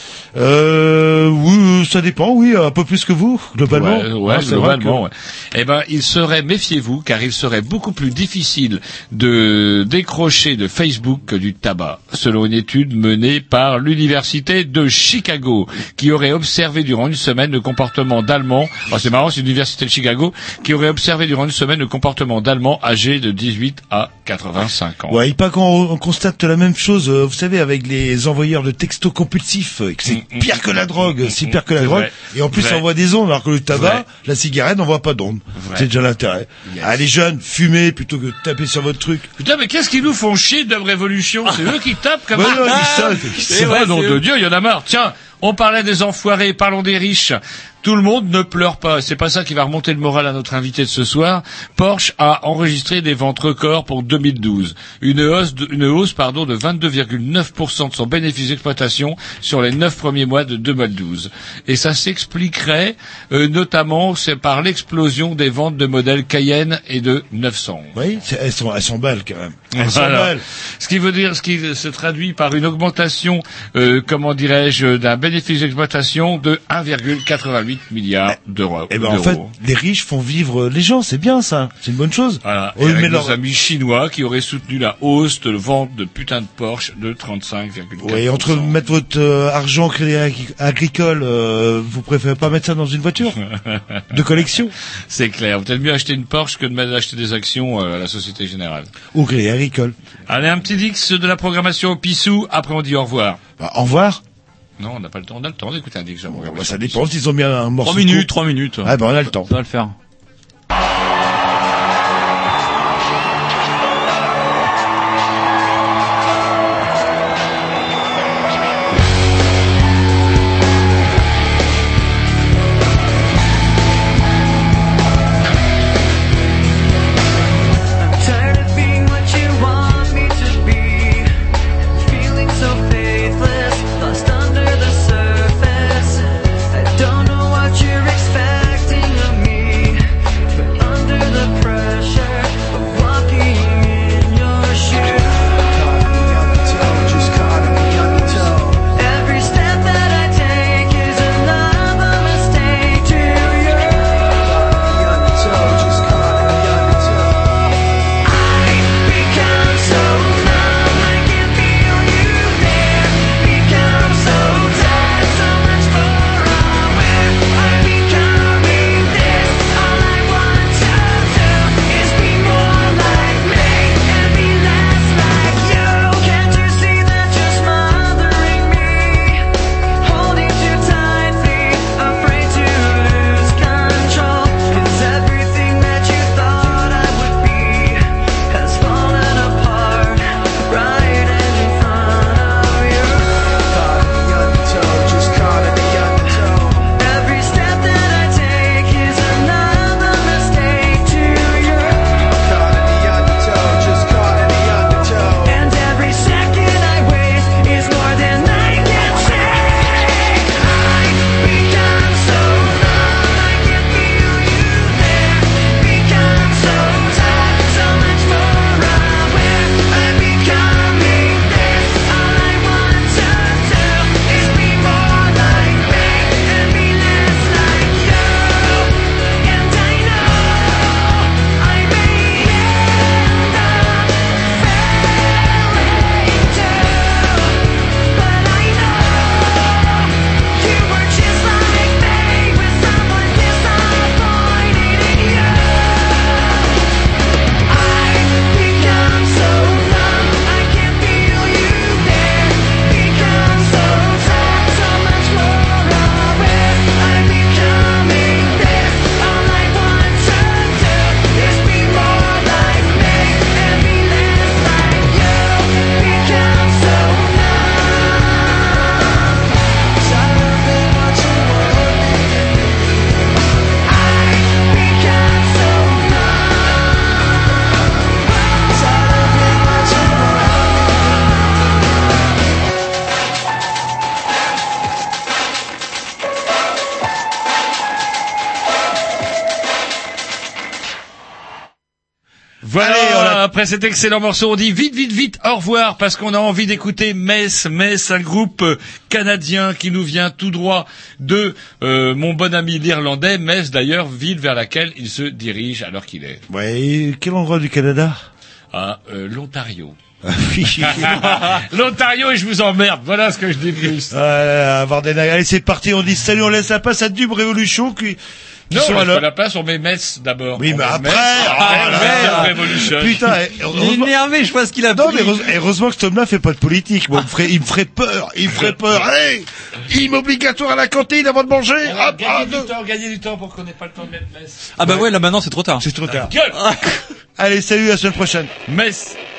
Oui, ça dépend, oui, un peu plus que vous, globalement. Globalement, ouais. Eh ben, méfiez-vous, car il serait beaucoup plus difficile de décrocher de Facebook que du tabac, selon une étude menée par l'université de Chicago, qui aurait observé durant une semaine le comportement d'Allemands. C'est marrant, c'est l'université de Chicago, qui aurait observé durant une semaine le comportement d'Allemands âgés de 18 à 85 ans. Ouais, il pas qu'on constate la même chose, vous savez, avec les envoyeurs de textos compulsifs, c'est pire que la drogue, c'est pire que la drogue. Et en plus, ça envoie des ondes, alors que le tabac, la cigarette n'envoie pas d'ondes. C'est déjà l'intérêt. Les jeunes, fumez plutôt que de taper sur votre truc. Putain, mais qu'est-ce qu'ils nous font chier de Révolution? C'est eux qui tapent comme ça. C'est vrai, nom de Dieu, il y en a marre. Tiens, on parlait des enfoirés, parlons des riches. Tout le monde ne pleure pas. C'est pas ça qui va remonter le moral à notre invité de ce soir. Porsche a enregistré des ventes records pour 2012. Une hausse de 22,9% de son bénéfice d'exploitation sur les 9 premiers mois de 2012. Et ça s'expliquerait, notamment, par l'explosion des ventes de modèles Cayenne et de 900. Oui, elles sont belles, quand même. Elles sont belles. Ce qui se traduit par une augmentation, d'un bénéfice d'exploitation de 1,88 milliards d'euros. En fait, les riches font vivre les gens, c'est bien ça, c'est une bonne chose. Voilà. Et avec nos amis chinois qui auraient soutenu la hausse de vente de putain de Porsche de 35,4%. Oui, entre mettre votre argent au crédit agricole, vous préférez pas mettre ça dans une voiture de collection? C'est clair, peut-être mieux acheter une Porsche que d'acheter des actions à la Société Générale. Au crédit agricole. Allez, un petit dix de la programmation au Pissou, après on dit au revoir. Au revoir. Non, on n'a pas le temps. On a le temps d'écouter un Dix. Ça dépend s'ils ont bien un morceau. 3 minutes. On a le temps. Ça va le faire. Don't know what you're expecting of me. Après cet excellent morceau, on dit vite, au revoir, parce qu'on a envie d'écouter Mess, un groupe canadien qui nous vient tout droit de mon bon ami l'Irlandais, Mess d'ailleurs, ville vers laquelle il se dirige alors qu'il est. Ouais, quel endroit du Canada? L'Ontario. L'Ontario et je vous emmerde, voilà ce que je dis plus. Allez, c'est parti, on dit salut, on laisse la place à Dub Revolution qui non, sont on à laisse pas la place, on met Metz d'abord. Oui, mais après, Revolution. Putain, il est énervé, je vois ce qu'il a non, pris. mais heureusement que cet homme-là fait pas de politique. Moi, il me ferait peur. Allez, hymne obligatoire à la cantine avant de manger. Gagner du temps pour qu'on n'ait pas le temps de mettre Metz. Ah bah ouais, là maintenant c'est trop tard. C'est trop tard. Gueule. Allez, salut, à la semaine prochaine. Metz.